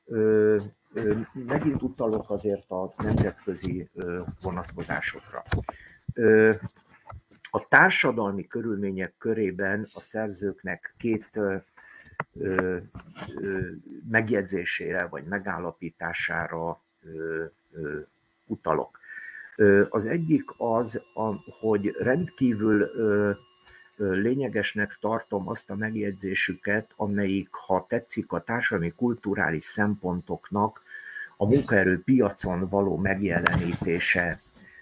Megint utalok azért a nemzetközi vonatkozásokra. A társadalmi körülmények körében a szerzőknek 2 megjegyzésére vagy megállapítására utalok. Az egyik az, hogy rendkívül lényegesnek tartom azt a megjegyzésüket, amelyik, ha tetszik, a társadalmi kulturális szempontoknak a munkaerőpiacon való megjelenítésével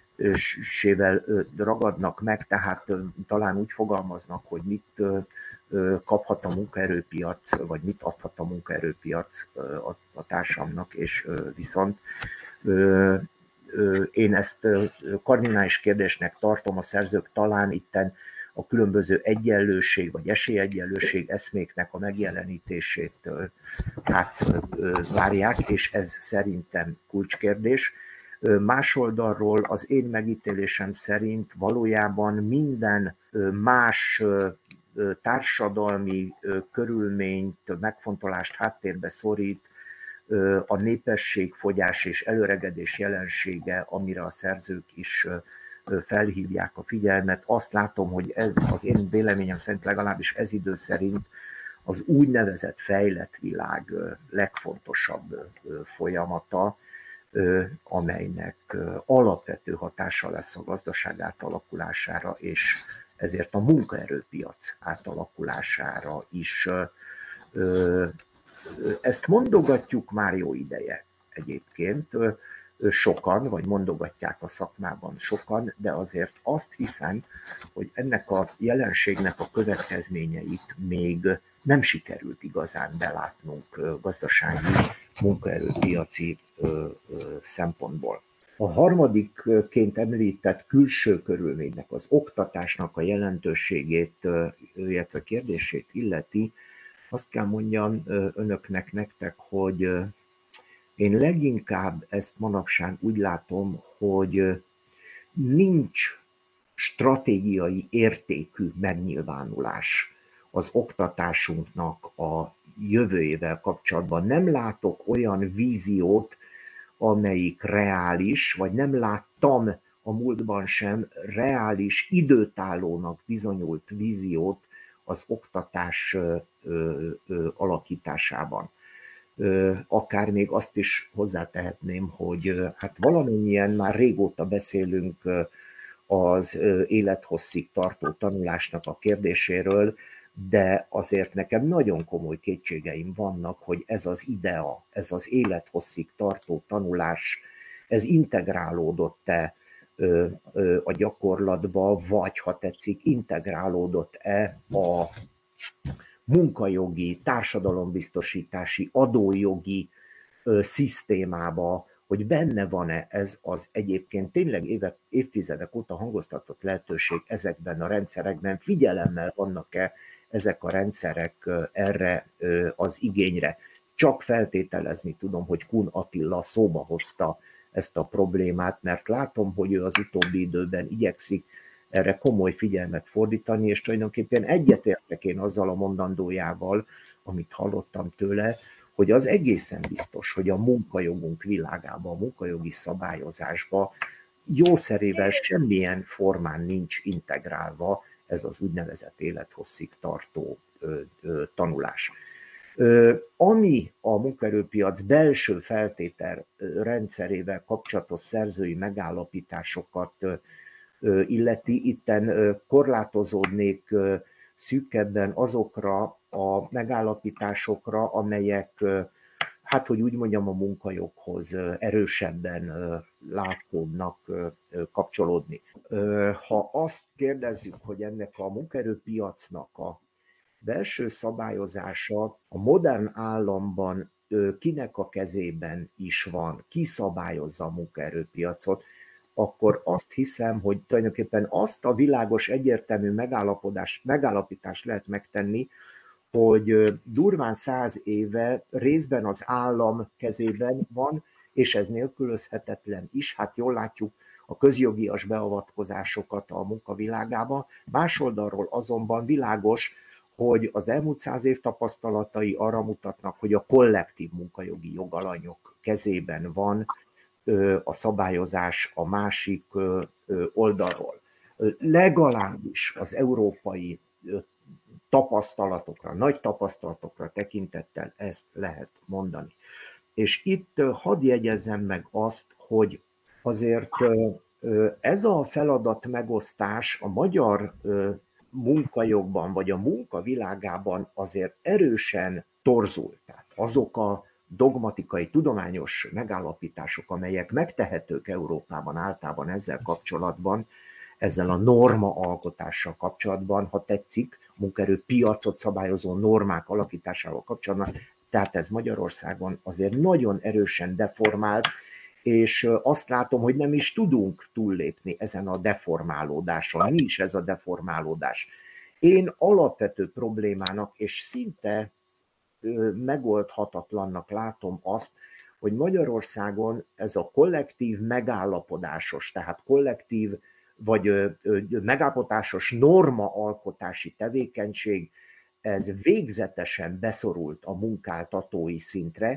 ragadnak meg, tehát talán úgy fogalmaznak, hogy mit kaphat a munkaerőpiac, vagy mit adhat a munkaerőpiac a társadalomnak, és viszont én ezt kardinális kérdésnek tartom, a szerzők talán itten a különböző egyenlőség vagy esélyegyenlőség eszméknek a megjelenítését várják, és ez szerintem kulcskérdés. Más oldalról az én megítélésem szerint valójában minden más társadalmi körülményt, megfontolást háttérbe szorít a népességfogyás és előregedés jelensége, amire a szerzők is felhívják a figyelmet. Azt látom, hogy ez az én véleményem szerint, legalábbis ez idő szerint az úgynevezett fejlett világ legfontosabb folyamata, amelynek alapvető hatása lesz a gazdaság átalakulására, és ezért a munkaerőpiac átalakulására is. Ezt mondogatjuk már jó ideje egyébként, sokan, vagy mondogatják a szakmában sokan, de azért azt hiszem, hogy ennek a jelenségnek a következményeit még nem sikerült igazán belátnunk gazdasági, munkaerőpiaci szempontból. A harmadikként említett külső körülménynek, az oktatásnak a jelentőségét, illetve kérdését illeti, azt kell mondjam önöknek, nektek, hogy én leginkább ezt manapság úgy látom, hogy nincs stratégiai értékű megnyilvánulás az oktatásunknak a jövőjével kapcsolatban. Nem látok olyan víziót, amelyik reális, vagy nem láttam a múltban sem reális, időtállónak bizonyult víziót az oktatás alakításában. Akár még azt is hozzátehetném, hogy hát valamennyien már régóta beszélünk az élethosszig tartó tanulásnak a kérdéséről, de azért nekem nagyon komoly kétségeim vannak, hogy ez az idea, ez az élethosszig tartó tanulás, ez integrálódott-e a gyakorlatba, vagy ha tetszik, integrálódott-e a munkajogi, társadalombiztosítási, adójogi szisztémába, hogy benne van-e ez az egyébként tényleg évtizedek óta hangoztatott lehetőség ezekben a rendszerekben, figyelemmel vannak-e ezek a rendszerek erre az igényre. Csak feltételezni tudom, hogy Kun Attila szóba hozta ezt a problémát, mert látom, hogy ő az utóbbi időben igyekszik erre komoly figyelmet fordítani, és tulajdonképpen egyetértek én azzal a mondandójával, amit hallottam tőle, hogy az egészen biztos, hogy a munkajogunk világában, a munkajogi szabályozásban jószerével semmilyen formán nincs integrálva ez az úgynevezett élethosszig tartó tanulás. Ami a munkaerőpiac belső feltétel rendszerével kapcsolatos szerzői megállapításokat illeti, itten korlátozódnék szűkebben azokra a megállapításokra, amelyek, hát hogy úgy mondjam, a munkajoghoz erősebben látszódnak kapcsolódni. Ha azt kérdezzük, hogy ennek a munkaerőpiacnak a belső szabályozása a modern államban kinek a kezében is van, ki szabályozza a munkaerőpiacot, akkor azt hiszem, hogy tulajdonképpen azt a világos, egyértelmű megállapítást lehet megtenni, hogy durván 100 éve részben az állam kezében van, és ez nélkülözhetetlen is. Hát jól látjuk a közjogias beavatkozásokat a munkavilágában. Más oldalról azonban világos, hogy az elmúlt 100 év tapasztalatai arra mutatnak, hogy a kollektív munkajogi jogalanyok kezében van a szabályozás a másik oldalról. Legalábbis az európai tapasztalatokra, nagy tapasztalatokra tekintettel ezt lehet mondani. És itt hadd jegyezzem meg azt, hogy azért ez a feladat megosztás a magyar munkajogban, vagy a munkavilágában azért erősen torzul. Tehát azok a dogmatikai, tudományos megállapítások, amelyek megtehetők Európában általában ezzel kapcsolatban, ezzel a normaalkotással kapcsolatban, ha tetszik, munkaerőpiacot szabályozó normák alakításával kapcsolatban, tehát ez Magyarországon azért nagyon erősen deformált, és azt látom, hogy nem is tudunk túllépni ezen a deformálódáson. Mi is ez a deformálódás? Én alapvető problémának, és szinte megoldhatatlannak látom azt, hogy Magyarországon ez a kollektív megállapodásos, tehát kollektív vagy megállapodásos normaalkotási tevékenység, ez végzetesen beszorult a munkáltatói szintre,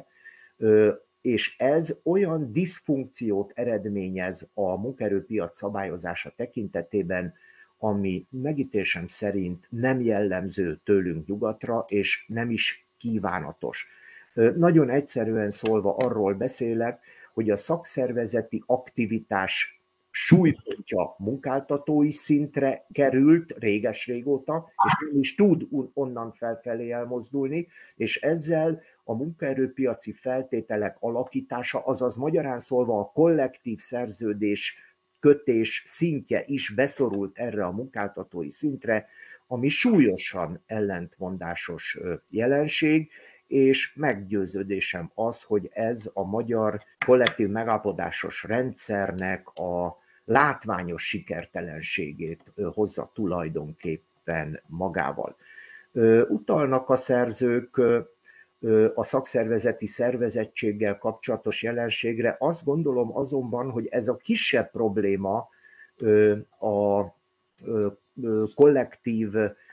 és ez olyan diszfunkciót eredményez a munkaerőpiac szabályozása tekintetében, ami megítélésem szerint nem jellemző tőlünk nyugatra, és nem is kívánatos. Nagyon egyszerűen szólva arról beszélek, hogy a szakszervezeti aktivitás súlypontja munkáltatói szintre került réges-régóta, és nem is tud onnan felfelé elmozdulni, és ezzel a munkaerőpiaci feltételek alakítása, azaz magyarán szólva a kollektív szerződés kötés szintje is beszorult erre a munkáltatói szintre, ami súlyosan ellentmondásos jelenség, és meggyőződésem az, hogy ez a magyar kollektív megállapodásos rendszernek a látványos sikertelenségét hozza tulajdonképpen magával. Utalnak a szerzők a szakszervezeti szervezettséggel kapcsolatos jelenségre. Azt gondolom azonban, hogy ez a kisebb probléma a kollektív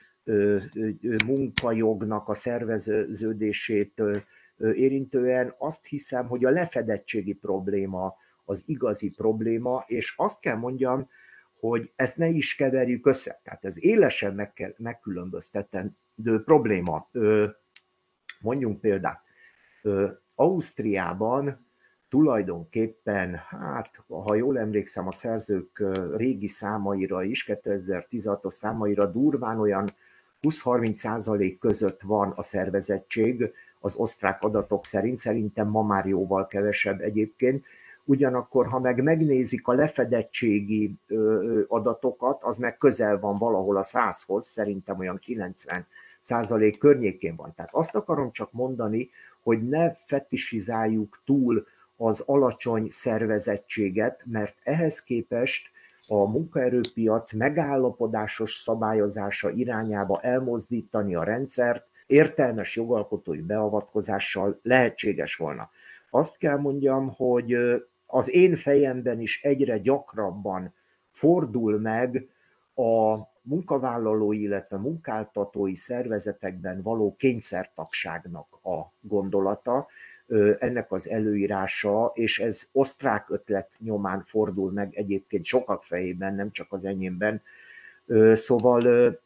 munkajognak a szerveződését érintően azt hiszem, hogy a lefedettségi probléma az igazi probléma, és azt kell mondjam, hogy ezt ne is keverjük össze. Tehát ez élesen megkülönböztetendő probléma. Mondjunk példát. Ausztriában tulajdonképpen, hát ha jól emlékszem a szerzők régi számaira is, 2016-os számaira durván olyan 20-30% között van a szervezettség az osztrák adatok szerint, szerintem ma már jóval kevesebb egyébként. Ugyanakkor, ha megnézik a lefedettségi adatokat, az meg közel van valahol a 100-hoz, szerintem olyan 90% környékén van. Tehát azt akarom csak mondani, hogy ne fetisizáljuk túl az alacsony szervezettséget, mert ehhez képest a munkaerőpiac megállapodásos szabályozása irányába elmozdítani a rendszert értelmes jogalkotói beavatkozással lehetséges volna. Azt kell mondjam, hogy az én fejemben is egyre gyakrabban fordul meg a munkavállalói, illetve munkáltatói szervezetekben való kényszertagságnak a gondolata, ennek az előírása, és ez osztrák ötlet nyomán fordul meg egyébként sokak fejében, nem csak az enyémben. Szóval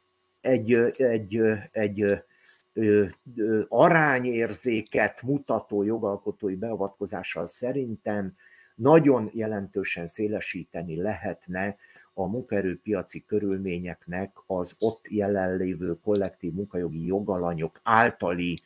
egy arányérzéket mutató jogalkotói beavatkozással szerintem nagyon jelentősen szélesíteni lehetne a munkaerőpiaci körülményeknek az ott jelenlévő kollektív munkajogi jogalanyok általi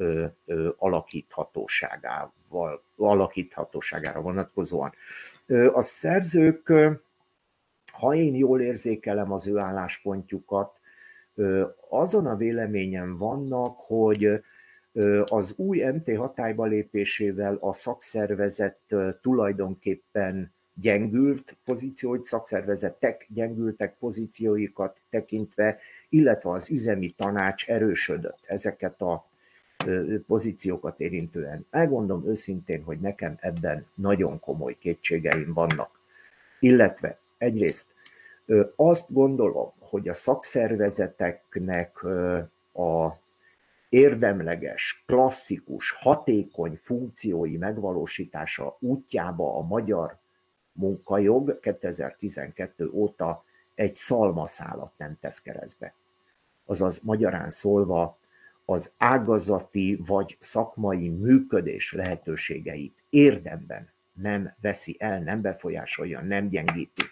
alakíthatóságára vonatkozóan. A szerzők, ha én jól érzékelem az ő álláspontjukat, azon a véleményen vannak, hogy az új MT hatályba lépésével a szakszervezet tulajdonképpen gyengült pozícióit, szakszervezetek gyengültek pozícióikat tekintve, illetve az üzemi tanács erősödött ezeket a pozíciókat érintően. Elmondom őszintén, hogy nekem ebben nagyon komoly kétségeim vannak. Illetve egyrészt azt gondolom, hogy a szakszervezeteknek a érdemleges, klasszikus, hatékony funkciói megvalósítása útjába a magyar munkajog 2012 óta egy szalmaszálat nem tesz keresztbe. Azaz magyarán szólva az ágazati vagy szakmai működés lehetőségeit érdemben nem veszi el, nem befolyásolja, nem gyengíti.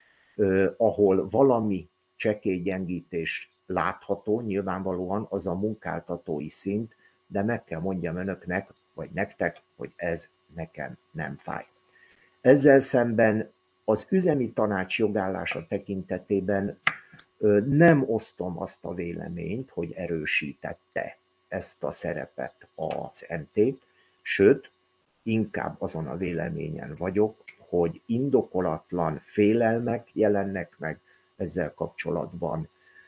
Ahol valami csekély gyengítés látható, nyilvánvalóan az a munkáltatói szint, de meg kell mondjam önöknek, vagy nektek, hogy ez nekem nem fáj. Ezzel szemben az üzemi tanács jogállása tekintetében nem osztom azt a véleményt, hogy erősítette ezt a szerepet az MT, sőt, inkább azon a véleményen vagyok, hogy indokolatlan félelmek jelennek meg ezzel kapcsolatban.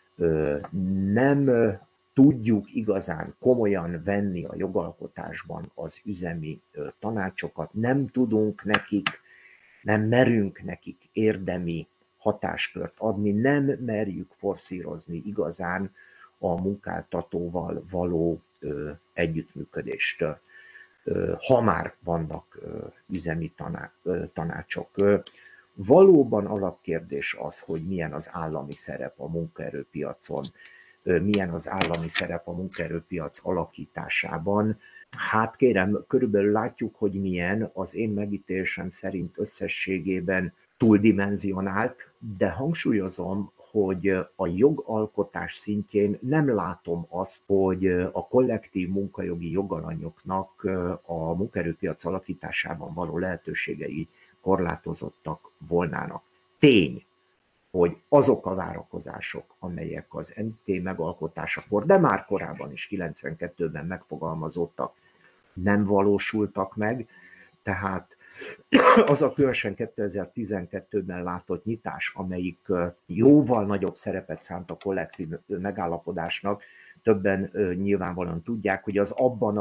Nem tudjuk igazán komolyan venni a jogalkotásban az üzemi tanácsokat, nem tudunk nekik, nem merünk nekik érdemi hatáskört adni, nem merjük forszírozni igazán a munkáltatóval való együttműködést, ha már vannak üzemi tanácsok. Valóban alapkérdés az, hogy milyen az állami szerep a munkaerőpiacon, milyen az állami szerep a munkaerőpiac alakításában. Hát kérem, körülbelül látjuk, hogy milyen, az én megítélésem szerint összességében túldimenzionált, de hangsúlyozom, hogy a jogalkotás szintjén nem látom azt, hogy a kollektív munkajogi jogalanyoknak a munkaerőpiac alakításában való lehetőségei korlátozottak volnának. Tény, hogy azok a várakozások, amelyek az MT megalkotásakor, de már korábban is 92-ben megfogalmazottak, nem valósultak meg, tehát az a különösen 2012-ben látott nyitás, amelyik jóval nagyobb szerepet szánt a kollektív megállapodásnak, többen nyilvánvalóan tudják, hogy az abban a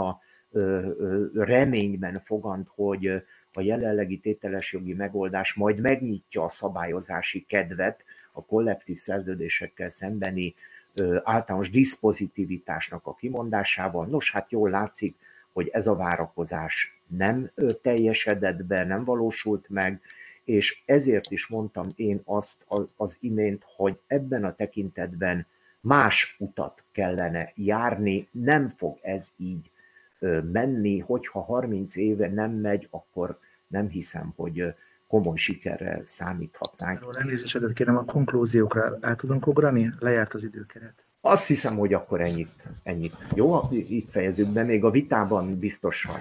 reményben fogant, hogy a jelenlegi tételes jogi megoldás majd megnyitja a szabályozási kedvet a kollektív szerződésekkel szembeni általános diszpozitivitásnak a kimondásával. Nos, hát jól látszik, hogy ez a várakozás nem teljesedett be, nem valósult meg, és ezért is mondtam én azt az imént, hogy ebben a tekintetben más utat kellene járni, nem fog ez így menni, hogyha 30 éve nem megy, akkor nem hiszem, hogy komoly sikerrel számíthatnánk. Elnézésedet kérem, a konklúziókra el tudunk ugrani? Lejárt az időkeret. Azt hiszem, hogy akkor ennyit. Jó, itt fejezzük be, még a vitában biztosan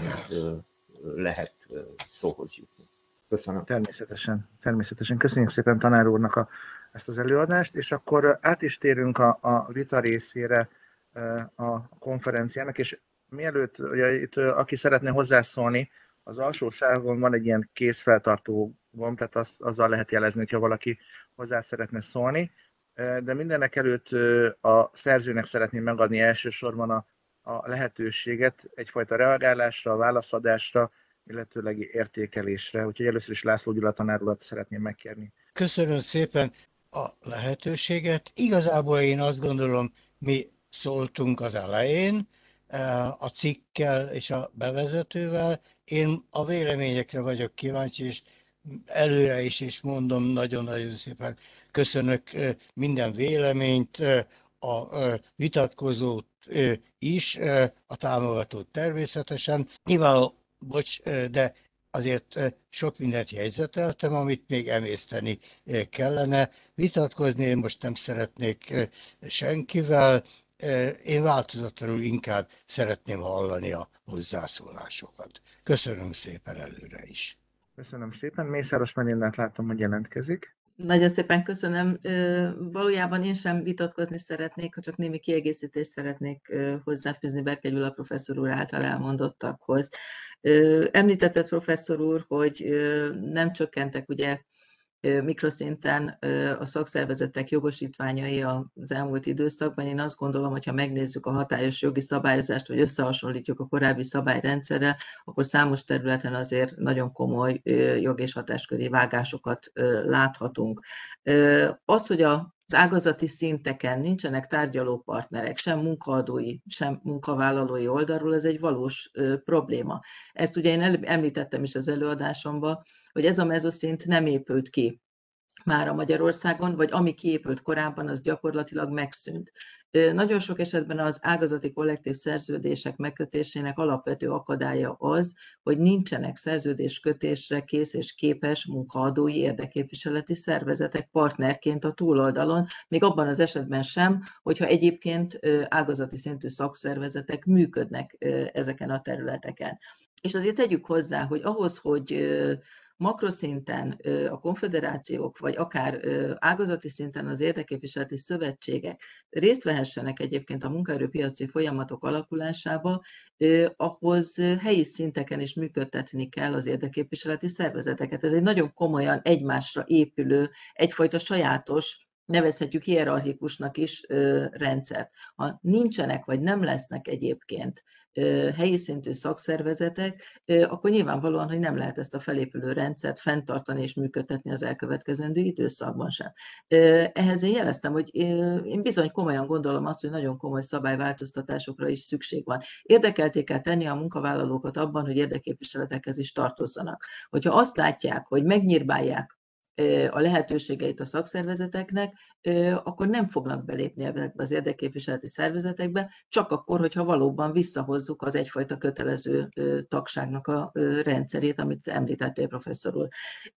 lehet szóhoz jutni. Köszönöm. Természetesen. Köszönjük szépen tanár úrnak ezt az előadást, és akkor át is térünk a vita részére a konferenciának, és mielőtt, ugye, itt, aki szeretne hozzászólni, az alsó sávon van egy ilyen kézfeltartó gomb, tehát azzal lehet jelezni, hogyha valaki hozzá szeretne szólni, de mindenek előtt a szerzőnek szeretném megadni elsősorban a lehetőséget egyfajta reagálásra, válaszadásra, illetőleg értékelésre. Úgyhogy először is László Gyula tanár urat szeretném megkérni. Köszönöm szépen a lehetőséget. Igazából én azt gondolom, mi szóltunk az elején, a cikkkel és a bevezetővel. Én a véleményekre vagyok kíváncsi, és előre is mondom, nagyon-nagyon szépen köszönök minden véleményt, a vitatkozót is, a támogatót természetesen. Nyilván, de azért sok mindent jegyzeteltem, amit még emészteni kellene. Vitatkozni én most nem szeretnék senkivel, én változatlanul inkább szeretném hallani a hozzászólásokat. Köszönöm szépen előre is. Köszönöm szépen. Mészáros Melindát látom, hogy jelentkezik. Nagyon szépen köszönöm. Valójában én sem vitatkozni szeretnék, csak némi kiegészítést szeretnék hozzáfűzni Berke Gyula professzor úr által elmondottakhoz. Említetted, professzor úr, hogy nem csökkentek ugye mikroszinten a szakszervezetek jogosítványai az elmúlt időszakban. Én azt gondolom, hogy ha megnézzük a hatályos jogi szabályozást, vagy összehasonlítjuk a korábbi szabályrendszerrel, akkor számos területen azért nagyon komoly jog- és hatásköri vágásokat láthatunk. Az, hogy az ágazati szinteken nincsenek tárgyalópartnerek, sem munkaadói, sem munkavállalói oldalról, ez egy valós probléma. Ezt ugye én említettem is az előadásomban, hogy ez a mezoszint nem épült ki már a Magyarországon, vagy ami kiépült korábban, az gyakorlatilag megszűnt. Nagyon sok esetben az ágazati kollektív szerződések megkötésének alapvető akadálya az, hogy nincsenek szerződéskötésre kész és képes munkaadói érdekképviseleti szervezetek partnerként a túloldalon, még abban az esetben sem, hogyha egyébként ágazati szintű szakszervezetek működnek ezeken a területeken. És azért tegyük hozzá, hogy ahhoz, hogy makroszinten a konfederációk, vagy akár ágazati szinten az érdekképviseleti szövetségek részt vehessenek egyébként a munkaerőpiaci folyamatok alakulásába, ahhoz helyi szinteken is működtetni kell az érdekképviseleti szervezeteket. Ez egy nagyon komolyan egymásra épülő, egyfajta sajátos, nevezhetjük hierarchikusnak is rendszert. Ha nincsenek, vagy nem lesznek egyébként helyi szintű szakszervezetek, akkor nyilvánvalóan, hogy nem lehet ezt a felépülő rendszert fenntartani és működtetni az elkövetkezendő időszakban sem. Ehhez én jeleztem, hogy én bizony komolyan gondolom azt, hogy nagyon komoly szabályváltoztatásokra is szükség van. Érdekelté kell tenni a munkavállalókat abban, hogy érdekképviseletekhez is tartozzanak. Hogyha azt látják, hogy megnyírbálják a lehetőségeit a szakszervezeteknek, akkor nem fognak belépni ebbe az érdekképviseleti szervezetekbe, csak akkor, hogyha valóban visszahozzuk az egyfajta kötelező tagságnak a rendszerét, amit említettél, professzor úr.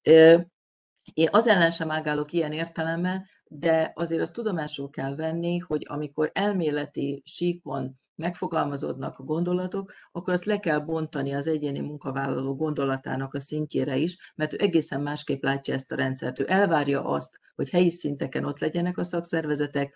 Én az ellen sem ágálok ilyen értelemben, de azért azt tudomásul kell venni, hogy amikor elméleti síkon megfogalmazódnak a gondolatok, akkor azt le kell bontani az egyéni munkavállaló gondolatának a szintjére is, mert ő egészen másképp látja ezt a rendszert. Ő elvárja azt, hogy helyi szinteken ott legyenek a szakszervezetek,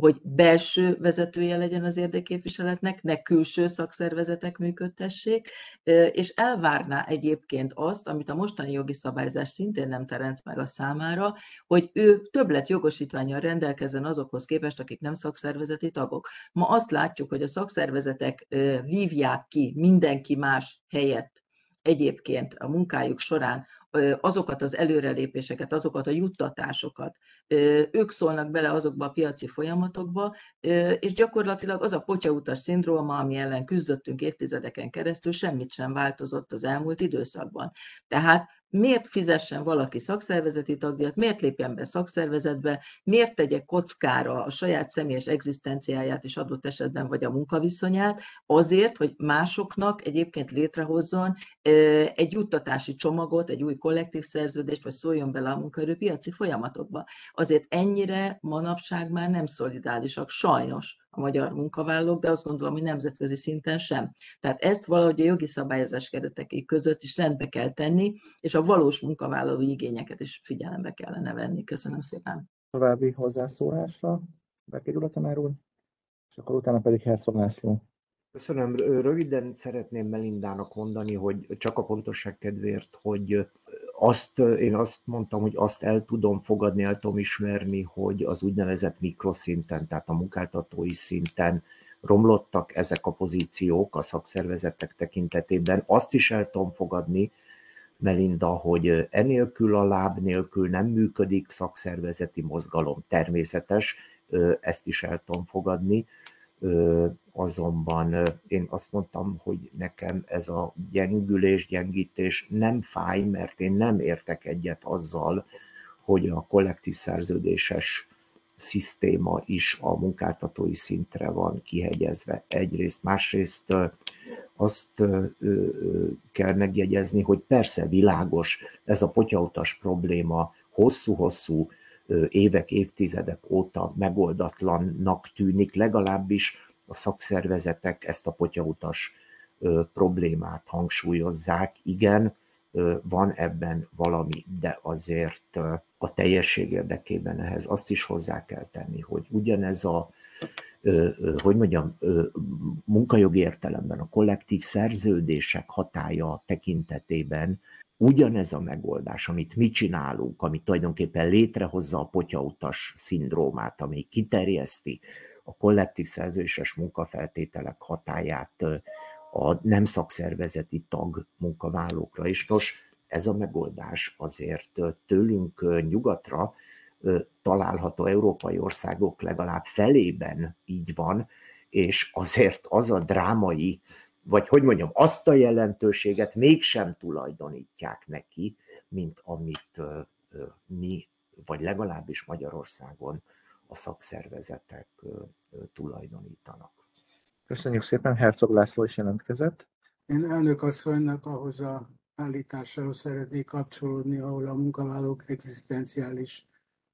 hogy belső vezetője legyen az érdekképviseletnek, ne külső szakszervezetek működtessék, és elvárná egyébként azt, amit a mostani jogi szabályozás szintén nem teremt meg a számára, hogy ő többlet jogosítvánnyal rendelkezzen azokhoz képest, akik nem szakszervezeti tagok. Ma azt látjuk, hogy a szakszervezetek vívják ki mindenki más helyett egyébként a munkájuk során azokat az előrelépéseket, azokat a juttatásokat, ők szólnak bele azokba a piaci folyamatokba, és gyakorlatilag az a potyautas szindróma, ami ellen küzdöttünk évtizedeken keresztül, semmit sem változott az elmúlt időszakban. Tehát miért fizessen valaki szakszervezeti tagdíjat, miért lépjen be szakszervezetbe, miért tegye kockára a saját személyes egzisztenciáját és adott esetben vagy a munkaviszonyát, azért, hogy másoknak egyébként létrehozzon egy juttatási csomagot, egy új kollektív szerződést, vagy szóljon bele a munkaerőpiaci folyamatokba. Azért ennyire manapság már nem szolidárisak, sajnos a magyar munkavállalók, de azt gondolom, hogy nemzetközi szinten sem. Tehát ezt valahogy a jogi szabályozás keretekei között is rendbe kell tenni, és a valós munkavállalói igényeket is figyelembe kellene venni. Köszönöm szépen. További hozzászólásra, bekerül a tanár úr, és akkor utána pedig Herzog László. Köszönöm. Röviden szeretném Melindának mondani, hogy csak a pontosság kedvéért, hogy én azt mondtam, hogy azt el tudom fogadni, el tudom ismerni, hogy az úgynevezett mikroszinten, tehát a munkáltatói szinten romlottak ezek a pozíciók a szakszervezetek tekintetében. Azt is el tudom fogadni, Melinda, hogy enélkül a láb nélkül nem működik szakszervezeti mozgalom. Természetes, ezt is el tudom fogadni. Azonban én azt mondtam, hogy nekem ez a gyengülés, gyengítés nem fáj, mert én nem értek egyet azzal, hogy a kollektív szerződéses szisztéma is a munkáltatói szintre van kihegyezve egyrészt. Másrészt azt kell megjegyezni, hogy persze világos, ez a potyautas probléma hosszú-hosszú évek, évtizedek óta megoldatlannak tűnik, legalábbis a szakszervezetek ezt a potyautas problémát hangsúlyozzák. Igen, van ebben valami, de azért a teljesség érdekében ehhez azt is hozzá kell tenni, hogy ugyanez a munkajogi értelemben a kollektív szerződések hatálya tekintetében ugyanez a megoldás, amit mi csinálunk, ami tulajdonképpen létrehozza a potyautas szindrómát, ami kiterjeszti a kollektív szerződéses munkafeltételek hatályát a nem szakszervezeti tag munkavállalókra is. Nos, ez a megoldás azért tőlünk nyugatra található európai országok legalább felében így van, és azért az a drámai, vagy azt a jelentőséget mégsem tulajdonítják neki, mint amit mi, vagy legalábbis Magyarországon a szakszervezetek tulajdonítanak. Köszönjük szépen, Herzog László is jelentkezett. Én elnök asszonynak ahhoz az állításához szeretnék kapcsolódni, ahol a munkavállalók egzisztenciális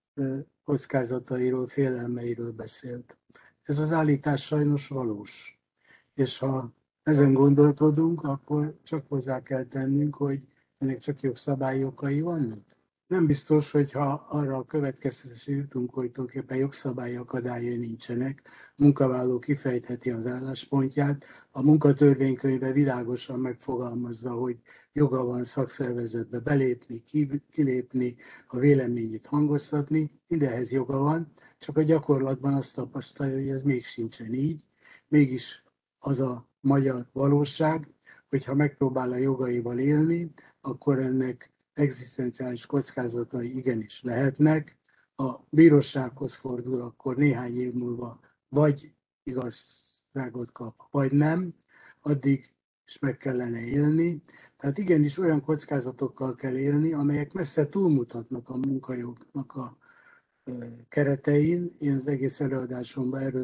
kockázatairól, félelmeiről beszélt. Ez az állítás sajnos valós. És ha ezen gondolkodunk, akkor csak hozzá kell tennünk, hogy ennek csak jogszabályi okai vannak. Nem biztos, hogyha arra a következtetésre jutunk, hogy tulajdonképpen jogszabályi akadályai nincsenek, a munkavállaló kifejtheti az álláspontját, a munkatörvénykönyve világosan megfogalmazza, hogy joga van szakszervezetbe belépni, kilépni, a véleményét hangoztatni, mindenhez joga van, csak a gyakorlatban azt tapasztalja, hogy ez még sincsen így, mégis az a magyar valóság, hogyha megpróbál a jogaival élni, akkor ennek egzisztenciális kockázatai igenis lehetnek. A bírósághoz fordul, akkor néhány év múlva vagy igazságot kap, vagy nem, addig is meg kellene élni. Tehát igenis olyan kockázatokkal kell élni, amelyek messze túlmutatnak a munkajognak a keretein. Én az egész előadásomban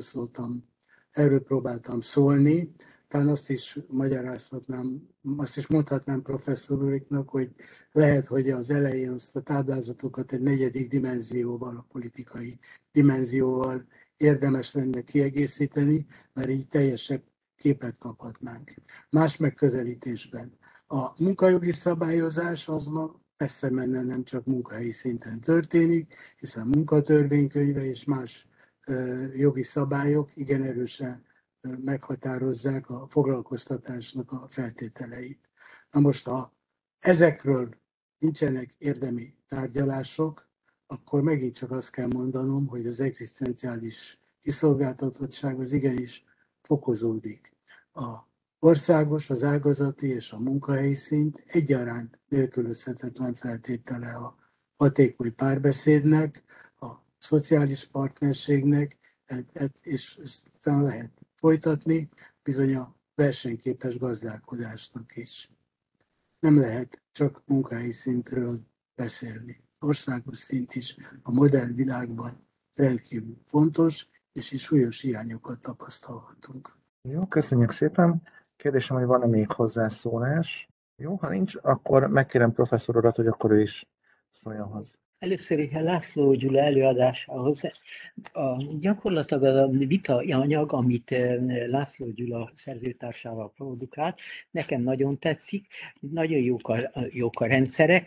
erről próbáltam szólni. Talán azt is magyarázhatnám, azt is mondhatnám professzor úriknak, hogy lehet, hogy az elején azt a táblázatokat egy negyedik dimenzióval, a politikai dimenzióval érdemes lenne kiegészíteni, mert így teljesebb képet kaphatnánk. Más megközelítésben. A munkajogi szabályozás az ma messze menne nem csak munkahelyi szinten történik, hiszen munkatörvénykönyve és más jogi szabályok igen erősen meghatározzák a foglalkoztatásnak a feltételeit. Na most, ha ezekről nincsenek érdemi tárgyalások, akkor megint csak azt kell mondanom, hogy az egzisztenciális kiszolgáltatottság az igenis fokozódik. A országos, az ágazati és a munkahelyi szint egyaránt nélkülözhetetlen feltétele a hatékony párbeszédnek, a szociális partnerségnek, és aztán lehet folytatni bizony a versenyképes gazdálkodásnak is. Nem lehet csak munkahelyi szintről beszélni. Országos szint is a modern világban rendkívül fontos, és is súlyos hiányokat tapasztalhatunk. Jó, köszönjük szépen. Kérdésem, hogy van-e még hozzászólás? Jó, ha nincs, akkor megkérem professzor urat, hogy akkor ő is szóljon hozzá. Először is a László Gyula előadásához. Gyakorlatilag az a vita anyag, amit László Gyula szerzőtársával produkált, nekem nagyon tetszik, nagyon jók a rendszerek.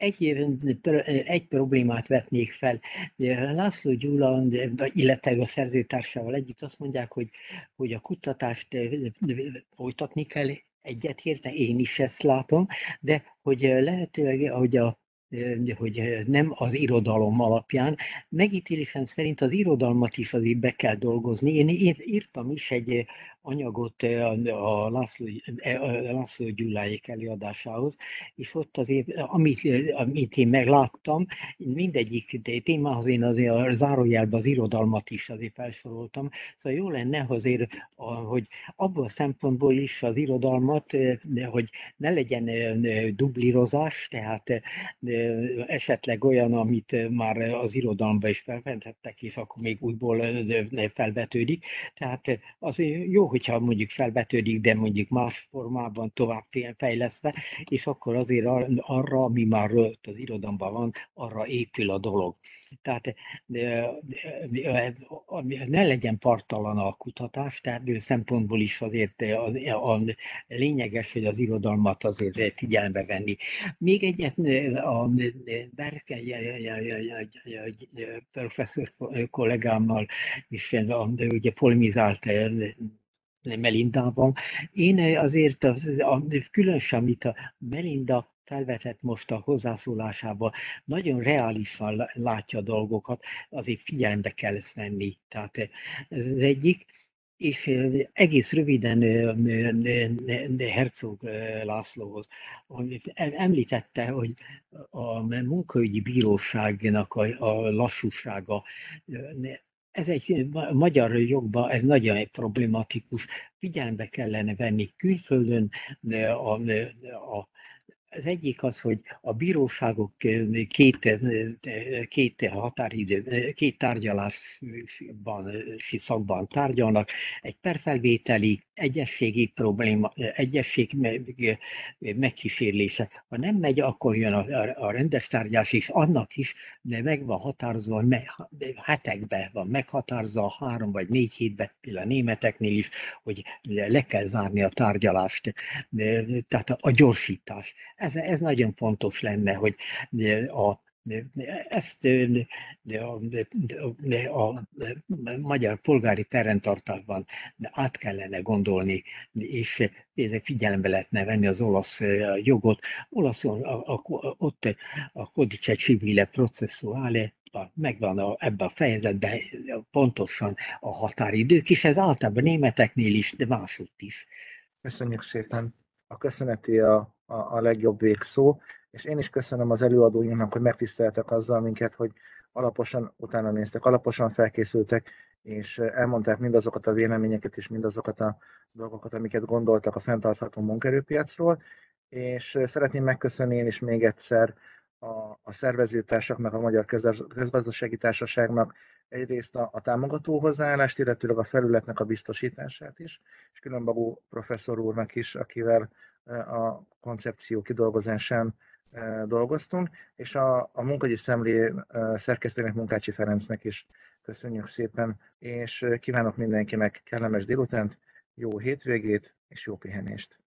Egy problémát vetnék fel. László Gyula, illetve a szerzőtársával együtt azt mondják, hogy a kutatást folytatni kell, egyetértek, én is ezt látom, de hogy lehetőleg, hogy nem az irodalom alapján. Megítélésem szerint az irodalmat is azért be kell dolgozni. Én írtam is egy anyagot a László Gyuláék előadásához, és ott azért, amit én megláttam, mindegyik témához én azért a zárójelben az irodalmat is azért felsoroltam. Szóval jó lenne azért, hogy abban a szempontból is az irodalmat, hogy ne legyen dublírozás, tehát esetleg olyan, amit már az irodalomban is felvetettek, és akkor még újból felvetődik. Tehát az jó, hogyha mondjuk felvetődik, de mondjuk más formában tovább fejlesztve, és akkor azért arra, ami már az irodalomban van, arra épül a dolog. Tehát ne legyen parttalan a kutatás, tehát szempontból is azért a lényeges, hogy az irodalmat azért figyelembe venni. Még egyet a Berke professzor kollégámmal is ugye polemizált Melindával. Én azért különösen, amit a Melinda felvetett most a hozzászólásában, nagyon reálisan látja a dolgokat, azért figyelembe kell ezt venni. Tehát ez az egyik. És egész röviden Herzog Lászlóhoz említette, hogy a munkaügyi bíróságnak a lassúsága, ez egy magyar jogban, ez nagyon problematikus, figyelembe kellene venni külföldön az egyik az, hogy a bíróságok két határidő, két tárgyalási szakban tárgyalnak, egy perfelvételi, egyességi probléma, egyesség megkísérlése. Ha nem megy, akkor jön a rendes tárgyalás, és annak is meg van határozva, hetekben van meghatározva, 3 vagy 4 hétben, például a németeknél is, hogy le kell zárni a tárgyalást, tehát a gyorsítás. Ez nagyon fontos lenne, hogy ezt a magyar polgári perrendtartásban át kellene gondolni, és figyelembe lehetne venni az olasz jogot. Olaszul ott a Codice Civile Processuale megvan ebben a fejezetben pontosan a határidők, és ez általában németeknél is, de másutt is. Köszönjük szépen. A köszöneti a legjobb végszó, és én is köszönöm az előadóinknak, hogy megtiszteltek azzal minket, hogy alaposan utána néztek, alaposan felkészültek, és elmondták mindazokat a véleményeket és mindazokat a dolgokat, amiket gondoltak a fenntartható munkaerőpiacról, és szeretném megköszönni én is még egyszer a szervezőtársaknak, a Magyar Közgazdasági Társaságnak egyrészt a támogató hozzáállást, illetőleg a felületnek a biztosítását is, és Különbagó professzor úrnak is, akivel a koncepció kidolgozásán dolgoztunk, és a Munkahogyi Szemlé szerkesztőnek, Munkácsi Ferencnek is köszönjük szépen, és kívánok mindenkinek kellemes délutánt, jó hétvégét és jó pihenést!